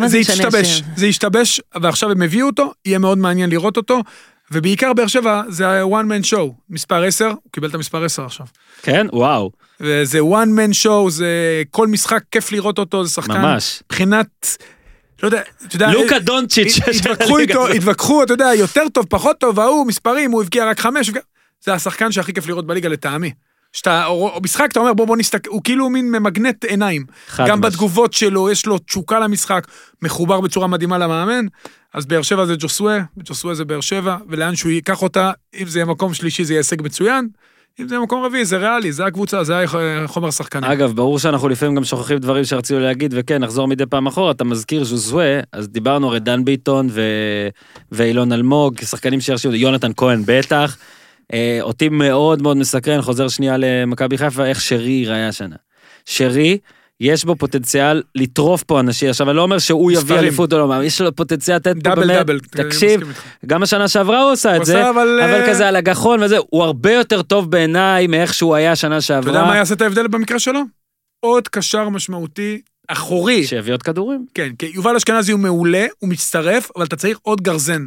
זה השתבש, ועכשיו הם הביאו אותו, יהיה מאוד מעניין לראות אותו, ובעיקר באר שבע זה ה-one man show, מספר 10, הוא קיבל את המספר 10 עכשיו. כן, וואו. וזה one man show, זה כל משחק כיף לראות אותו, זה שחקן. ממש. מבחינת... לא יודע, לוקה דונצ'יץ' התווכחו, אתה יודע, יותר טוב, פחות טוב, והוא מספרים, הוא הבקיע רק 5, זה השחקן שהכי כיף לראות בליגה לטעמי. או משחק, אתה אומר, בוא נסתכל, הוא כאילו מין ממגנט עיניים. גם בתגובות שלו, יש לו תשוקה למשחק, מחובר בצורה מדהימה למאמן, אז באר שבע זה ג'וסווה, וג'וסווה זה באר שבע, ולאן שהוא ייקח אותה, אם זה יהיה מקום שלישי, זה יהיה הישג מצוין, אם זה מקום רביעי, זה ריאלי, זה הקבוצה, זה החומר שחקנים. אגב, ברור שאנחנו לפעמים גם שוכחים דברים שרצינו להגיד, וכן, נחזור מדי פעם אחורה, אתה מזכיר ז'וזווה, אז דיברנו הרי דן ביטון ואילון אלמוג, שחקנים שהרשיעו, יונתן כהן בטח, אותי מאוד מאוד מסקרן, חוזר שנייה למכבי חיפה, איך שרי היה שנה. שרי, יש בו פוטנציאל לטרוף פה אנשים, עכשיו אני לא אומר שהוא יביא אליפות או לא, יש לו פוטנציאל לתת פה באמת, תקשיב, גם השנה שעברה הוא עושה את זה, אבל כזה על הגחון וזה, הוא הרבה יותר טוב בעיניי מאיך שהוא היה שנה שעברה. אתה יודע מה יעשה את ההבדל במקרה שלו? עוד קשר משמעותי, אחורי. שיביא עוד כדורים. כן, כי יובל אשכנזי הוא מעולה, הוא מצטרף, אבל אתה צריך עוד גרזן.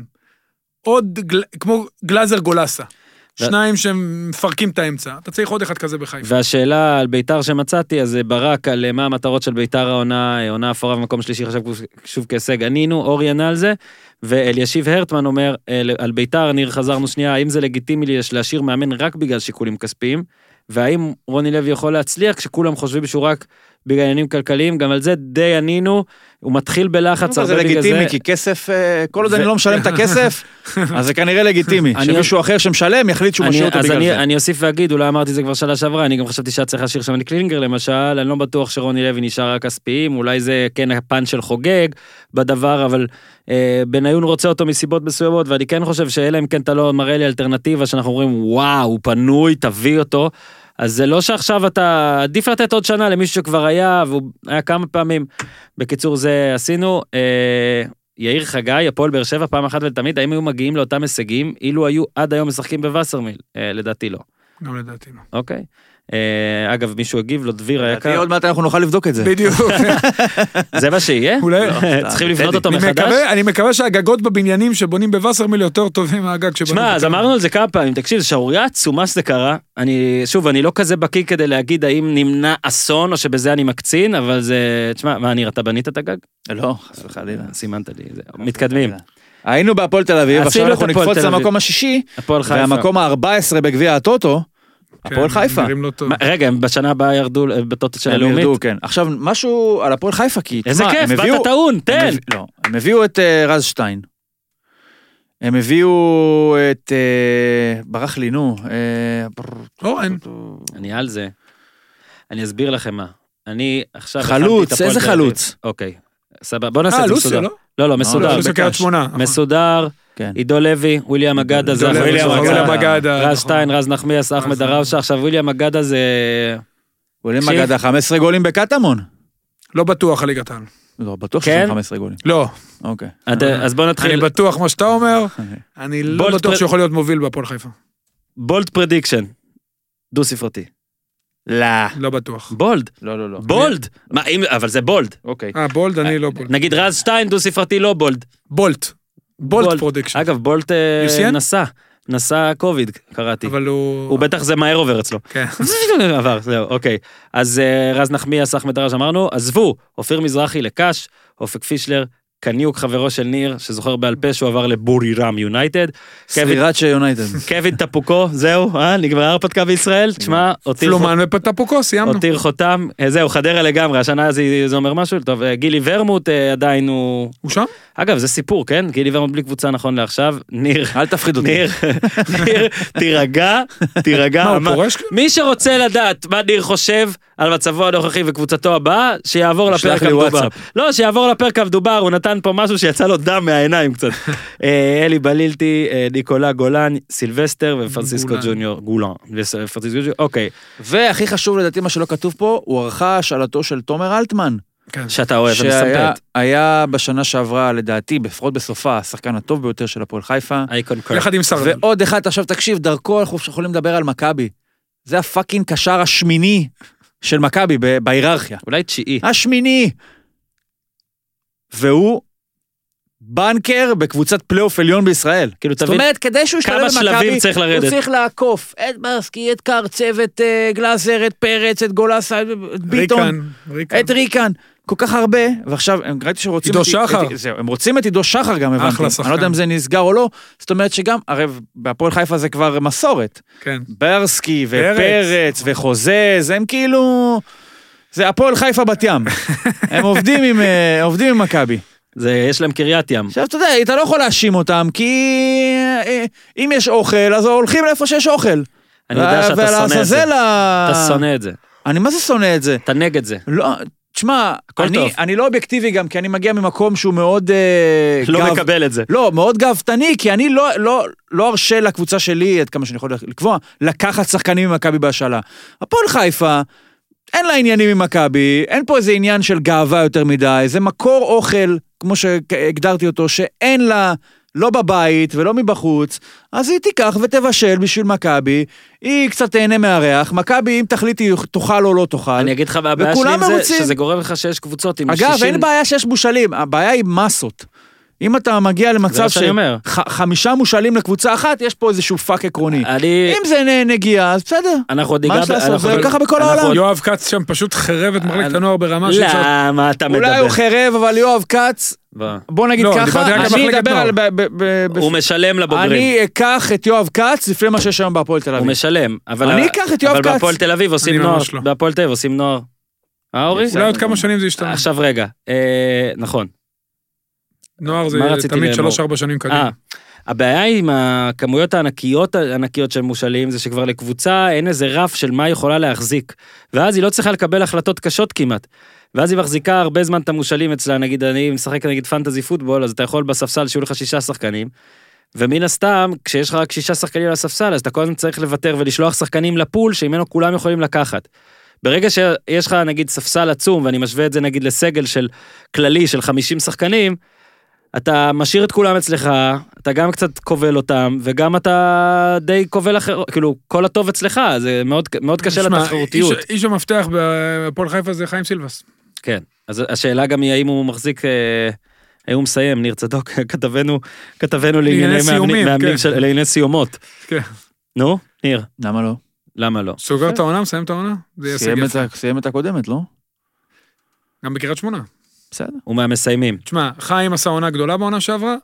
כמו גלאזר גולסה. שניים שמפרקים את האמצע, אתה צריך עוד אחד כזה בחיפה. והשאלה על ביתר שמצאתי, אז ברק על מה המטרות של ביתר עונה אפורה במקום שלישי, חשב שוב כהישג, ענינו, אורי ענה על זה, ואלישיב הרטמן אומר, על ביתר, ניר חזרנו שנייה, האם זה לגיטימי להשאיר מאמן רק בגלל שיקולים כספיים, והאם רוני לוי יכול להצליח כשכולם חושבים שהוא רק בגלל עניינים כלכליים, גם על זה די ענינו, הוא מתחיל בלחץ הרבה בגלל זה. זה לגיטימי, כי כסף, כל עוד אני לא משלם את הכסף, אז זה כנראה לגיטימי. שמישהו אחר שמשלם, יחליט שהוא משאיר אותו בגלל זה. אני אוסיף ואגיד, אולי אמרתי זה כבר שנה שעברה, אני גם חשבתי שהיה צריך להשאיר שם קלינגר למשל, אני לא בטוח שרוני לוי נשאר רק כספיים, אולי זה כן הפן של חוגג בדבר, אבל בניון רוצה אותו מסיבות מסוימות, ואני כן חושב שאלה אם כן אתה לא מראה לי אלטרנטיבה, שאנחנו אומרים, וואו, הוא פנוי, תביא אותו, אז זה לא שעכשיו אתה עדיף לתת עוד שנה למישהו שכבר היה, והוא היה כמה פעמים. בקיצור זה עשינו, יאיר חגי, הפועל באר שבע, פעם אחת ולתמיד, האם היו מגיעים לאותם הישגים, אילו היו עד היום משחקים בווסרמיל? לדעתי לא. גם לדעתי לא. אוקיי. אגב, מישהו הגיב לו, דביר היקר. לדעתי עוד מעט אנחנו נוכל לבדוק את זה. בדיוק. זה מה שיהיה? צריכים לבנות אותו מחדש? אני מקווה שהגגות בבניינים שבונים בווסרמיל יותר טובים מהגג שבונים. שמע, אז אמרנו על זה כמה פעמים, תקשיב, זה שערוריה עצומה שזה קרה, שוב, אני לא כזה בקיא כדי להגיד האם נמנע אסון או שבזה אני מקצין, אבל זה, תשמע, מה, ניר, אתה בנית את הגג? לא, חס וחלילה. סימנת לי, מתקדמים. היינו בהפועל תל אביב, עכשיו אנחנו נקפוץ למקום השישי, והמקום ה-14 בגביע הטוטו, הפועל חיפה. רגע, הם בשנה הבאה ירדו בטוטו של הלאומית? הם ירדו, כן. עכשיו, משהו על הפועל חיפה, כי... איזה כיף, באת טעון, תן. לא, הם הביאו את רז שטיין. הם הביאו את... ברח לי, נו. אורן. אני על זה. אני אסביר לכם מה. אני עכשיו... חלוץ, איזה חלוץ? אוקיי, סבבה. בוא נעשה את זה מסודר. לא, מסודר. מסודר. עידו לוי, וויליאם אגדה זה רז שטיין, רז נחמיאס, אחמד דראושה, עכשיו וויליאם אגדה זה... וויליאם אגדה 15 גולים בקטמון. לא בטוח על ליגת העל. לא, בטוח שיש 15 גולים. לא. אוקיי. אז בוא נתחיל. אני בטוח מה שאתה אומר, אני לא בטוח שיכול להיות מוביל בהפועל חיפה. בולד פרדיקשן, דו ספרתי. לא בטוח. בולד? לא. בולד? אבל זה בולד. אוקיי. בולד, אני לא בולד. נגיד רז שטיין, דו ספרתי, לא בולד. בולט פרודיקשן. אגב, בולט נסע קוביד, קראתי. אבל הוא בטח זה מהר עובר אצלו. כן. עבר, זהו, אוקיי. אז רז נחמיאס, אחמד דראושה אמרנו, עזבו, אופיר מזרחי לקש, אופק פישלר, קניוק חברו של ניר, שזוכר בעל פה שהוא עבר לבורירם יונייטד. סרירצ'ה יונייטד. קווין טפוקו, זהו, נגמר הרפתקה בישראל, תשמע, פלומן וטפוקו, סיימנו. הותיר חותם, זהו, חדרה לגמרי, השנה זה אומר משהו, טוב, גילי ורמוט עדיין הוא... הוא שם? אגב, זה סיפור, כן? גילי ורמוט בלי קבוצה נכון לעכשיו, ניר... אל תפחיד אותי. ניר, תירגע. מה, הוא פורש? מי שרוצה לדעת מה ניר חושב על מצבו הנוכחי וקבוצתו הבאה, שיעבור לפרק המדובר. לא, שיעבור לפרק המדובר, הוא נתן פה משהו שיצא לו דם מהעיניים קצת. אלי בלילטי, ניקולה גולן, סילבסטר ופרנסיסקו ג'וניור, גולן. אוקיי. והכי חשוב לדעתי מה שלא כתוב פה, הוא ערכה השאלתו של תומר אלטמן. שאתה אוהב ומספט. שהיה בשנה שעברה, לדעתי, לפחות בסופה, השחקן הטוב ביותר של הפועל חיפה. יחד עם סרדל. ועוד אחד, עכשיו תקשיב, דרכו אנחנו יכולים לדבר על מכבי. זה הפאקינג קשר השמיני של מכבי בהיררכיה. אולי 9. השמיני. והוא בנקר בקבוצת פלייאוף עליון בישראל. זאת אומרת, כדי שהוא ישתלב במכבי, הוא צריך לעקוף את ברסקי, את קרצב, את גלאזר, את פרץ, את גולס, את ביטון, את ריקן. כל כך הרבה, ועכשיו הם ראיתי שרוצים... עידו שחר. הם רוצים את עידו שחר גם, הבנתי. אני לא יודע אם זה נסגר או לא, זאת אומרת שגם, הרי בהפועל חיפה זה כבר מסורת. כן. ברסקי ופרץ וחוזז, הם כאילו... זה הפועל חיפה בת ים. הם עובדים עם מכבי. יש להם קריית ים. עכשיו, אתה יודע, אתה לא יכול להאשים אותם, כי אם יש אוכל, אז הולכים לאיפה שיש אוכל. אני יודע שאתה שונא את זה. אתה שונא את זה. אני מה זה שונא את זה? אתה נגד זה. לא... תשמע, אני לא אובייקטיבי גם, כי אני מגיע ממקום שהוא מאוד... לא מקבל את זה. לא, מאוד גאוותני, כי אני לא ארשה לקבוצה שלי, עד כמה שאני יכול לקבוע, לקחת שחקנים ממכבי בהשאלה. הפועל חיפה, אין לה עניינים עם מכבי, אין פה איזה עניין של גאווה יותר מדי, זה מקור אוכל, כמו שהגדרתי אותו, שאין לה... לא בבית ולא מבחוץ, אז היא תיקח ותבשל בשביל מכבי, היא קצת תהנה מהריח, מכבי אם תחליטי תאכל או לא תאכל. אני אגיד לך, הבעיה שלי עם זה, שזה גורם לך שיש קבוצות עם 60... אגב, אין בעיה שיש מושלים, הבעיה היא מסות. אם אתה מגיע למצב 5 מושלים לקבוצה אחת, יש פה איזשהו פאק עקרוני. אם זה נגיע, אז בסדר. מה יש לעשות? זה ככה בכל העולם. יואב קץ שם פשוט חרב את מחלקת הנוער ברמה של... למה אתה מדבר? אולי הוא חרב, אבל יואב קץ, בוא נגיד ככה, אני אדבר על... הוא משלם לבוגרים. אני אקח את יואב קץ לפני מה שיש היום בהפועל תל אביב. הוא משלם. אני אקח את יואב קץ. אבל בהפועל תל אביב עושים נוער. בהפועל תל אביב עושים נוער. אורי? אולי עוד כמה שנים זה ישתנה. עכשיו רגע. נכון. נוער זה תמיד 3-4 שנים קדימה. הבעיה עם הכמויות הענקיות של מושלים, זה שכבר לקבוצה אין איזה רף של מה יכולה להחזיק, ואז היא לא צריכה לקבל החלטות קשות כמעט, ואז היא מחזיקה הרבה זמן את המושלים אצלה, נגיד אני משחק נגיד פנטזי פוטבול, אז אתה יכול בספסל שיהיו לך 6 שחקנים, ומן הסתם, כשיש לך רק 6 שחקנים על הספסל, אז אתה כל הזמן צריך לוותר ולשלוח שחקנים לפול, שממנו כולם יכולים לקחת. ברגע שיש לך נגיד ספסל עצום, ואני משווה את זה נגיד לסגל של כללי של 50 שחקנים, אתה משאיר את כולם אצלך, אתה גם קצת כובל אותם, וגם אתה די כובל אחר, כאילו, כל הטוב אצלך, זה מאוד, מאוד קשה לתחרותיות. איש המפתח בפועל חיפה זה חיים סילבס. כן, אז השאלה גם היא, האם הוא מחזיק, האם הוא מסיים, ניר צדוק, כתבנו לענייני סיומות. כן. נו, ניר. למה לא? למה לא? סוגר את העונה, מסיים את העונה? סיים את הקודמת, לא? גם בקריית שמונה. בסדר. ומהמסיימים. תשמע, חיים עשה עונה גדולה בעונה שעברה,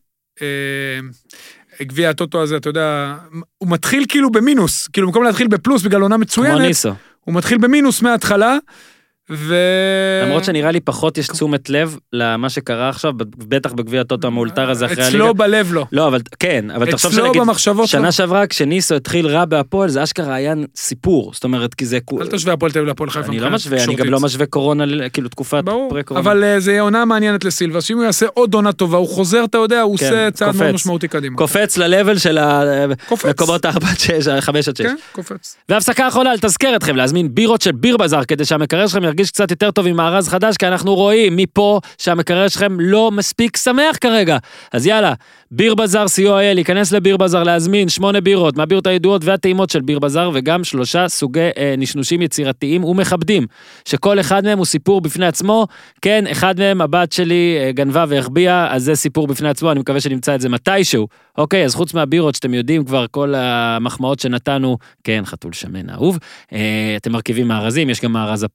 גביע הטוטו הזה, אתה יודע, הוא מתחיל כאילו במינוס, כאילו במקום להתחיל בפלוס בגלל עונה מצוינת, כמו ניסו. הוא מתחיל במינוס מההתחלה, למרות שנראה לי פחות יש תשומת לב למה שקרה עכשיו, בטח בגביע הטוטו המאולתר הזה אחרי הליגה. אצלו בלב לא. לא, אבל כן, אבל תחשוב שנגיד, שנה שעברה כשניסו התחיל רע בהפועל, זה אשכרה היה סיפור, זאת אומרת, כי זה... אל תשווה הפועל תל אביב להפועל חיפה. אני לא משווה, אני גם לא משווה קורונה, כאילו תקופת פרה-קורונה. אבל זה עונה מעניינת לסילבס, שאם הוא יעשה עוד עונה טובה, הוא חוזר, אתה יודע, הוא עושה צעד מאוד משמעותי קדימה. קופץ ללבל של המקומות 4-6, 5-6. כן, קופץ. והפסקה האחרונה, לתזכר אתכם, להזמין בירות של ביר בזאר, כדי שהמקרר שלכם ירגיש קצת יותר טוב עם מארז חדש, כי אנחנו רואים מפה שהמקרר שלכם לא מספיק שמח כרגע. אז יאללה, ביר בזאר co.il, להיכנס לביר בזאר, להזמין 8 בירות, מהבירות הידועות והטעימות של ביר בזאר, וגם 3 סוגי נשנושים יצירתיים ומכבדים, שכל אחד מהם הוא סיפור בפני עצמו. כן, אחד מהם, הבת שלי גנבה והחביאה, אז זה סיפור בפני עצמו, אני מקווה שנמצא את זה מתישהו. אוקיי, אז חוץ מהבירות שאתם יודעים כבר כל המחמאות שנתנו, כן, חתול שמן אהוב, אתם מרכיבים מארזים, יש גם מארז הפודיום,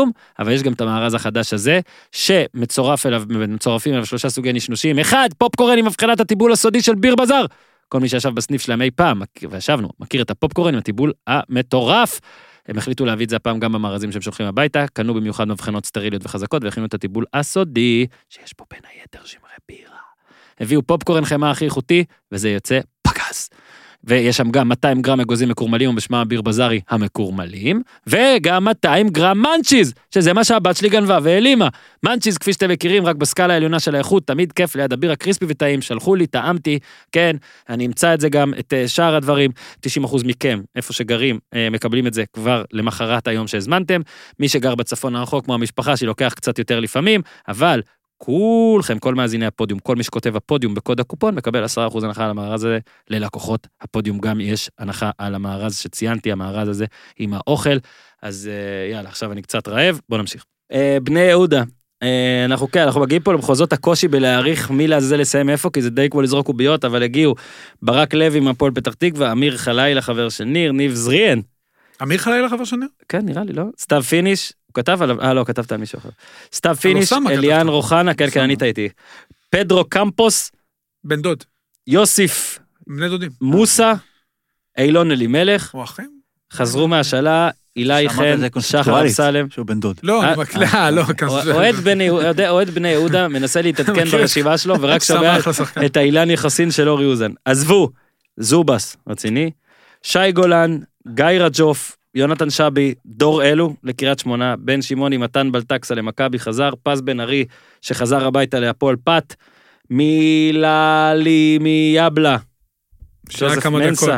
כלום, אבל יש גם את המארז החדש הזה, מצורפים אליו 3 סוגי נשנושים. 1, פופקורן עם הבחנת הטיבול הסודי של ביר בזאר. כל מי שישב בסניף שלהם אי פעם, וישבנו, מכיר את הפופקורן עם הטיבול המטורף. הם החליטו להביא את זה הפעם גם במארזים שהם שולחים הביתה, קנו במיוחד מבחנות סטריליות וחזקות, והכינו את הטיבול הסודי, שיש פה בין היתר שמרי בירה. הביאו פופקורן חמה הכי איכותי, וזה יוצא פגז. ויש שם גם 200 גרם אגוזים מקורמלים, ובשמה ביר בזארי המקורמלים, וגם 200 גרם מנצ'יז, שזה מה שהבת שלי גנבה והעלימה. מנצ'יז, כפי שאתם מכירים, רק בסקאלה העליונה של האיכות, תמיד כיף ליד הביר הקריספי וטעים, שלחו לי, טעמתי, כן, אני אמצא את זה גם, את שאר הדברים, 90% מכם, איפה שגרים, מקבלים את זה כבר למחרת היום שהזמנתם, מי שגר בצפון הרחוק, כמו המשפחה, שלוקח קצת יותר לפעמים, אבל כולכם, כל מאזיני הפודיום, כל מי שכותב הפודיום בקוד הקופון, מקבל 10% הנחה על המארז הזה, ללקוחות הפודיום גם יש הנחה על המארז שציינתי, המארז הזה עם האוכל, אז יאללה, עכשיו אני קצת רעב, בוא נמשיך. בני יהודה, אנחנו מגיעים פה למחוזות הקושי בלהעריך מי לעזאזל לסיים איפה, כי זה די כמו לזרוק קוביות, אבל הגיעו ברק לוי מהפועל פתח תקווה, אמיר חלילה חבר של ניר, ניב זריאן. אמיר חלילה חבר של ניר? כן, נראה לי, לא? סתיו פיניש, הוא כתב עליו, לא, כתבת על מישהו אחר. סתיו פיניש, אליאן רוחנה, כן, כן, אני טעיתי. פדרו קמפוס, בן דוד. יוסיף, בני דודים. מוסה, אילון אלימלך, הוא אחים? חזרו מהשאלה, אילי חן, שחר אמסלם. שהוא בן דוד. לא, לא. אוהד בני יהודה מנסה להתעדכן ברשימה שלו, ורק שומע את האילן יחסין של אורי אוזן. עזבו, זובס, רציני, שי גולן, גיא רג'וף, יונתן שבי, דור אלו לקריית שמונה, בן שמעוני, מתן בלטקסה למכבי חזר, פז בן ארי שחזר הביתה להפועל פת, מיללי מיאבלה, שוזף מנסה,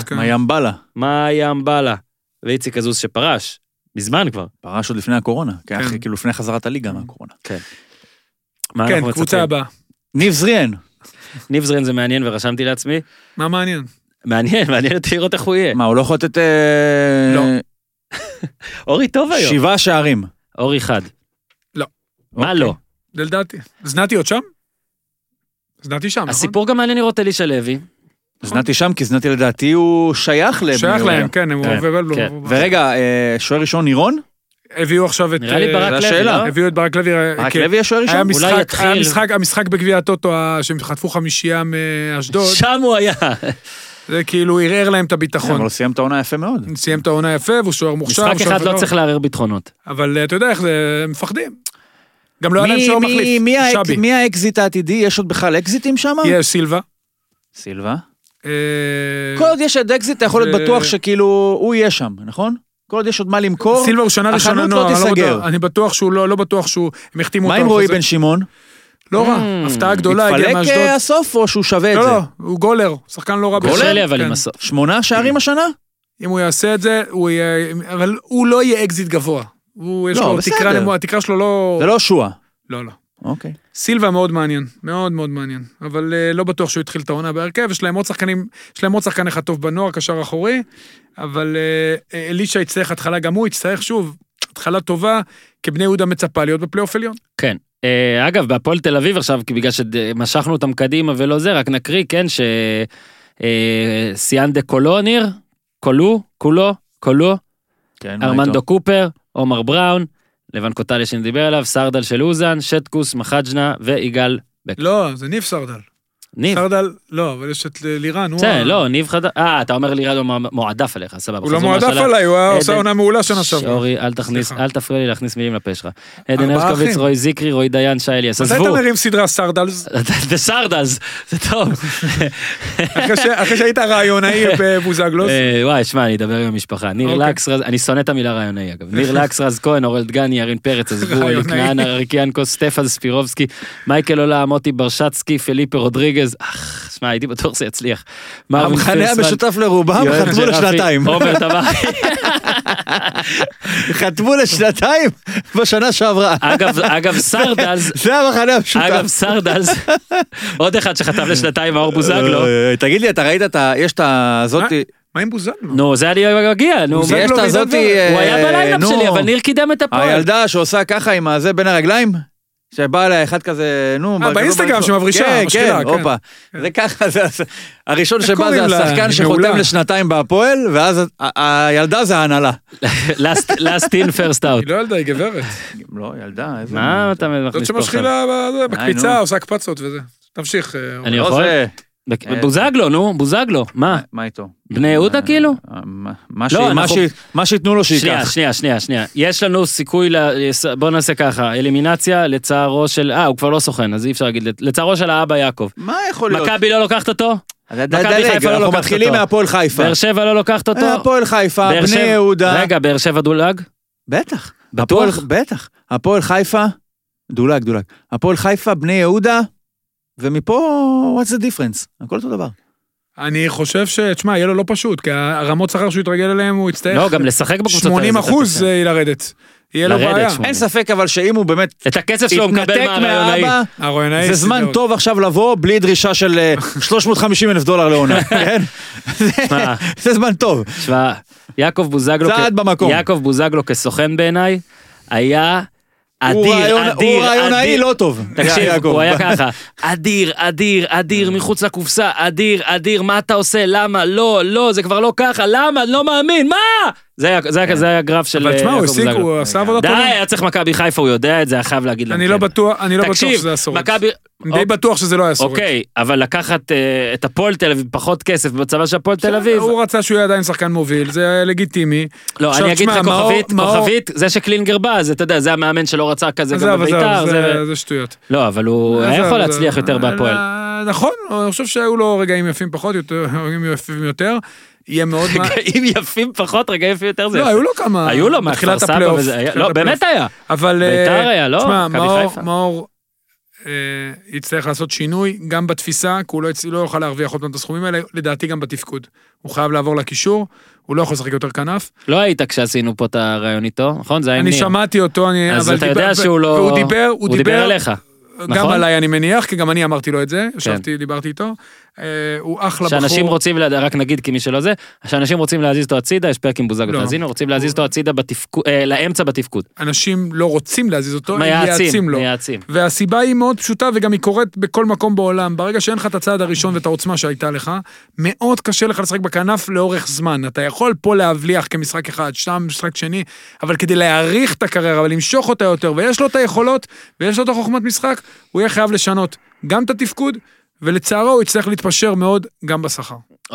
מיאמבלה, ואיציק עזוז שפרש, מזמן כבר. פרש עוד לפני הקורונה, כאילו לפני חזרת הליגה מהקורונה. כן. כן, קבוצה הבאה. ניב זריאן. ניב זריאן זה מעניין ורשמתי לעצמי. מה מעניין? מעניין אותי לראות איך הוא יהיה. מה, הוא לא יכול לתת... לא. אורי טוב היום. 7 שערים. אורי חד. לא. מה לא? לדעתי. זנתי עוד שם? זנתי שם, נכון? הסיפור גם מעניין לראות אלישע לוי. זנתי שם, כי זנתי לדעתי הוא שייך לבני יהודה. שייך להם, כן. ורגע, שוער ראשון נירון? הביאו עכשיו את... נראה לי ברק לוי, לא? הביאו את ברק לוי. ברק לוי השוער ראשון? אולי המשחק בגביע הטוטו, שהם חטפו 5 מאשדוד. שם הוא היה. זה כאילו ערער להם את הביטחון. אבל הוא סיים את העונה יפה מאוד. סיים את העונה יפה, והוא שוער מוכשר. משחק אחד לא צריך לערער ביטחונות. אבל אתה יודע איך זה, הם מפחדים. גם לא היה להם שוער מחליף. מי האקזיט העתידי? יש עוד בכלל אקזיטים שם? יש סילבה. סילבה? כל עוד יש עוד אקזיט, אתה יכול להיות בטוח שכאילו הוא יהיה שם, נכון? כל עוד יש עוד מה למכור, סילבה הוא שנה ראשונה החנות לא תיסגר. אני בטוח שהוא לא בטוח שהוא, הם החתימו אותו. מה עם רועי בן שמעון? לא רע, הפתעה גדולה, הגיע מאשדוד. מתפלק הסוף או שהוא שווה את זה? לא, הוא גולר, שחקן לא רע. קשה לי אבל עם הסוף. 8 שערים השנה? אם הוא יעשה את זה, אבל הוא לא יהיה אקזיט גבוה. יש לו התקרה שלו לא... זה לא שואה. לא. אוקיי. סילבה מאוד מעניין, מאוד מאוד מעניין, אבל לא בטוח שהוא התחיל את העונה בהרכב, יש להם עוד שחקן אחד טוב בנוער, קשר אחורי, אבל אלישע יצטרך התחלה, גם הוא יצטרך שוב, התחלה טובה, כבני יהודה מצפה להיות בפלייאוף עליון. כן. אגב, בהפועל תל אביב עכשיו, בגלל שמשכנו אותם קדימה ולא זה, רק נקריא, כן, סיאן דה קולוניר, קולו, ארמנדו קופר, עומר בראון, לבן קוטליה שנדיבר עליו, סרדל של אוזן, שטקוס, מחג'נה ויגאל בק. לא, זה ניב סרדל. ניב. סרדל, לא, אבל יש את לירן. זה, לא, ניב חדש. אתה אומר לירן הוא מועדף עליך, סבבה. הוא לא מועדף עליי, הוא עושה עונה מעולה שנה שבוע. שורי, אל תפריע לי להכניס מילים לפה שלך. עדן הרשקוביץ, רועי זיקרי, רועי דיין, שי אליאס. מתי אתה מרים סדרה סרדלס? וסרדלס, זה טוב. אחרי שהיית רעיונאי בבוזגלוס. וואי, שמע, אני אדבר עם המשפחה. ניר לקס, אני שונא את המילה רעיונאי, אגב. ניר לקס, רז כהן, אורל דגני, ירין פרץ, עזבו, אלי כנען, אריקיאנקוס, סטפן ספירובסקי, מייקל עולה, מוטי ברשצקי, פליפה רודריגז. שמע, הייתי בטוח זה יצליח. המחנה המשותף לרובם, חתמו לשנתיים. עומר טבחי. חתמו לשנתיים בשנה שעברה. אגב, סרדלס. זה המחנה המשותף. אגב, סרדלס. עוד אחד שחתם לשנתיים, מאור בוזגלו. תגיד לי, אתה ראית יש את הזאתי... מה עם בוזגלו? נו, זה אני מגיע. יש את הזאתי... הוא היה בליינאפ שלי, אבל ניר קידם את הפועל. הילדה שעושה ככה עם הזה בין הרגליים? שבא אליי אחד כזה, נו... באינסטגרם שמברישה, כן, משחילה, כן, כן. הופה. זה ככה, הראשון שבא קוראים זה לה? השחקן היא שחותם מעולה. לשנתיים בהפועל, ואז הילדה זה ההנהלה. last in first out. היא לא ילדה, היא גברת. לא, ילדה, איזה... מה אתה זאת מכניס פה עכשיו? שמשחילה בקפיצה, נו. עושה הקפצות וזה. תמשיך. אני לא יכול? זה... בוזגלו, נו, בוזגלו. מה? מה איתו? בני יהודה כאילו? לא, אנחנו- מה שיתנו לו שייקח. שנייה. יש לנו סיכוי, בוא נעשה ככה, אלימינציה לצערו של, הוא כבר לא סוכן, אז אי אפשר להגיד, לצערו של האבא יעקב. מה יכול להיות? מכבי לא לוקחת אותו? מכבי דלג, חיפה לא אנחנו לוקחת מתחילים אותו. מהפועל חיפה. באר שבע לא לוקחת אותו? הפועל חיפה, באר בני שבע- יהודה. רגע, באר שבע דולג? בטח. בטוח? בטח. הפועל חיפה, דולג. הפועל חיפה, בני יהודה, ומפה, what's the difference? הכל אותו דבר. אני חושב תשמע, יהיה לו לא פשוט, כי הרמות שכר שהוא יתרגל אליהם, הוא יצטרך... לא, גם לשחק בקבוצות האלה. 80% לרדת. יהיה לו לרדת, בעיה. 80. אין ספק אבל שאם הוא באמת את הכסף שלו הוא מקבל יתנתק מהרעיונאי. מהאבא, הרעיונאי זה זמן סידר. טוב עכשיו לבוא בלי דרישה של $350,000 לעונה, כן? שמע. זה זמן טוב. תשמע, יעקב בוזגלו... צעד במקום. יעקב בוזגלו כסוכן בעיניי, היה הוא אדיר, רעיונאי לא טוב. תקשיב, יעקב. הוא היה ככה, אדיר, מחוץ לקופסה, אדיר, מה אתה עושה, למה, לא, זה כבר לא ככה, למה, אני לא מאמין, מה? זה היה גרף של אבל תשמע, הוא יעקב הסיק, בוזגלו. הוא עשה עבודה די, טובה. היה צריך מכבי חיפה, הוא יודע את זה, היה חייב להגיד להם. אני לא כן. בטוח תקשיב, שזה אסור. מכבי... אני די בטוח שזה לא היה אסור. אוקיי, אבל לקחת את הפועל תל אביב, פחות כסף בצבא של הפועל תל אביב, הוא רצה שהוא יהיה עדיין שחקן מוביל, זה לגיטימי. לא, עכשיו, אני אגיד לך תשמע, כוכבית, זה שקלינגר בא, זה, אתה יודע, זה המאמן שלא רצה כזה גם עזוב, בביתר, זה שטויות. לא, אבל הוא היה יכול להצליח יותר בהפועל. נכון, אני חושב שהיו לו רגעים יפים פחות, רגעים יפים יותר. יהיה מאוד... רגעים יפים פחות, רגעים יפים יותר זה. לא, היו לו כמה... היו לו, מה, כפר סבא וזה, לא, באמת היה. אבל... ביתר היה, לא? תשמע, מכבי חיפה. מאור יצטרך לעשות שינוי, גם בתפיסה, כי הוא לא יוכל להרוויח עוד פעם את הסכומים האלה, לדעתי גם בתפקוד. הוא חייב לעבור לקישור, הוא לא יכול לשחק יותר כנף. לא היית כשעשינו פה את הרעיון איתו, נכון? זה היה עם אני ניר. שמעתי אותו, אז אתה יודע שהוא לא... הוא דיבר עליך. גם נכון? עליי אני מניח, כי גם אני אמרתי לו את זה, דיברתי איתו. הוא אחלה בחור. שאנשים רוצים, רק נגיד כי מי שלא זה, שאנשים רוצים להזיז אותו הצידה, יש פרק עם בוזגלו, תאזינו, רוצים להזיז אותו הצידה לאמצע בתפקוד. אנשים לא רוצים להזיז אותו, הם מייעצים, מייעצים לו. מייעצים. והסיבה היא מאוד פשוטה, וגם היא קורית בכל מקום בעולם. ברגע שאין לך את הצעד הראשון ואת העוצמה שהייתה לך, מאוד קשה לך לשחק בכנף לאורך זמן. אתה יכול פה להבליח כמשחק אחד, שם משחק שני, אבל כדי להעריך את הקריירה ולמשוך אותה יותר, ויש לו את היכולות, ויש לו את החוכמת משחק, הוא יהיה חייב לשנות גם את התפקוד, ולצערו הוא יצטרך להתפשר מאוד גם בשכר.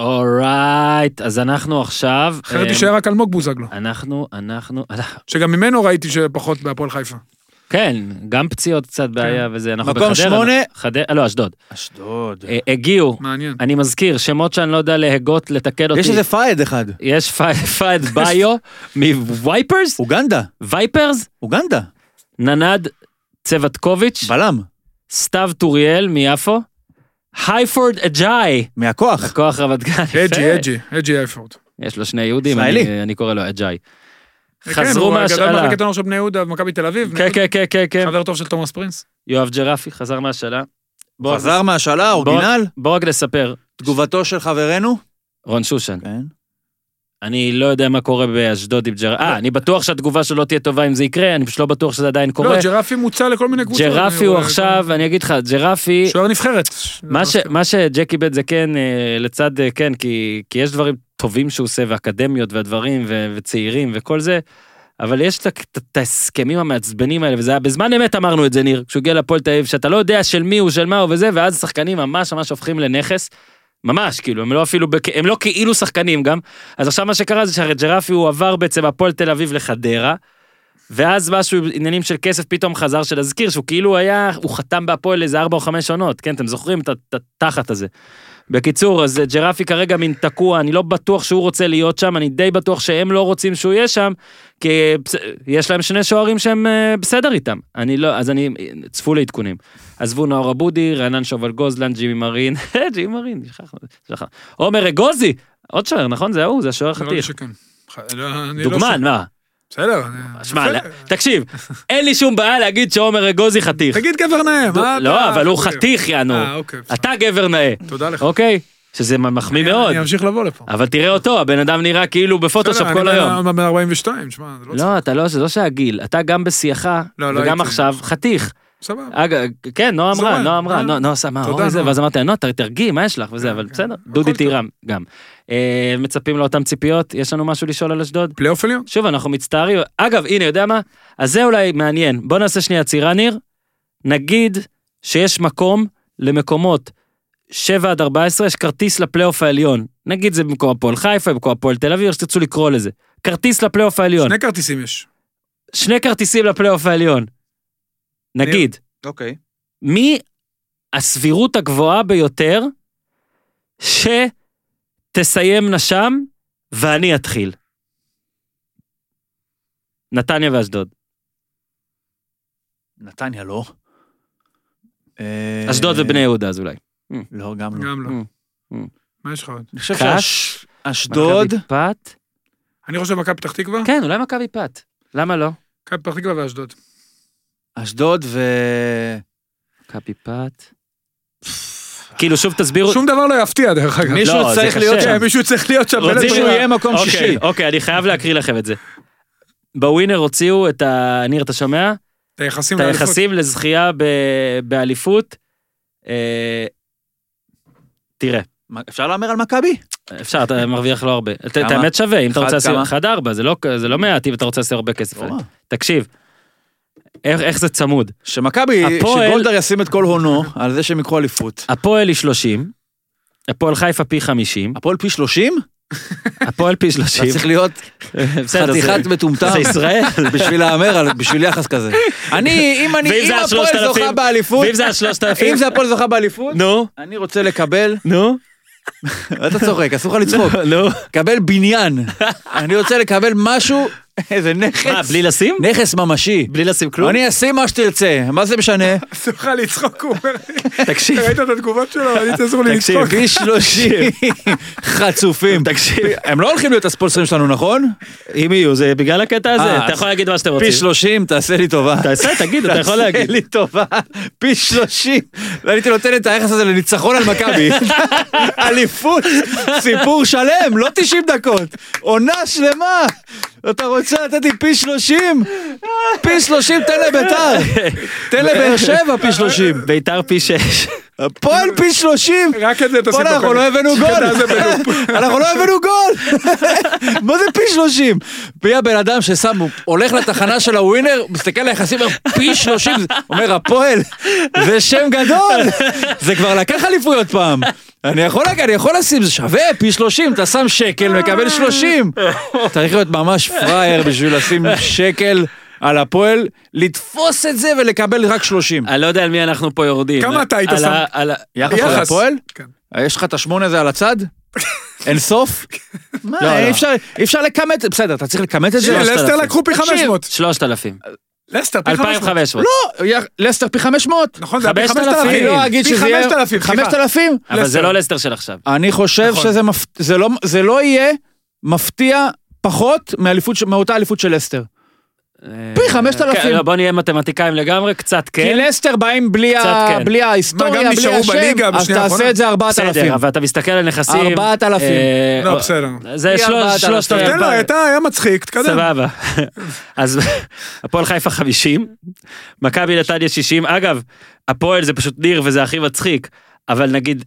אורייט, אז אנחנו עכשיו... אחרת יישאר רק אלמוג בוזגלו. אנחנו... שגם ממנו ראיתי שפחות בהפועל חיפה. כן, גם פציעות קצת בעיה וזה, אנחנו מקום 8. לא, אשדוד. אשדוד. הגיעו, מעניין. אני מזכיר, שמות שאני לא יודע להגות, לתקן אותי. יש איזה פייד אחד. יש פייד ביו, מווייפרס? אוגנדה. וייפרס? אוגנדה. ננד צבטקוביץ', בלם. סתיו טוריאל מיפו, הייפורד אג'אי, מהכוח. הכוח רמת גן. אג'י אייפורד. יש לו שני יהודים, ישראלי. אני קורא לו אג'אי. כן, חזרו הוא גדל מהשאלה. במחלקת הנוער של בני יהודה ומכבי תל אביב. כן. חבר טוב של תומאס פרינס. יואב ג'רפי חזר מהשאלה. חזר מהשאלה, אורגינל. בוא רק לספר, תגובתו של חברנו. רון שושן. כן. אני לא יודע מה קורה באשדוד עם ג'רפי. אני בטוח שהתגובה שלו לא תהיה טובה אם זה יקרה, אני פשוט לא בטוח שזה עדיין קורה. לא, ג'רפי מוצא לכל מיני קבוצות. ג'רפי הוא עכשיו, אני אגיד לך, ג'רפי, שוער נבחרת. מה שג'קי בית זה כן, לצד כן, כי יש דברים טובים שהוא עושה, ואקדמיות והדברים, וצעירים וכל זה, אבל יש את ההסכמים המעצבנים האלה, וזה היה, בזמן אמת אמרנו את זה, ניר, כשהוא הגיע לפועל תל אביב, שאתה לא יודע של מי הוא, של מה הוא וזה, ואז השחקנים ממש הופכים לנכס, ממש, כאילו, הם לא כאילו שחקנים גם, אז עכשיו מה שקרה זה שג'רפי הוא עבר בעצם הפועל תל אביב לחדרה, ואז משהו, עניינים של כסף פתאום חזר שלהזכיר, שהוא כאילו הוא חתם בהפועל איזה 4 או 5 עונות, כן, אתם זוכרים את התחת הזה. בקיצור, אז ג'רפי כרגע מן תקוע, אני לא בטוח שהוא רוצה להיות שם, אני די בטוח שהם לא רוצים שהוא יהיה שם, כי יש להם 2 שוערים שהם בסדר איתם. אז אני צפו לעדכונים. עזבו נאור אבודי, רענן שובל גוזלן, ג'ימי מרין, ג'ימי מרין, שכח. עומר אגוזי, עוד שוער, נכון? זה הוא, זה השוער חתיך. דוגמן, מה? בסדר. שמע, תקשיב, אין לי שום בעיה להגיד שעומר אגוזי חתיך. תגיד גבר נאה. לא, אבל הוא חתיך, יענו. אתה גבר נאה. תודה לך. אוקיי? שזה מחמיא מאוד. אני אמשיך לבוא לפה. אבל תראה אותו, הבן אדם נראה כאילו בפוטושופ כל היום. אני בן 42, שמע, זה לא צריך. לא, אתה לא, זה לא שהגיל, אתה גם בשיחה, וגם עכשיו, חתיך. סבבה. אגב, כן, נועה אמרה, נועה שמה, תודה, זה, נועה. ואז אמרתי, נועה, תרגי, מה יש לך וזה, אבל בסדר, דודי תירם גם. מצפים לאותם ציפיות, יש לנו משהו לשאול על אשדוד? פלייאוף עליון? שוב, אנחנו מצטערים, אגב, הנה, יודע מה? אז זה אולי מעניין, בוא נעשה שנייה צירה, ניר, נגיד שיש מקום למקומות 7 עד 14, יש כרטיס לפלייאוף העליון, נגיד זה במקום הפועל חיפה, במקום הפועל תל אביב, שתרצו לקרוא לזה, כרטיס לפלייאוף העליון. 2 כרטיסים יש. 2 כרטיסים לפלייאוף העליון. נגיד. אוקיי. מי הסבירות הגבוהה ביותר שתסיימנה שם ואני אתחיל? נתניה ואשדוד. נתניה לא. אשדוד ובני יהודה אז אולי. לא, גם לא. גם לא. מה יש לך עוד? אני חושב קאש, שאשדוד, מכבי פת. אני חושב מכבי פתח תקווה? כן, אולי מכבי פת. למה לא? מכבי פתח תקווה ואשדוד. אשדוד מכבי פת. כאילו שוב תסבירו. שום דבר לא יפתיע דרך אגב. מישהו לא, זה צריך קשה. להיות שם. כן, מישהו צריך להיות שם. רוצים שהוא יהיה מקום שישי. אוקיי, אני חייב להקריא לכם את זה. בווינר הוציאו את ניר, אתה שומע? את היחסים את לאליפות. היחסים לזכייה באליפות. תראה. אפשר לאמר על מכבי? אפשר, אתה מרוויח לא הרבה. את כמה? האמת שווה, אם אתה רוצה כמה? לעשות 1-4, זה לא מעט, אם אתה רוצה לעשות הרבה כסף. לא רע. תקשיב, איך זה צמוד? שמכבי, הפועל- שגולדהר ישים את כל הונו על זה שהם יקחו אליפות. הפועל היא 30, הפועל חיפה פי 50, הפועל פי 30? הפועל פי 30. אתה צריך להיות בסדר, חתיכת זה- מטומטם. זה ישראל. בשביל להאמר, בשביל יחס כזה. אם ואם זה הפועל 3,000, זוכה באליפות, ואם זה 3,000, אם זה הפועל זוכה באליפות, נו, אני רוצה לקבל, נו, אתה צוחק, אסור לך לצחוק, נו. קבל בניין. אני רוצה לקבל משהו, איזה מה, נכס, בלי לשים? נכס ממשי. בלי לשים כלום? אני אשים מה שתרצה, מה זה משנה? אסור לך לצחוק, הוא אומר לי. תקשיב, ראית את התגובות שלו? אני אסור לי תקשיב, לצחוק. פי 30 חצופים. תקשיב. הם לא הולכים להיות הספונסרים שלנו, נכון? אם יהיו, זה בגלל הקטע הזה, אז אתה יכול להגיד מה שאתם רוצים. פי 30, תעשה לי טובה. תעשה, תגיד, אתה יכול להגיד. תעשה לי טובה, פי 30. והייתי נותן את היחס הזה לניצחון על מכבי. אליפות, סיפור שלם, לא 90 דקות. עונה שלמה. אתה רוצה לתת לי פי 30? פי 30 תן לביתר. תן לבאר שבע פי 30. ביתר פי 6. הפועל פי 30. רק את זה תוסיף. בוא'נה, אנחנו לא הבאנו גול. אנחנו לא הבאנו גול. מה זה פי 30? פי הבן אדם ששם, הוא הולך לתחנה של הווינר, מסתכל על היחסים, אומר, פי 30, אומר, הפועל, זה שם גדול. זה כבר לקח אליפויות פעם. אני יכול לשים, זה שווה, פי 30, אתה שם שקל, מקבל 30. צריך להיות ממש פרייר בשביל לשים שקל על הפועל, לתפוס את זה ולקבל רק 30. אני לא יודע על מי אנחנו פה יורדים. כמה אתה היית על שם? יחס יחס. על הפועל? כן. יש לך את השמונה הזה על הצד? אין סוף? מה, לא, לא. אי אפשר לכמת, בסדר, אתה צריך לכמת את זה? כן, לסטר 3,000. לקחו פי 500. 3,000. לסטר פי 500. 2,500. לא, לסטר פי 500. נכון, זה היה פי 5,000. 5,000. אני לא אגיד פי שזה יהיה 5,000, סליחה. 5,000? אבל זה לסטר. לא לסטר של עכשיו. אני חושב נכון. שזה לא יהיה מפתיע פחות מאותה אליפות של לסטר. פי 5,000. כן, לא, בוא נהיה מתמטיקאים לגמרי, קצת כי כן. לסטר באים בלי קצת כן. בלי ההיסטוריה, מה, גם בלי נשארו השם, בליגה אז בשנייה תעשה האחרונה? את זה 4,000. בסדר, אבל אתה מסתכל על נכסים. 4,000. אה, לא, בסדר. זה פי 4,000. 3,000. תן לו, היה מצחיק, תקדם. סבבה. אז הפועל חיפה 50, מכבי נתניה 60, אגב, הפועל זה פשוט ניר וזה הכי מצחיק, אבל נגיד,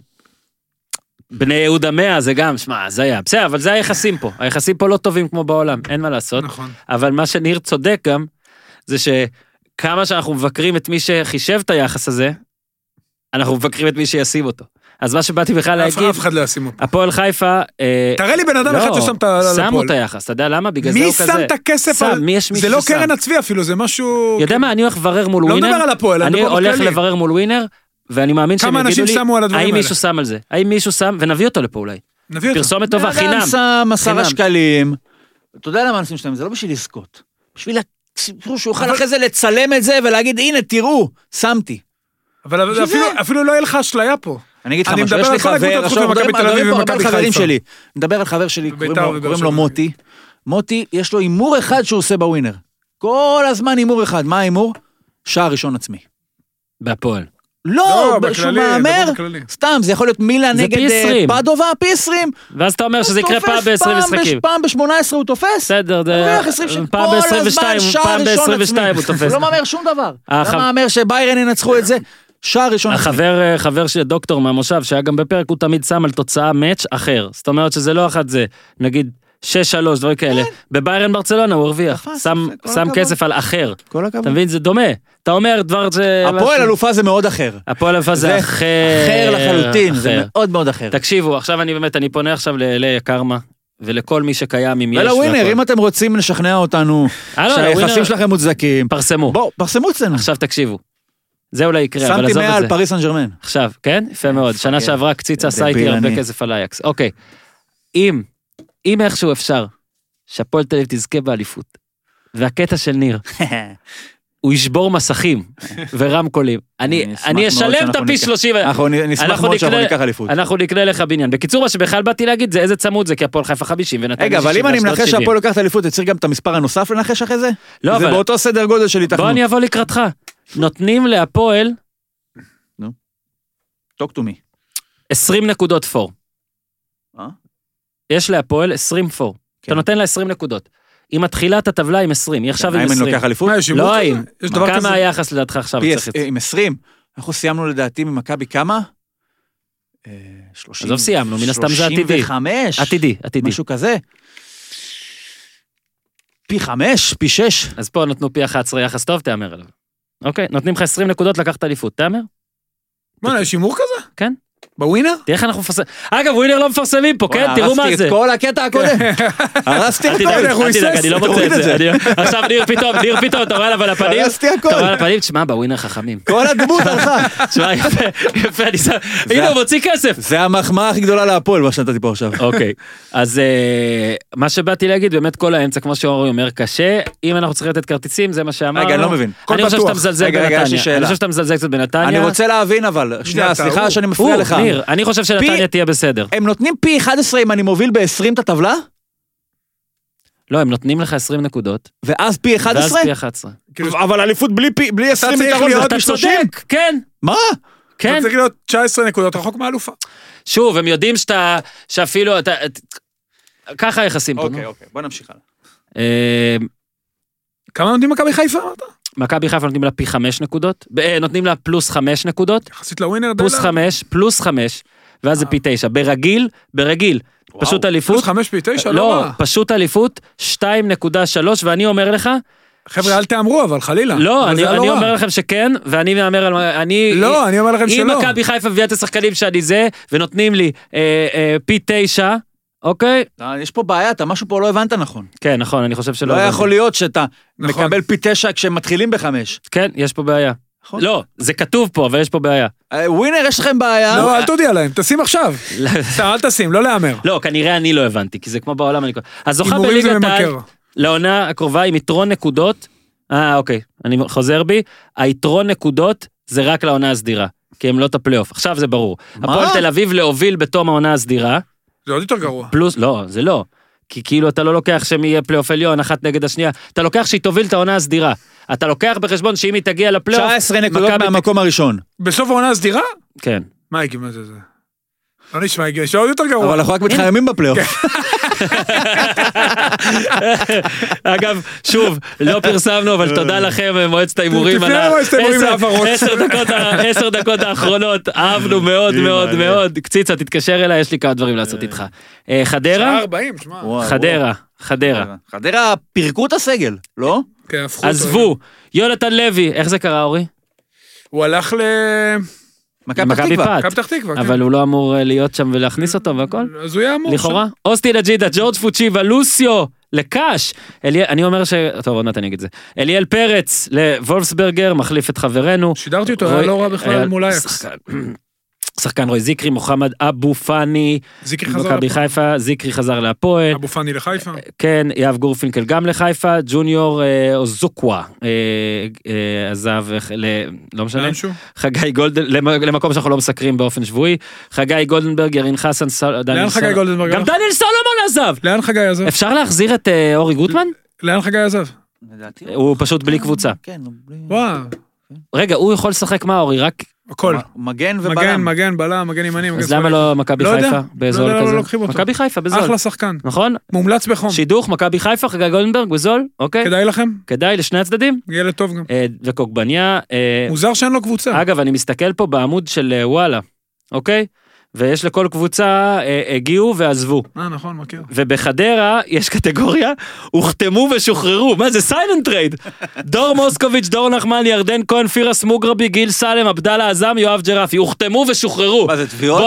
בני יהודה 100 זה גם, שמע, זה היה, בסדר, אבל זה היחסים פה, היחסים פה לא טובים כמו בעולם, אין מה לעשות, נכון. אבל מה שניר צודק גם, זה שכמה שאנחנו מבקרים את מי שחישב את היחס הזה, אנחנו מבקרים את מי שישים אותו. אז מה שבאתי בכלל להגיד, אף אחד לא ישים אותו. הפועל חיפה, תראה לי בן אדם אחד ששם את שמו הפועל. את היחס, אתה יודע למה? בגלל זה הוא מי כזה. שם את הכסף שם, על... מי יש מישהו זה לא ששם? קרן הצבי אפילו, זה משהו... יודע מה, אני הולך לברר מול לא ווינר. מדבר על הפועל, אני אני מדבר הולך בכללי. לברר מול ווינר, ואני מאמין שהם כמה יגידו אנשים לי, שמו על הדברים האם האלה? מישהו שם על זה? האם מישהו שם, ונביא אותו לפה אולי. נביא אותו. פרסומת טובה, חינם. אדם שם 10 חינם. שקלים. אתה יודע למה אנשים שלהם? זה לא בשביל לזכות. בשביל שהוא יוכל אחרי זה לצלם את זה ולהגיד, הנה, תראו, שמתי. אבל אפילו לא יהיה לך אשליה פה. אני אגיד לך אני משהו, מדבר יש על לי כל חבר, הקבוצות חוץ עכשיו ממכבי תל אביב מדברים פה ומכבי על חברים חיפה. שלי. מדבר על חבר שלי, וביתר ובאר קוראים שבע. לו מוטי. מוטי, יש לו הימור אחד שהוא עושה בווינר. כל הזמן הימור אחד. מה ההימור? שער ראשון עצמי. בהפועל. לא, בכללי, שהוא מאמר, דבר בכללי. סתם, זה יכול להיות מילה זה נגד פי 20. פדובה, פי 20. ואז אתה אומר שזה יקרה פעם ב-20 משחקים. פעם ב-18 הוא תופס. בסדר, כל פעם הזמן ב-22, שער פעם ראשון ב-22 הוא עצמי. תופס. הוא לא מאמר שום דבר. החב- לא מאמר שביירן ינצחו את זה. שער ראשון עצמי. חבר של דוקטור מהמושב, שהיה גם בפרק, הוא תמיד שם על תוצאה מאץ' אחר. זאת אומרת שזה לא אחת זה, נגיד 6-3, דברים כאלה. בביירן ברצלונה הוא הרוויח. תפס, שם כל שם הכבוד. כסף על אחר. כל הכבוד. אתה מבין? זה דומה. אתה אומר דבר זה... הפועל אלופה זה מאוד אחר. הפועל אלופה זה אחר. אחר לחלוטין, זה אחר. מאוד מאוד אחר. תקשיבו, עכשיו אני פונה עכשיו לאלי קרמה, ולכל מי שקיים עם יש. ולווינר, אם אתם רוצים לשכנע אותנו שהיחסים שלכם מוצדקים, פרסמו. בואו, פרסמו אצלנו. עכשיו תקשיבו. זה אולי יקרה, אבל שמתי עזוב 100 את על זה. פריס סן ז'רמן. עכשיו, כן? יפה מאוד. שנה שעברה קציץ עשה איתי דביל הרבה אני. כסף על אייקס. אוקיי. אם איכשהו אפשר, שהפועל תל אביב תזכה באליפות, והקטע של ניר, הוא ישבור מסכים ורמקולים. אני אשלם את הפי 30. אנחנו נשמח מאוד שאנחנו ניקח אליפות. אנחנו נקנה לך בניין. בקיצור, מה שבכלל באתי להגיד זה איזה צמוד זה, כי הפועל חיפה 50 ונתן רגע, אבל אם אני מנחש שהפועל לוקח את האליפות, צריך גם את המספר הנוסף לנחש אחרי זה? לא, זה אבל... באותו סדר גודל של בוא התאחדות. אני אבוא לקראתך. נותנים להפועל talk to me. 20 נקודות פור. יש להפועל 20 פור. אתה נותן לה 20 נקודות. היא מתחילה את הטבלה עם 20, היא עכשיו עם האם 20. אני לוקח אליפות? מה, יש לא שיווק האם. כזה? יש דבר כזה? כמה היחס לדעתך עכשיו? עם 20. אנחנו סיימנו לדעתי ממכבי כמה? 30. עזוב סיימנו, מן הסתם זה עתידי. 35. עתידי. משהו כזה. פי 5, פי 6. אז פה נתנו פי 11 יחס טוב, תאמר עליו. אוקיי, נותנים לך 20 נקודות לקחת אליפות, תאמר? מה, יש הימור כזה? כן. בווינר? תראה איך אנחנו מפרסמים. אגב, ווינר לא מפרסמים פה, כן? תראו מה הרסתי זה. את כל הקטע הקודם. הרסתי אל הכל. תדאג, אני לא מוצא את זה. עכשיו ניר פתאום, אתה רואה לה על הפנים? הרסתי הכל. אתה רואה על הפנים? תשמע, בווינר חכמים. כל הדמות הלכה. תשמע, יפה, אני שם... הנה, הוא מוציא כסף. זה המחמאה הכי גדולה להפועל, מה שנתתי פה עכשיו. אוקיי, אז מה שבאתי להגיד, באמת כל האמצע, כמו שאורי אומר, קשה. אם אנחנו צריכים לתת כרטיסים, זה מה שאמרנו. רגע, אני לא מבין. אני חושב שאתה מזלזל רגע, יש לי בנתניה. שאלה. אני חושב שאתה מזלזל קצת בנתניה. אני רוצה להבין אבל, שנייה, סליחה שאני מפריע לך. ניר, אני חושב שנתניה תהיה בסדר. הם נותנים פי 11 אם אני מוביל ב-20 את הטבלה? לא, הם נותנים לך 20 נקודות. ואז פי 11? ואז פי 11. אבל אליפות בלי 20 צריך יתרון להיות זה פי 30? צודק, כן, מה? כן. אתה צריך להיות 19 נקודות רחוק מהאלופה. שוב, הם יודעים שאפילו, ככה היחסים פה. אוקיי, בוא נמשיך הלאה. כמה נותנים מכבי חיפה אמרת? מכבי חיפה נותנים לה פי 5 נקודות, נותנים לה פלוס 5 נקודות, יחסית לווינר פלוס 5, ואז זה פי 9. ברגיל, פשוט אליפות. פלוס 5 פי 9? לא, פשוט אליפות 2.3, ואני אומר לך, חבר'ה, אל תאמרו, אבל חלילה. לא, אני אומר לכם שכן, ואני מאמר על... לא, אני אומר לכם שלא. אם מכבי חיפה מביאה את השחקנים שאני זה, ונותנים לי פי 9, אוקיי? יש פה בעיה, אתה משהו פה לא הבנת נכון. כן, נכון, אני חושב שלא... לא יכול להיות שאתה נכון. מקבל פי 9 כשהם מתחילים ב5. כן, יש פה בעיה. נכון. לא, זה כתוב פה, אבל יש פה בעיה. ווינר, יש לכם בעיה. לא, אל תודיע להם, תשים עכשיו. אל תשים, לא להאמר. לא, כנראה אני לא הבנתי, כי זה כמו בעולם. אז זוכה הימורים זה בליגת העל, ממכר. לעונה הקרובה עם יתרון נקודות, אוקיי, אני חוזר בי, היתרון נקודות זה רק לעונה הסדירה, כי הם לא את הפלייאוף, עכשיו זה ברור. הפועל תל אביב להוביל בתום העונה הסדירה, זה עוד יותר גרוע. פלוס, לא, זה לא, כי כאילו אתה לא לוקח שהם יהיה פלייאוף עליון, אחת נגד השנייה, אתה לוקח שהיא תוביל את העונה הסדירה, אתה לוקח בחשבון שאם היא תגיע לפלייאוף, 19 נקודות מהמקום הראשון. בסוף העונה הסדירה? כן. מה הגיע, מה זה? לא נשמע, הגיע, שעוד יותר גרוע. אבל אנחנו רק מתחיימים בפלייאוף. אגב, שוב, לא פרסמנו, אבל תודה לכם, מועצת ההימורים, תפנה למועצת ההימורים להעברות. 10 דקות האחרונות, אהבנו מאוד מאוד מאוד, קציצה, תתקשר אליי, יש לי כמה דברים לעשות איתך. חדרה? שעה 40, שמע. חדרה. חדרה פירקו את הסגל, לא? כן, הפכו אותו. עזבו, יונתן לוי, איך זה קרה, אורי? הוא הלך מכבי פתח תקווה. מכבי פתח תקווה, כן. אבל הוא לא אמור להיות שם ולהכניס אותו והכל? אז הוא יהיה אמור. לכאורה? אוסטין אג'ידה, ג'ורג' פוצ'יבה, לוסיו, לקאש. אני אומר טוב, עוד מעט אני אגיד את זה. אליאל פרץ, לוולפסברגר, מחליף את חברנו. שידרתי אותו, היה לא רע בכלל מול אייקס. שחקן רוי זיקרי, מוחמד אבו פאני, זיקרי חזר מכבי להפועל. חיפה, זיקרי חזר להפועל. אבו פאני לחיפה. כן, יאב גורפינקל גם לחיפה, ג'וניור אוזוקווה עזב, לא משנה, לאנשהו? חגי גולדן, למקום שאנחנו לא מסקרים באופן שבועי, חגי גולדנברג, ירין חסן, לאן חגי גולדנברג? גם דניאל סולומון עזב. לאן חגי עזב? אפשר להחזיר את אורי גוטמן? לאן חגי עזב? הוא פשוט בלי קבוצה. כן, בלי... וואו. רגע, הוא יכול לשחק מה אורי? רק הכל. מגן ובלם. מגן, בלם, מגן ימני, מגן אז למה לא מכבי לא יודע. חיפה בזול לא כזה? לוקחים אותו. מכבי חיפה בזול. אחלה שחקן. נכון? מומלץ בחום. שידוך, מכבי חיפה, חגי גולדנברג בזול, אוקיי? כדאי לכם? כדאי לשני הצדדים. ילד טוב גם. וקוגבניה. מוזר שאין לו קבוצה. אגב, אני מסתכל פה בעמוד של וואלה, אוקיי? ויש לכל קבוצה, הגיעו ועזבו. נכון, מכיר. ובחדרה יש קטגוריה, הוחתמו ושוחררו. מה זה? סיילנט טרייד. דור מוסקוביץ', דור נחמן, ירדן כהן, פירס מוגרבי, גיל סלם, עבדאללה עזם, יואב ג'רפי. הוחתמו ושוחררו. מה זה, תביעות?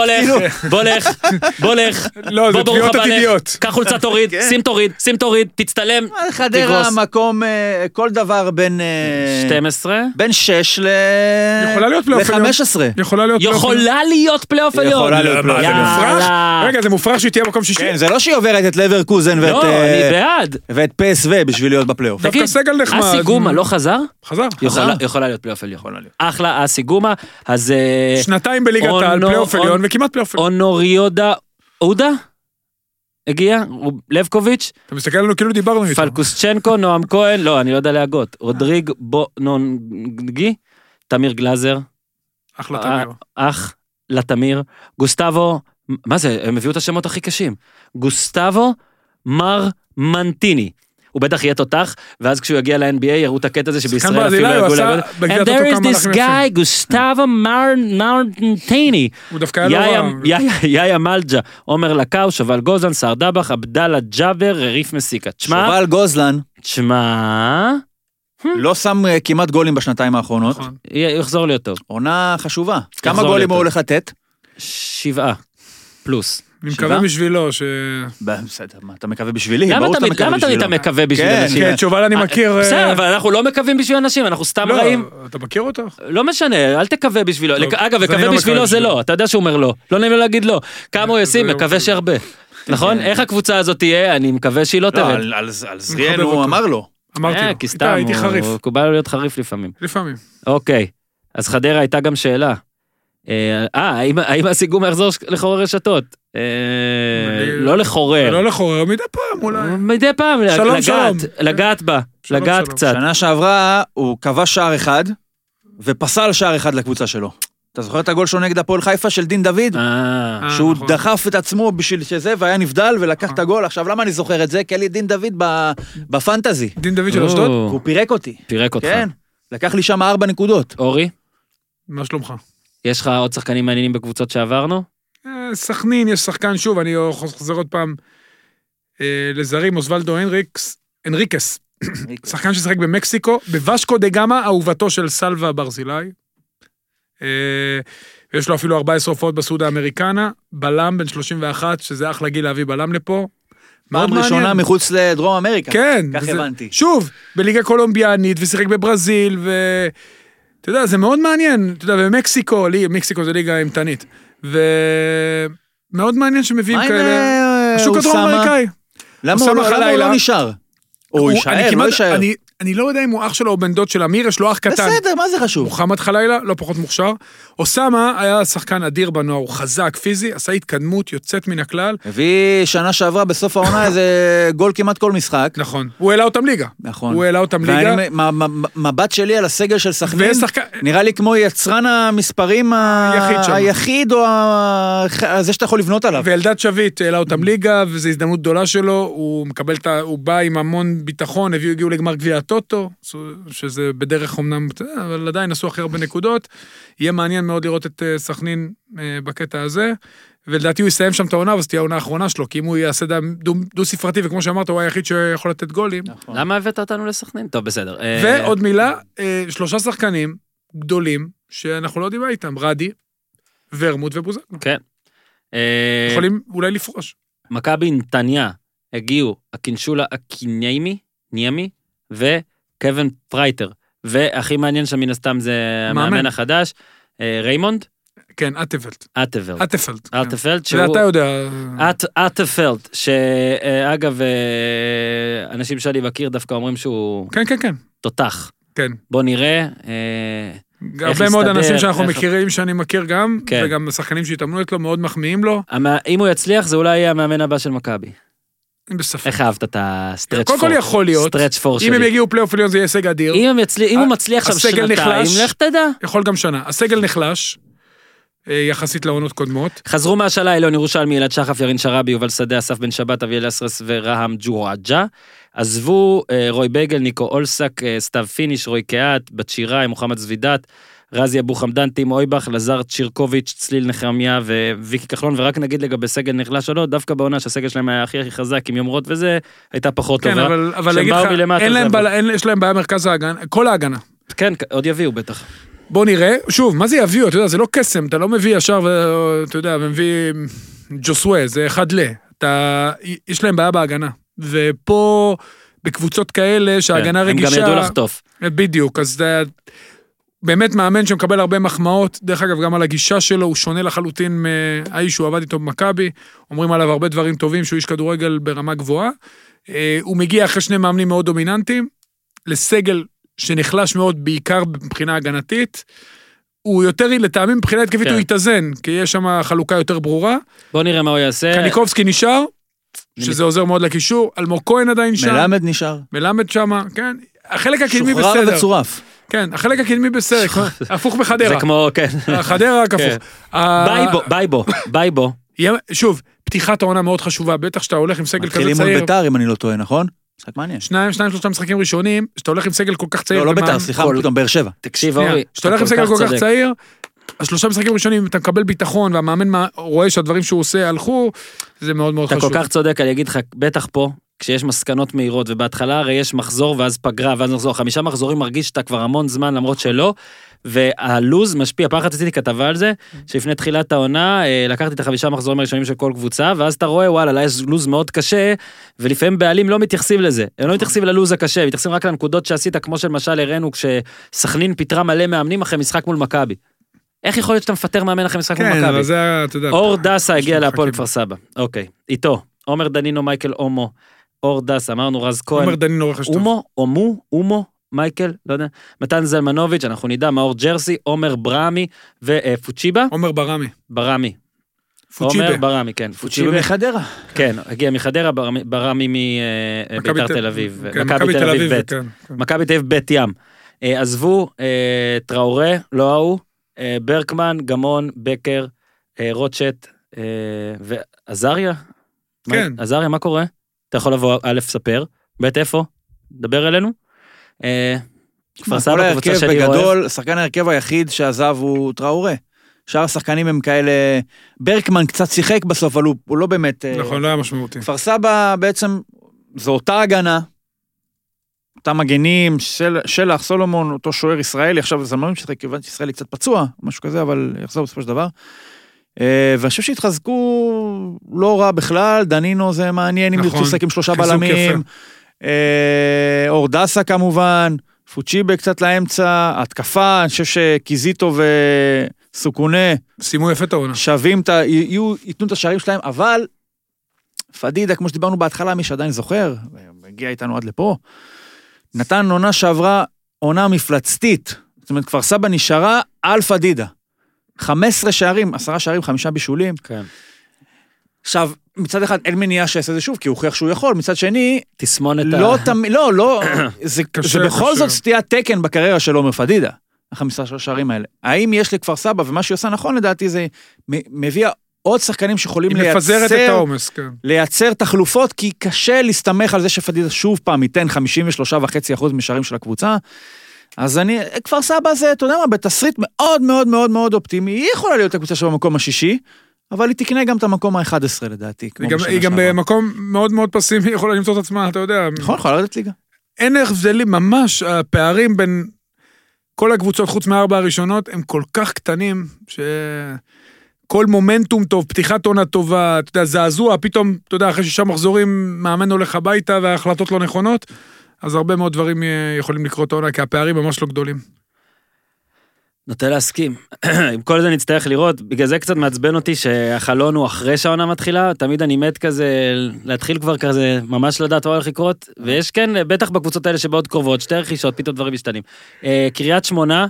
בוא לך. לא, זה תביעות עתידיות. קח חולצה תוריד, שים תוריד, תצטלם. חדרה מקום, כל דבר בין... 12. בין 6 יכולה להיות פלייאוף עליון. ל-15. יכולה להיות פלייאוף עליון. רגע, זה מופרך שהיא תהיה מקום 60. כן, זה לא שהיא עוברת את לברקוזן לא, אני בעד. ואת PSV בשביל להיות בפלייאוף. דווקא סגל נחמד. אסי גומה לא חזר? חזר. יכולה להיות פלייאוף עליון. אחלה, אסי גומה. אז... שנתיים בליגת העל, פלייאוף עליון, וכמעט פלייאוף עליון. אונוריודה, אודה? הגיע? לבקוביץ'? אתה מסתכל עלינו כאילו דיברנו איתו. פלקוסצ'נקו, נועם כהן, לא, אני לא יודע להגות. רודריג בונונגי, תמיר גלזר. אחלה תמיר. אח לתמיר. גוסטבו, מה זה? הם הביאו את השמות הכי קשים. גוסטבו מר מנטיני. הוא בטח יהיה תותח, ואז כשהוא יגיע ל-NBA יראו את הקטע הזה שבישראל אפילו יגעו להגות. And there is this guy, גוסטבו מרנטיני. הוא דווקא היה לא רע. יאיה מלג'ה, עומר לקאו, שובל גוזלן, סרדבח, עבדאללה ג'אבר, ריף מסיקה. שובל גוזלן. תשמע... לא שם כמעט גולים בשנתיים האחרונות. יחזור להיות טוב. עונה חשובה. כמה גולים הוא הולך לתת? 7 פלוס. אני מקווה בשבילו ש... בסדר, מה, אתה מקווה בשבילי? למה תמיד אתה מקווה בשביל אנשים? כן, שובל אני מכיר... בסדר, אבל אנחנו לא מקווים בשביל אנשים, אנחנו סתם רעים. אתה מכיר אותו? לא משנה, אל תקווה בשבילו. אגב, מקווה בשבילו זה לא, אתה יודע שהוא אומר לא. לא נעים לו להגיד לא. כמה הוא ישים, מקווה שהרבה. נכון? איך הקבוצה הזאת תהיה? אני מקווה שהיא לא תרד. על זריאן הוא אמר לו. אמרתי לו. כי סתם, הוא בא לו להיות חריף לפעמים. לפעמים. אוקיי, אז חדרה הייתה גם שאלה. האם הסיגום יחזור לחורר רשתות? לא לחורר. לא לחורר, מדי פעם אולי. מדי פעם, לגעת בה, לגעת קצת. שנה שעברה הוא כבש שער אחד, ופסל שער אחד לקבוצה שלו. אתה זוכר את הגול שלו נגד הפועל חיפה של דין דוד? שהוא דחף את עצמו בשביל שזה, והיה נבדל ולקח את הגול. עכשיו, למה אני זוכר את זה? כי היה לי דין דוד בפנטזי. דין דוד של אשדוד? הוא פירק אותי. פירק אותך. כן, לקח לי שם 4 נקודות. אורי? מה שלומך? יש לך עוד שחקנים מעניינים בקבוצות שעברנו? סכנין, יש שחקן שוב, אני חוזר עוד פעם לזרים, אוסוולדו אנריקס. שחקן ששחק במקסיקו, בוושקו דה גאמה, אהובתו של סלווה ברזילי. יש לו אפילו 14 הופעות בסעודה האמריקנה, בלם בן 31, שזה אחלה גיל להביא בלם לפה. פעם ראשונה מחוץ לדרום אמריקה. כן. כך הבנתי. שוב, בליגה קולומביאנית, ושיחק בברזיל, אתה יודע, זה מאוד מעניין, אתה יודע, במקסיקו, מקסיקו זה ליגה אימתנית, ומאוד מעניין שמביאים כאלה, השוק הדרום אמריקאי. למה הוא לא נשאר? הוא יישאר, לא יישאר. אני לא יודע אם הוא אח שלו או בן דוד של אמיר, יש לו אח קטן. בסדר, מה זה חשוב? מוחמד חלילה, לא פחות מוכשר. אוסמה היה שחקן אדיר בנוער, הוא חזק, פיזי, עשה התקדמות, יוצאת מן הכלל. הביא שנה שעברה בסוף העונה איזה גול כמעט כל משחק. נכון, הוא העלה אותם ליגה. נכון. הוא העלה אותם ליגה. מבט שלי על הסגל של סכנין, נראה לי כמו יצרן המספרים היחיד, או זה שאתה יכול לבנות עליו. ואלדד שביט העלה אותם ליגה, וזו הזדמנות גדולה שלו, הוא בא עם המון ביטחון, הגיעו לגמר גביע הטוטו, שזה בדרך אמנם, אבל עדיין עשו הכי הרבה נקודות. יהיה מעניין מאוד לראות את סכנין בקטע הזה, ולדעתי הוא יסיים שם את העונה, אז תהיה העונה האחרונה שלו, כי אם הוא יעשה דו ספרתי, וכמו שאמרת, הוא היחיד שיכול לתת גולים. למה הבאת אותנו לסכנין? טוב, בסדר. ועוד מילה, 3 שחקנים גדולים, שאנחנו לא יודעים מה איתם, רדי, ורמוט ובוזגלו. כן. יכולים אולי לפרוש. מכבי נתניה הגיעו הקינשולה ניאמי, וקווין פרייטר, והכי מעניין שם מן הסתם זה המאמן החדש, ריימונד? כן, אטפלד. שהוא... אתה יודע. אטפלד, שאגב, אנשים שלי מכיר דווקא אומרים שהוא... כן. תותח. כן. בוא נראה... הרבה מאוד אנשים שאנחנו מכירים, שאני מכיר גם, וגם השחקנים שהתאמנו אצלו, מאוד מחמיאים לו. אם הוא יצליח, זה אולי יהיה המאמן הבא של מכבי. אני בספק. איך אהבת את הסטרץ' קודם כל יכול להיות, סטרץ' פור אם הם שלי. יגיעו פלייאוף עליון זה יהיה הישג אדיר. אם הוא מצליח עכשיו הסגל שנתיים, נחלש. לך תדע. יכול גם שנה. הסגל נחלש, יחסית לעונות קודמות. חזרו מהשאלה אילון ירושלמי, אלעד שחף, ירין שרבי, יובל שדה, אסף בן שבת, אביאל אסרס ורהם ג'ורג'ה. עזבו רוי בייגל, ניקו אולסק, סתיו פיניש, רוי קהת, בת שירה, מוחמד זבידת, רזי אבו חמדן, טים אויבך, לזר צ'ירקוביץ', צליל נחמיה וויקי כחלון, ורק נגיד לגבי סגל נחלש או לא, דווקא בעונה שהסגל שלהם היה הכי חזק עם יומרות וזה, הייתה פחות כן, טובה. אבל להגיד לך, יש להם בעיה מרכז ההגנה, כל ההגנה. כן, עוד יביאו בטח. בוא נראה, שוב, מה זה יביאו? אתה יודע, זה לא קסם, אתה לא מביא ישר, אתה יודע, ומביא ג'וסווה, זה אחד יש להם בעיה בהגנה. ופה, בקבוצות כאלה, שההגנה רגישה... הם גם ידעו לחטוף. בדיוק, אז באמת מאמן שמקבל הרבה מחמאות, דרך אגב, גם על הגישה שלו, הוא שונה לחלוטין מהאיש שהוא עבד איתו במכבי, אומרים עליו הרבה דברים טובים, שהוא איש כדורגל ברמה גבוהה. הוא מגיע אחרי שני מאמנים מאוד דומיננטיים, לסגל שנחלש מאוד, בעיקר מבחינה הגנתית, הוא יותר לטעמים מבחינה התקפית, הוא יתאזן, כי יש שם חלוקה יותר ברורה. בוא נראה מה הוא יעשה. קניקובסקי נשאר, שזה עוזר מאוד לקישור, אלמוג כהן עדיין שם. מלמד נשאר. מלמד שם, כן. החלק הקדמי בסדר. שוחרר וצורף. כן, החלק הקדמי בסדר, הפוך בחדרה. זה כמו, כן. החדרה רק הפוך. ביי בו. שוב, פתיחת העונה מאוד חשובה, בטח שאתה הולך עם סגל כזה צעיר. מתחילים מול ביתר, אם אני לא טועה, נכון? משחק מעניין. 2-3 משחקים ראשונים, שאתה הולך עם סגל כל כך צעיר. לא ביתר, סליחה, פתאום באר שבע. תקשיב, אורי. שאתה הולך עם סגל כל כך צעיר, השלושה משחקים ראשונים, אתה מקבל ביטחון, והמאמן רואה שהדברים שהוא עושה הלכו, זה מאוד מאוד חשוב. אתה כל כך צודק, אני אגיד לך, בטח פה, כשיש מסקנות מהירות, ובהתחלה הרי יש מחזור, ואז פגרה, ואז נחזור. 5 מחזורים מרגיש שאתה כבר המון זמן, למרות שלא, והלוז משפיע. פעם אחת עשיתי כתבה על זה, שלפני תחילת העונה, לקחתי את 5 מחזורים הראשונים של כל קבוצה, ואז אתה רואה, וואלה, יש לוז מאוד קשה, ולפעמים בעלים לא מתייחסים לזה. הם לא מתייחסים ללוז הקשה, מתייחסים רק לנקודות שעשית, כמו של משל הראינו, כשסכנין פיטרה מלא מאמנים אחרי משחק מול מכבי. איך יכול להיות שאתה מפטר מאמן אחרי משחק מול מכבי? כן, אבל זה, אתה יודע. אור דסה הגיע להפועל כפר סבא. אוקיי. איתו. עומר דנינו, מייקל אומו. אור דסה, אמרנו רז כהן. עומר דנינו רכש טוב. אומו, מייקל, לא יודע. מתן זלמנוביץ', אנחנו נדע, מאור ג'רסי, עומר ברמי ופוצ'יבה. עומר ברמי. ברמי. פוצ'יבה. עומר ברמי, כן. פוצ'יבה מחדרה. כן, הגיע מחדרה, ברמי מביתר תל אביב. מכבי תל אביב ב'. מכבי תל אביב ב' ים. עזבו, טראורה, לא ההוא. ברקמן, גמון, בקר, רוטשט ועזריה? כן. עזריה, מה קורה? אתה יכול לבוא, א', ספר, ב', איפה? דבר אלינו. כפר סבא, קבוצה שלי אוהב. בגדול, שחקן ההרכב היחיד שעזב הוא טראורה. שאר השחקנים הם כאלה, ברקמן קצת שיחק בסוף, אבל הוא לא באמת... נכון, לא היה משמעותי. כפר סבא בעצם, זו אותה הגנה, אותם מגנים, שלח, סולומון, אותו שוער ישראלי, עכשיו זה זלמונים שחק, כיוון שישראלי קצת פצוע, משהו כזה, אבל יחזור בסופו של דבר. ואני חושב שהתחזקו לא רע בכלל, דנינו זה מעניין, אם ירצו לשחק עם 3 בלמים, אור דסה כמובן, פוצ'יבה קצת לאמצע, התקפה, אני חושב שקיזיטו וסוקונה, שימו יפה את העונה. שווים, ייתנו את השערים שלהם, אבל פדידה, כמו שדיברנו בהתחלה, מי שעדיין זוכר, הגיע איתנו עד לפה, נתן עונה שעברה עונה מפלצתית, זאת אומרת, כפר סבא נשארה על פדידה. 15 שערים, 10 שערים, 5 בישולים. כן. עכשיו, מצד אחד אין מניעה שיעשה זה שוב, כי הוא הוכיח שהוא יכול, מצד שני, תסמונת לא, זה בכל זאת סטיית תקן בקריירה של עומר פדידה, 15 שערים האלה. האם יש לכפר סבא, ומה שהוא עושה נכון לדעתי, זה מביא עוד שחקנים שיכולים לייצר תחלופות, כי קשה להסתמך על זה שפדידה שוב פעם ייתן 53.5% משערים של הקבוצה, אז כפר סבא זה, אתה יודע מה, בתסריט מאוד מאוד מאוד מאוד אופטימי, היא יכולה להיות הקבוצה שבמקום השישי, אבל היא תקנה גם את המקום ה-11 לדעתי. היא גם במקום מאוד מאוד פסימי, יכולה למצוא את עצמה, אתה יודע. נכון, יכולה לרדת ליגה. אין הבדלים, ממש הפערים בין כל הקבוצות חוץ מהארבע הראשונות, הם כל כך קטנים, שכל מומנטום טוב, פתיחת עונה טובה, אתה יודע, זעזוע, פתאום, אתה יודע, אחרי 6 מחזורים, מאמן הולך הביתה וההחלטות לא נכונות, אז הרבה מאוד דברים יכולים לקרות העונה, כי הפערים ממש לא גדולים. נוטה להסכים. עם כל זה נצטרך לראות, בגלל זה קצת מעצבן אותי שהחלון הוא אחרי שהעונה מתחילה, תמיד אני מת כזה, להתחיל כבר כזה, ממש לדעת מה הולך לקרות, ויש כן, בטח בקבוצות האלה שבעוד קרובות, 2 רכישות, פתאום דברים משתנים. קריית שמונה,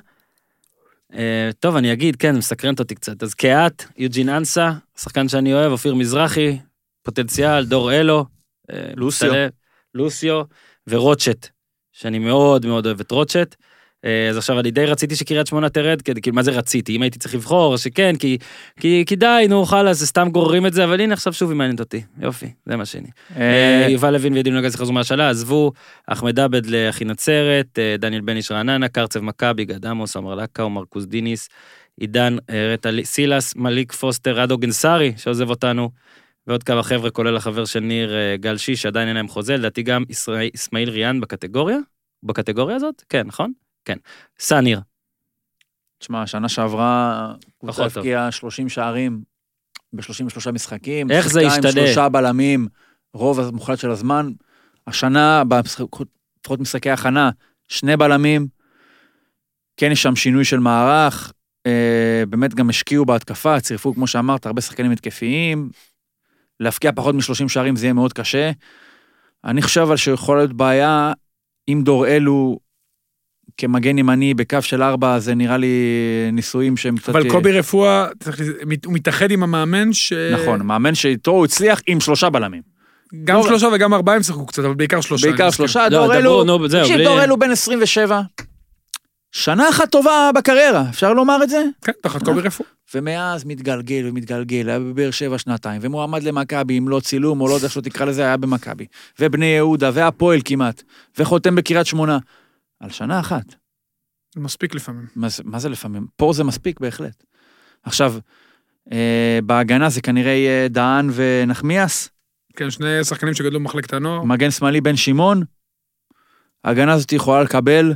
טוב, אני אגיד, כן, מסקרנת אותי קצת, אז קהת, יוג'ין אנסה, שחקן שאני אוהב, אופיר מזרחי, פוטנציאל, דור אלו, לוסיו. לוסיו ורוטשט, שאני מאוד מאוד אוהב את רוטשט. אז עכשיו אני די רציתי שקריית שמונה תרד, כאילו מה זה רציתי, אם הייתי צריך לבחור, שכן, כי די, נו, חלאס, זה סתם גוררים את זה, אבל הנה עכשיו שוב היא מעניינת אותי, יופי, זה מה שני. יובל לוין וידיד נגז חזרו מהשאלה, עזבו, אחמד עבד לאחי נצרת, דניאל בניש רעננה, קרצב מכבי, גד עמוס, עמר לקה, מרקוס דיניס, עידן רטה סילס, מליק פוסטר, רדו גנסרי, שעוזב אותנו, ועוד כמה חבר'ה, כולל החבר של ניר גל שיש, שעדיין אין להם חוזה, לדעתי גם אסמאעיל ריאן בקטגוריה הזאת? כן, נכון? כן. סניר. תשמע, שנה שעברה, קבוצה הפקיעה 30 שערים ב-33 משחקים. איך זה ישתנה? 3 בלמים, רוב המוחלט של הזמן. השנה, לפחות משחקי הכנה, 2 בלמים, כן יש שם שינוי של מערך, באמת גם השקיעו בהתקפה, צירפו, כמו שאמרת, הרבה שחקנים התקפיים, להפקיע פחות מ-30 שערים זה יהיה מאוד קשה. אני חושב על שיכול להיות בעיה, אם דור אלו, כמגן ימני בקו של 4, זה נראה לי ניסויים שהם קצת... אבל קובי רפואה, הוא מתאחד עם המאמן נכון, מאמן שאיתו הוא הצליח עם 3 בלמים. גם 3 וגם 4 הם שחקו קצת, אבל בעיקר 3. בעיקר 3, דור אלו בן 27. שנה אחת טובה בקריירה, אפשר לומר את זה? כן, תחת קובי רפואה. ומאז מתגלגל ומתגלגל, היה בבאר שבע 2 ומועמד למכבי, אם לא צילום או לא יודע שלא תקרא לזה, היה במכבי. ובני יהודה, והפועל כמעט, וחותם בקריית שמונה. על שנה אחת. זה מספיק לפעמים. מה זה לפעמים? פה זה מספיק בהחלט. עכשיו, בהגנה זה כנראה דהן ונחמיאס. כן, 2 שחקנים שגדלו במחלקת הנוער. מגן שמאלי בן שמעון. ההגנה הזאת יכולה לקבל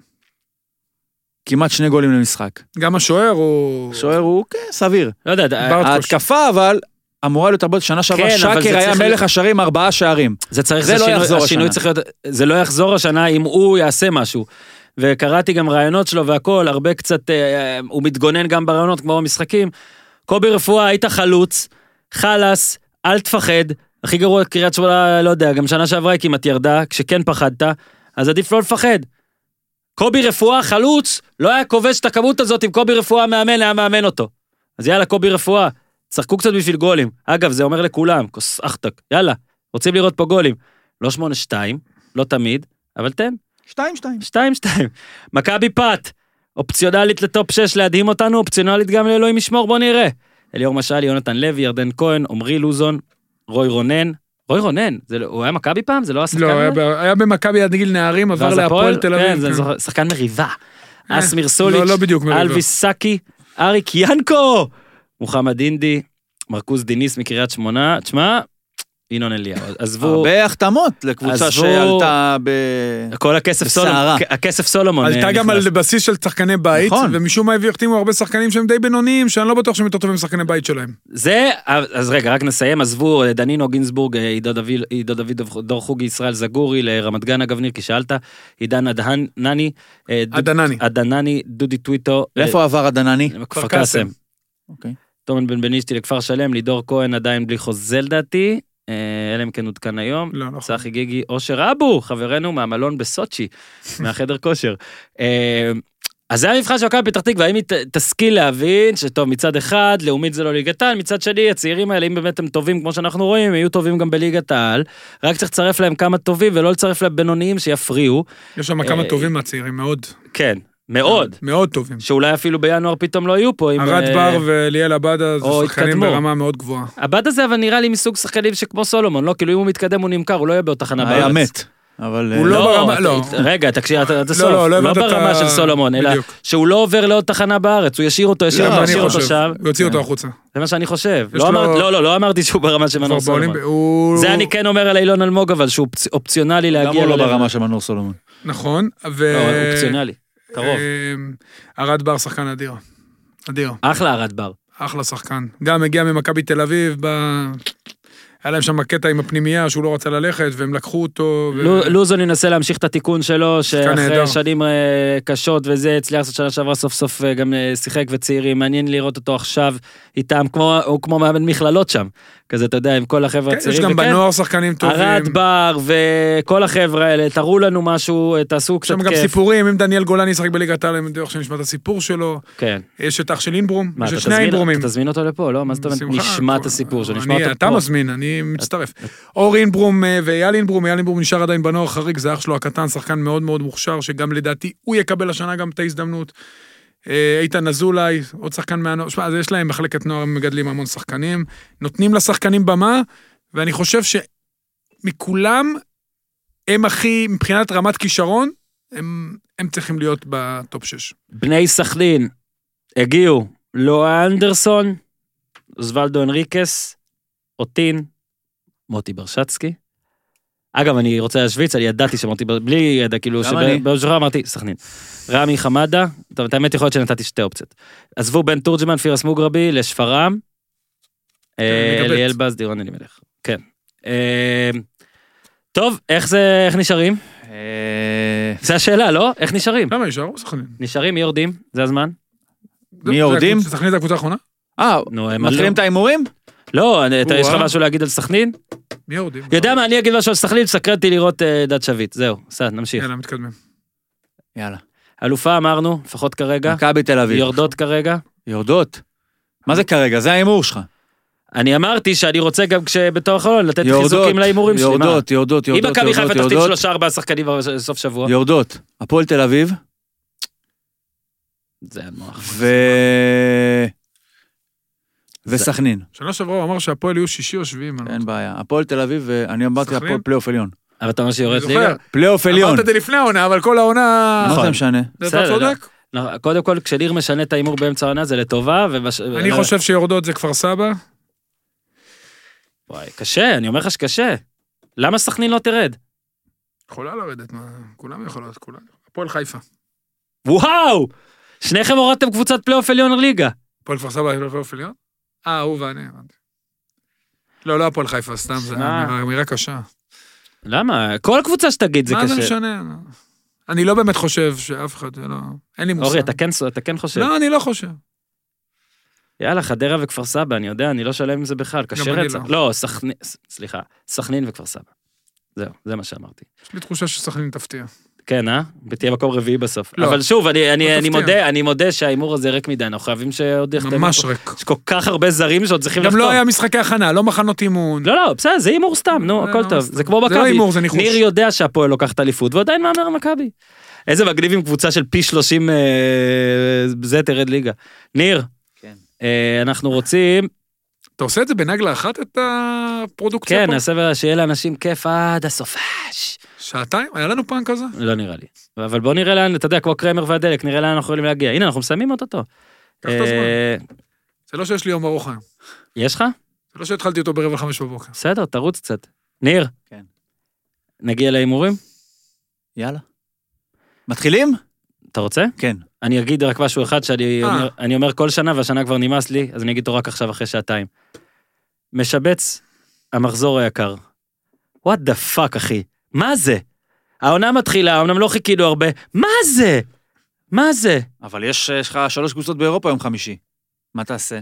כמעט 2 גולים למשחק. גם השוער הוא... השוער הוא, כן, סביר. לא יודע, ההתקפה אבל... אמורה להיות הרבה שנה שעברה, שקר היה מלך השערים 4 שערים. זה לא יחזור השנה. זה לא יחזור השנה אם הוא יעשה משהו. וקראתי גם רעיונות שלו והכל, הרבה קצת, הוא מתגונן גם ברעיונות כמו במשחקים. קובי רפואה, היית חלוץ, חלס, אל תפחד, הכי גרוע קריית שמונה, לא יודע, גם שנה שעברה היא כמעט ירדה, כשכן פחדת, אז עדיף לא לפחד. קובי רפואה, חלוץ, לא היה כובש את הכמות הזאת אם קובי רפואה מאמן, היה מאמן אותו. אז יאללה, קובי רפואה. צחקו קצת בשביל גולים. אגב, זה אומר לכולם, כוס אחתק, יאללה, רוצים לראות פה גולים. לא 8-2, לא תמיד, אבל תן. 2-2. מכבי פת, אופציונלית לטופ 6 להדהים אותנו, אופציונלית גם לאלוהים ישמור, בוא נראה. אליאור משאלי, יונתן לוי, ירדן כהן, עמרי לוזון, רוי רונן, הוא היה מכבי פעם? זה לא השחקן? לא, היה במכבי עד גיל נערים, עבר להפועל תל אביב. כן, זה שחקן מריבה. אסמיר סוליץ', לא בדיוק מריבה. אלוויס סאקי, אריק ינקו, מוחמד אינדי, מרקוס דיניס מקריית שמונה, תשמע, ינון אליהו, עזבו... הרבה החתמות לקבוצה שעלתה כל הכסף סולומון. עלתה גם על בסיס של שחקני בית, ומשום מה החתימו הרבה שחקנים שהם די בינוניים, שאני לא בטוח שהם יותר טובים שחקני בית שלהם. זה, אז רגע, רק נסיים, עזבו דנינו גינסבורג, עידו דוד, דור חוגי, ישראל זגורי, לרמת גן אגב ניר, כי שאלת, עידן עדנני, דודי טוויטו. לאיפה עבר עדנני? כפר קאסם. אוקיי. תומן בן בנישתי לכפר שלם, לידור כהן עדיין בלי חוזה לדעתי, אלה אם כן עודכן היום, צחי גיגי, אושר אבו, חברנו מהמלון בסוצ'י, מהחדר כושר. אז זה המבחן של מכבי פתח תקווה, האם היא תשכיל להבין שטוב, מצד אחד, לאומית זה לא ליגת העל, מצד שני, הצעירים האלה, אם באמת הם טובים, כמו שאנחנו רואים, הם יהיו טובים גם בליגת העל, רק צריך לצרף להם כמה טובים, ולא לצרף להם בינוניים שיפריעו. יש שם כמה טובים מהצעירים, מאוד. כן. מאוד. מאוד טובים. שאולי אפילו בינואר פתאום לא יהיו פה. ארד בר וליאל עבדה זה שחקנים ברמה מאוד גבוהה. עבדה זה אבל נראה לי מסוג שחקנים שכמו סולומון, לא? כאילו אם הוא מתקדם הוא נמכר, הוא לא יהיה בתחנה בארץ. היה מת. אבל... הוא לא ברמה, לא. רגע, תקשיב, אתה סוף. לא ברמה של סולומון, אלא שהוא לא עובר לעוד תחנה בארץ, הוא ישאיר אותו שם. הוא יוציא אותו החוצה. זה מה שאני חושב. לא אמרתי שהוא ברמה של מנור סולומון. זה אני כן אומר על אילון אלמוג, אבל שהוא אופציונלי להגיע. גם הוא לא ברמה של מנור סולומון. נכון, אופציונלי. קרוב. ארד בר שחקן אדיר. אדיר. אחלה ארד בר. אחלה שחקן. גם הגיע ממכבי תל אביב, היה להם שם קטע עם הפנימייה שהוא לא רצה ללכת, והם לקחו אותו. לוזון ינסה להמשיך את התיקון שלו, שאחרי שנים קשות וזה, הצליח לעשות שנה שעברה סוף סוף גם שיחק וצעירים, מעניין לראות אותו עכשיו איתם, הוא כמו מאמן מכללות שם, כזה אתה יודע, עם כל החבר'ה הצעירים. יש גם בנוער שחקנים טובים. ארד בר וכל החבר'ה האלה, תראו לנו משהו, תעשו קצת כיף. יש שם גם סיפורים, אם דניאל גולני ישחק בליגת העל, אני יודע שנשמע את הסיפור שלו. כן. יש את אח של אינברום, יש שני אינברומים. תזמין אותו לפה, לא? מה זאת אומרת, נשמע את הסיפור שלו, נשמע אותו פה. אתה מזמין, אני אני מצטרף. אור אינברום ואייל אינברום, אייל אינברום נשאר עדיין בנוער חריג, זה אח שלו הקטן, שחקן מאוד מאוד מוכשר, שגם לדעתי הוא יקבל השנה גם את ההזדמנות. איתן אזולאי, עוד שחקן מהנוער, אז יש להם מחלקת נוער, הם מגדלים המון שחקנים, נותנים לשחקנים במה, ואני חושב שמכולם, הם הכי, מבחינת רמת כישרון, הם צריכים להיות בטופ 6. בני סכנין הגיעו, לואה אנדרסון, אוסוולדו אנריקס, אוטין, מוטי ברשצקי. אגב, אני רוצה להשוויץ, אני ידעתי שמוטי, בלי ידע, כאילו, שבשורה אמרתי, סכנין. רמי חמדה, טוב, את האמת יכול להיות שנתתי שתי אופציות. עזבו בין תורג'מן, פירס מוגרבי, לשפרם, ליאל בז, דירון אלימלך. כן. טוב, איך נשארים? זה השאלה, לא? איך נשארים? למה נשארו סכנין? נשארים, מי יורדים? זה הזמן? מי יורדים? סכנין זה הקבוצה האחרונה? מתחילים את האימורים? לא, יש לך משהו להגיד על סכנין? מי יורדים? יודע מה, אני אגיד משהו על סכנין, סקרנתי לראות דד שביט, זהו, נמשיך. יאללה, מתקדמים. יאללה. אלופה אמרנו, לפחות כרגע. מכבי תל אביב. יורדות כרגע. יורדות? מה זה כרגע? זה האימור שלך. אני אמרתי שאני רוצה גם כשבתור החלון לתת חיזוקים לאימורים שלי. יורדות. אם מכבי חיפה תחתים 3-4 שחקנים בסוף שבוע. יורדות. הפועל תל אביב. זה המוח. וסכנין. שנה שעברה הוא אמר שהפועל יהיו 6 או 7. אין בעיה. הפועל תל אביב, ואני אמרתי הפועל פלייאוף עליון. אבל אתה אומר שיורד ליגה? פלייאוף עליון. אמרת את זה לפני העונה, אבל כל העונה... מה זה משנה? אתה צודק? קודם כל, כשליר משנה את האימור באמצע העונה, זה לטובה. אני חושב שיורדות זה כפר סבא. וואי, קשה, אני אומר לך שקשה. למה סכנין לא תרד? יכולה לרדת, כולם יכולות, כולם. הפועל חיפה. וואו! שניכם הורדתם קבוצת פלייאוף עליון ליגה. הפועל כפר סבא פלייאוף עליון? הוא ואני. לא הפועל חיפה, סתם, זה אמירה קשה. למה? כל קבוצה שתגיד זה קשה. מה זה משנה? אני לא באמת חושב שאף אחד, לא... אין לי מושג. אורי, אתה כן חושב. לא, אני לא חושב. יאללה, חדרה וכפר סבא, אני יודע, אני לא שלם עם זה בכלל, קשה רצח. לא, סכנין וכפר סבא. זהו, זה מה שאמרתי. יש לי תחושה שסכנין תפתיע. כן, ותהיה מקום רביעי בסוף. אבל שוב, אני מודה שהאימור הזה ריק מדי, אנחנו חייבים שעוד יחתם. ממש ריק. יש כל כך הרבה זרים שעוד צריכים לחתום. גם לא היה משחקי הכנה, לא מחנות אימון. לא, בסדר, זה אימור סתם, נו, הכל טוב. זה כמו מכבי. זה לא אימור, זה ניחוש. ניר יודע שהפועל לוקח את האליפות, ועדיין מאמר מכבי. איזה מגניב עם קבוצה של פי 30 זה תרד ליגה. ניר, אנחנו רוצים... אתה עושה את זה בנגלה אחת את הפרודוקציה כן, פה? נעשה שיהיה לאנשים כיף עד הסוף. שעתיים? היה לנו פעם כזה? לא נראה לי. אבל בוא נראה לאן, אתה יודע, כמו קרמר והדלק, נראה לאן אנחנו יכולים להגיע. הנה, אנחנו מסיימים אותו. קח את הזמן. זה לא שיש לי יום ארוך היום. יש לך? זה לא שהתחלתי אותו ב4:45 בבוקר. בסדר, תרוץ קצת. ניר? כן. נגיע להימורים? יאללה. מתחילים? אתה רוצה? כן. אני אגיד רק משהו אחד שאני אומר כל שנה, והשנה כבר נמאס לי, אז אני אגיד אותו רק עכשיו אחרי שעתיים. משבץ המחזור היקר. What the fuck, אחי? מה זה? העונה מתחילה, אומנם לא חיכינו הרבה. מה זה? מה זה? אבל יש לך 3 קבוצות באירופה יום חמישי. מה תעשה?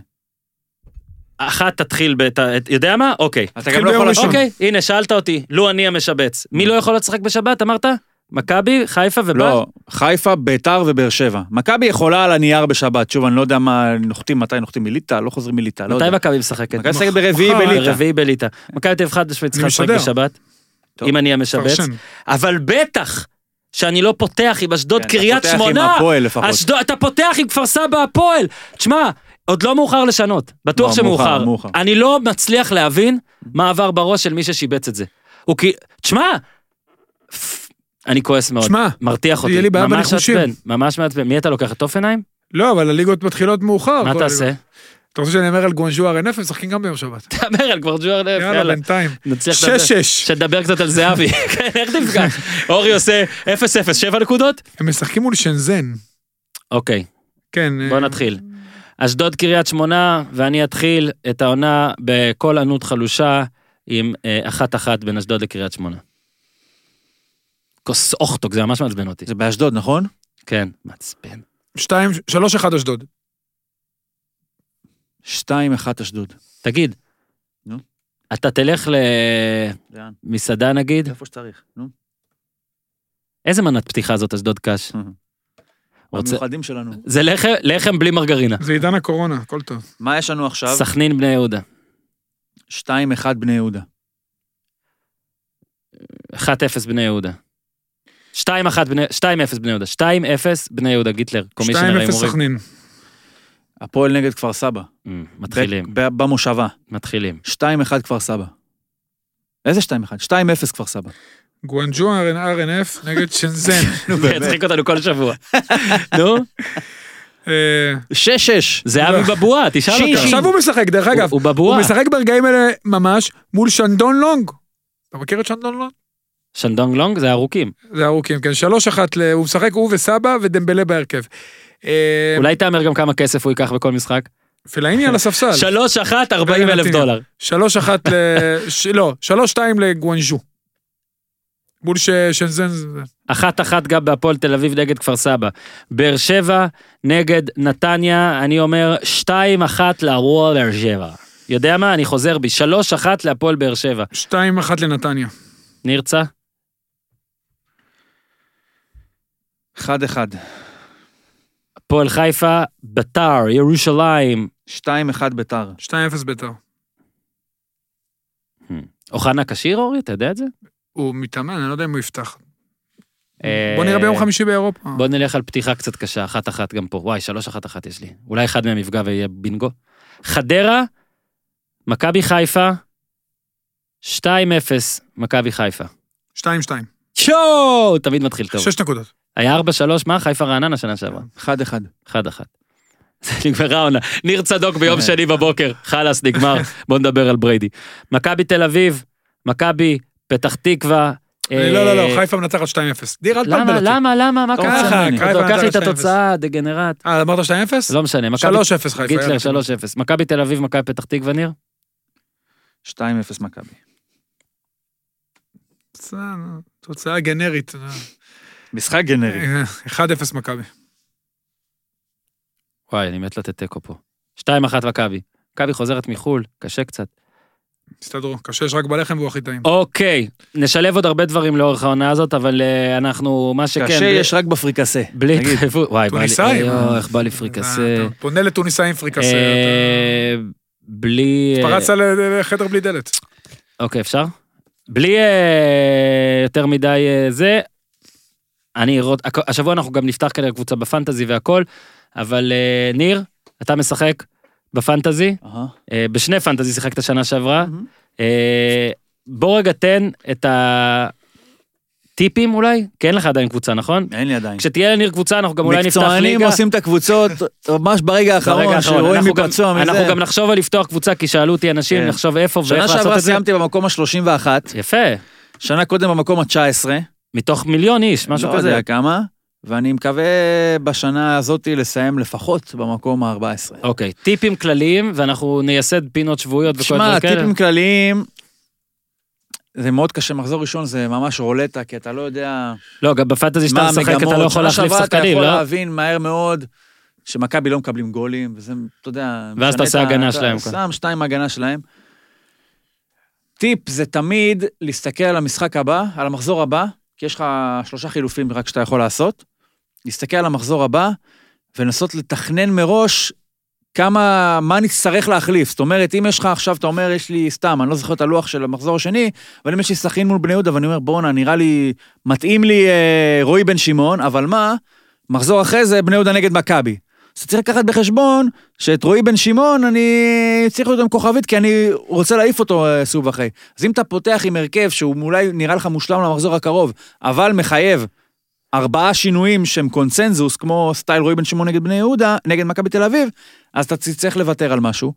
אחת תתחיל יודע מה? אוקיי. אתה גם לא יכול לשון. אוקיי, הנה, שאלת אותי. לו אני המשבץ. מי לא יכול לשחק בשבת, אמרת? מכבי, חיפה ובאר? לא, חיפה, ביתר ובאר שבע. מכבי יכולה על הנייר בשבת. שוב, אני לא יודע מתי נוחתים מליטה, לא חוזרים מליטה. מתי מכבי משחקת? מכבי משחקת ברביעי בליטה. מכבי תבחד צריכה לשחק בשבת. אם אני המשבץ. אבל בטח שאני לא פותח עם אשדוד קריית שמונה. אתה פותח עם כפר סבא הפועל. תשמע, עוד לא מאוחר לשנות. בטוח שמאוחר. אני לא מצליח להבין מה עבר בראש של מי ששיבץ את זה. תשמע, אני כועס מאוד, מרתיח אותי, ממש מעצבן. מי אתה לוקח את אופנהיים? לא, אבל הליגות מתחילות מאוחר. מה תעשה? אתה רוצה שאני אמר על גואנז'ו RNF, הם משחקים גם ביום שבת. תאמר על גואנז'ו RNF, יאללה, בינתיים. 6-6. שתדבר קצת על זהבי. איך תפגע? אורי עושה 0-0, 7 נקודות? הם משחקים מול שנזן. אוקיי. כן. בוא נתחיל. אשדוד קריית שמונה, ואני אתחיל את העונה בכל ענות חלושה, עם 1-1 בין אשדוד לקריית שמונה. כוס אוכטוק, זה ממש מעצבן אותי. זה באשדוד, נכון? כן, מעצבן. 3-1 אשדוד. 2-1 אשדוד. תגיד, נו? אתה תלך למסעדה נגיד? איפה שצריך, נו. איזה מנת פתיחה זאת אשדוד קש? במיוחדים שלנו. זה לחם בלי מרגרינה. זה עידן הקורונה, הכל טוב. מה יש לנו עכשיו? סכנין בני יהודה. 2-1 בני יהודה. 1-0 בני יהודה. 2-0 בני יהודה. 2-0 בני יהודה, גיטלר. 2-0 סכנין. הפועל נגד כפר סבא. מתחילים. במושבה. מתחילים. 2-1 כפר סבא. איזה 2-1? 2-0 כפר סבא. גואנג'ו RNF נגד שנזן. זה יצחיק אותנו כל שבוע. נו? 6-6. זה אבי בבועה, תשאל אותו. עכשיו הוא משחק, דרך אגב. הוא בבועה. הוא משחק ברגעים האלה ממש מול שנדון לונג. אתה מכיר את שנדון לונג? שנדון לונג זה ארוכים. זה ארוכים, כן. 3-1, הוא משחק הוא וסבא ודמבלה בהרכב. אולי תאמר גם כמה כסף הוא ייקח בכל משחק? פלאיני על הספסל. 3-1, $40,000. 3-2 לגואנג'ו. מול שנזן. 1-1 גם בהפועל תל אביב נגד כפר סבא. באר שבע נגד נתניה, אני אומר 2-1 להפועל באר שבע. יודע מה? אני חוזר בי. 3-1 להפועל באר שבע. 2-1 לנתניה. נרצה? 1-1. הפועל חיפה, ביתר, ירושלים. 2-1 ביתר. 2-0 ביתר. אוחנה כשיר אורי, אתה יודע את זה? הוא מתאמן, אני לא יודע אם הוא יפתח. בוא נראה ביום חמישי באירופה. בוא נלך על פתיחה קצת קשה, 1-1 גם פה. וואי, 3-1 יש לי. אולי אחד מהם יפגע ויהיה בינגו. חדרה, מכבי חיפה, 2-0, מכבי חיפה. 2-2. שואו! תמיד מתחיל טוב. 6 נקודות. היה 4-3, מה? חיפה רעננה שנה שעברה. 1-1. 1-1. זה נגמרה עונה. ניר צדוק ביום שני בבוקר. חלס, נגמר. בוא נדבר על בריידי. מכבי תל אביב, מכבי פתח תקווה. לא, חיפה מנצחת 2-0. דיר, אל תבלבל אותי. למה? מה קרה? קח לי את התוצאה, דגנרט. אמרת 2-0? לא משנה. 3-0 חיפה. גיטלר 3-0. מכבי תל אביב, מכבי פתח תקווה, ניר? 2-0 מכבי. תוצאה גנרית. משחק גנרי. 1-0 מכבי. וואי, אני מת לתת תיקו פה. 2-1 מכבי. מכבי חוזרת מחול, קשה קצת. תסתדרו, קשה יש רק בלחם והוא הכי טעים. אוקיי, נשלב עוד הרבה דברים לאורך העונה הזאת, אבל אנחנו, מה שכן... קשה יש רק בפריקסה. בלי התחייבות. וואי, טוניסאים. איך בא לי פריקסה. פונה לטוניסאים פריקסה. בלי... פרצת לחדר בלי דלת. אוקיי, אפשר? בלי יותר מדי זה, השבוע אנחנו גם נפתח כאלה קבוצה בפנטזי והכל, אבל ניר, אתה משחק בפנטזי, בשני פנטזי שיחקת שנה שעברה, בוא רגע תן את הטיפים אולי, כי אין לך עדיין קבוצה, נכון? אין לי עדיין. כשתהיה לניר קבוצה, אנחנו גם אולי נפתח ליגה. מקצוענים עושים את הקבוצות ממש ברגע האחרון, שרואים מפצוע מזה. אנחנו גם נחשוב על לפתוח קבוצה, כי שאלו אותי אנשים, נחשוב איפה ואיך לעשות את זה. שנה שעברה סיימתי במקום ה-31. יפה. שנה קודם במקום ה-19. מתוך 1,000,000 איש, משהו כזה. לא יודע כמה. ואני מקווה בשנה הזאת לסיים לפחות במקום ה-14. אוקיי, טיפים כלליים, ואנחנו נייסד פינות שבועיות וכל דבר כאלה. תשמע, טיפים כלליים, זה מאוד קשה, מחזור ראשון זה ממש רולטה, כי אתה לא יודע... לא, גם בפנטזי שאתה משחק, אתה לא יכול להחליף שחקנים, אתה לא? יכול להבין מהר מאוד שמכבי לא מקבלים גולים, וזה, אתה יודע... ואז אתה עושה הגנה שלהם. שם 2 הגנה שלהם. טיפ זה תמיד להסתכל על המשחק הבא, על המחזור הבא, כי יש לך 3 חילופים רק שאתה יכול לעשות, להסתכל על המחזור הבא, ולנסות לתכנן מראש מה נצטרך להחליף. זאת אומרת, אם יש לך עכשיו, אתה אומר, יש לי סתם, אני לא זוכר את הלוח של המחזור השני, אבל אם יש לי שחקן מול בני יהודה, ואני אומר, בואנה, נראה לי, מתאים לי רועי בן שמעון, אבל מה? מחזור אחרי זה, בני יהודה נגד מכבי. אז צריך לקחת בחשבון, שאת רועי בן שמעון, אני צריך להיות עם כוכבית, כי אני רוצה להעיף אותו סוב אחרי. אז אם אתה פותח עם הרכב, שהוא אולי נראה לך מושלם למחזור הקרוב, אבל מחייב 4 שינויים שהם קונצנזוס, כמו סטייל רועי בן שמעון נגד בני יהודה, נגד מכבי תל אביב, אז אתה צריך לוותר על משהו.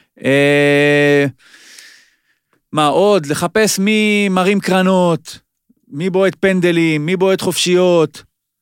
מה עוד? לחפש מי מרים קרנות, מי בועט פנדלים, מי בועט חופשיות.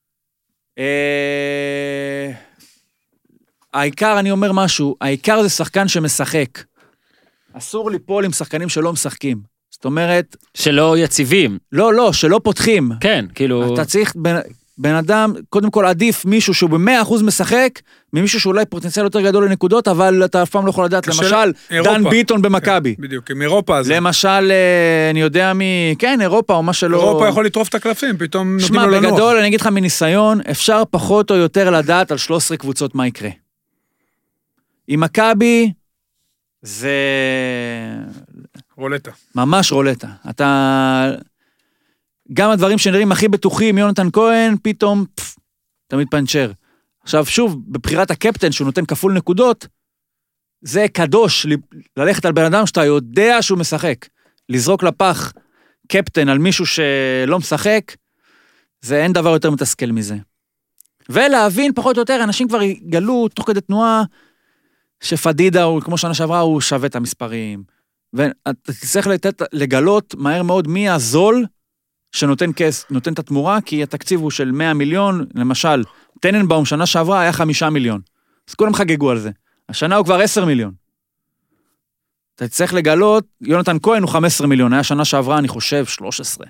העיקר, אני אומר משהו, העיקר זה שחקן שמשחק. אסור ליפול עם שחקנים שלא משחקים. זאת אומרת... שלא יציבים. לא, שלא פותחים. כן, כאילו... אתה צריך בן אדם, קודם כל עדיף מישהו שהוא ב100% משחק, ממישהו שאולי פוטנציאל יותר גדול לנקודות, אבל אתה אף פעם לא יכול לדעת, למשל, דן ביטון במכבי. בדיוק, עם אירופה הזה. למשל, אני יודע כן, אירופה או מה שלא... אירופה יכול לטרוף את הקלפים, פתאום נותנים לו לנוח. שמע, בגדול, אני אגיד לך מניסיון, אפשר פחות או יותר לדעת על 13 קבוצות מה יקרה. עם מכבי, זה... רולטה. ממש רולטה. אתה... גם הדברים שנראים הכי בטוחים, יונתן כהן, פתאום, תמיד פנצ'ר. עכשיו, שוב, בבחירת הקפטן, שהוא נותן כפול נקודות, זה קדוש, ללכת על בן אדם שאתה יודע שהוא משחק. לזרוק לפח קפטן על מישהו שלא משחק, זה אין דבר יותר מתסכל מזה. ולהבין פחות או יותר, אנשים כבר יגלו תוך כדי תנועה, שפדידה, כמו שנה שעברה, הוא שווה את המספרים. ואתה צריך לגלות מהר מאוד מי הזול, שנותן כס, נותן את התמורה, כי התקציב הוא של 100 מיליון, למשל, טננבאום שנה שעברה היה 5 מיליון. אז כולם חגגו על זה. השנה הוא כבר 10 מיליון. אתה צריך לגלות, יונתן כהן הוא 15 מיליון, היה שנה שעברה, אני חושב, 13.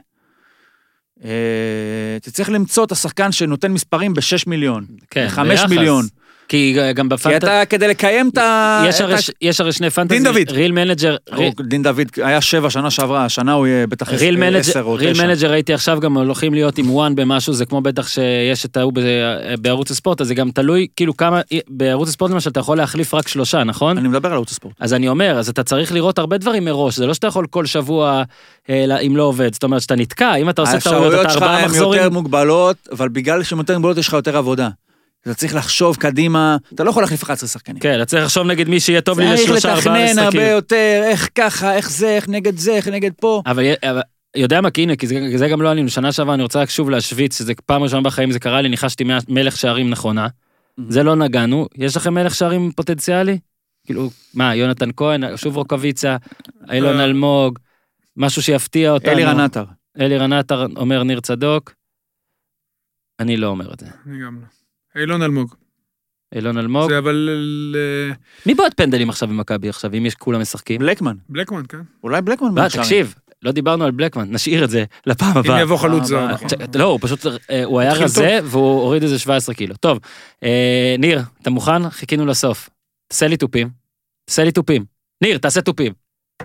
אתה צריך למצוא את השחקן שנותן מספרים ב-6 מיליון, כן, 5 מיליון. כי גם כי בפנטה... אתה, כדי לקיים את ה... יש הרי שני פנטזי. דין דוד. ריל מנג'ר... דין דוד היה 7 שנה שעברה, השנה הוא יהיה בטח 10 או 9. ריל מנג'ר ראיתי עכשיו גם הולכים להיות עם וואן במשהו, זה כמו בטח שיש את ההוא בערוץ הספורט, אז זה גם תלוי, כאילו כמה, בערוץ הספורט למשל אתה יכול להחליף רק 3, נכון? אני מדבר על ערוץ הספורט. אז אני אומר, אז אתה צריך לראות הרבה דברים מראש, זה לא שאתה יכול כל שבוע, אם לא עובד, זאת אומרת שאתה נתקע, אם אתה עושה טעויות, אתה 4 מחזורים. האפשרויות שלך הן יותר מוגבלות, אבל בגלל שהן יותר מוגבלות יש לך יותר עבודה. אתה צריך לחשוב קדימה, אתה לא יכול להחליף 11 שחקנים. כן, אתה צריך לחשוב נגד מי שיהיה טוב לי ל3-4 צריך לתכנן הרבה יותר, איך ככה, איך זה, איך נגד זה, איך נגד פה. אבל יודע מה, כי הנה, כי זה גם לא עלינו, שנה שעברה אני רוצה רק שוב להשוויץ, שזה פעם ראשונה בחיים זה קרה לי, ניחשתי מלך שערים נכונה, זה לא נגענו, יש לכם מלך שערים פוטנציאלי? כאילו, מה, יונתן כהן, שוב רוקביצה, אילון אלמוג, משהו שיפתיע אותנו. אלירן עטר אומר ניר צדוק, אני לא אומר את זה. אני גם לא. אילון אלמוג. אילון אלמוג. זה אבל... מי בועט פנדלים עכשיו במכבי עכשיו, אם יש כולם משחקים? בלקמן. בלקמן, כן. אולי בלקמן. תקשיב, לא דיברנו על בלקמן, נשאיר את זה לפעם הבאה. אם יבוא חלוץ זר. לא, הוא פשוט, הוא היה רזה, והוא הוריד איזה 17 קילו. טוב, ניר, אתה מוכן? חיכינו לסוף. תעשה לי תופים. ניר, תעשה תופים.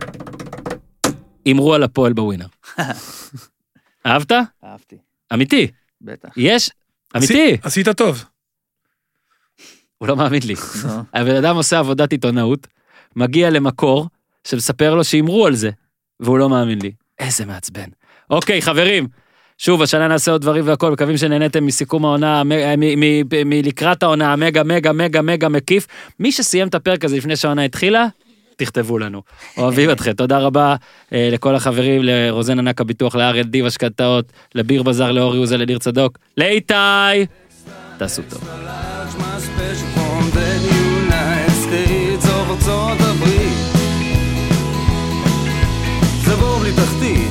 אמרו על הפועל בווינר. אהבת? אהבתי. אמיתי. בטח. יש? אמיתי. עשית טוב. הוא לא מאמין לי. הבן אדם עושה עבודת עיתונאות, מגיע למקור, שמספר לו שאמרו על זה, והוא לא מאמין לי. איזה מעצבן. אוקיי, חברים, שוב, השנה נעשה עוד דברים והכל, מקווים שנהנתם מסיכום העונה, מלקראת העונה, מגה מקיף. מי שסיים את הפרק הזה לפני שהעונה התחילה, תכתבו לנו. אוהבים אתכם. תודה רבה לכל החברים, לרוזן ענק הביטוח, לארל דיב השקטאות, לביר בזר, לאורי עוזל, לניר צדוק, לאיתי. תעשו טוב. זה בור בלי תחתית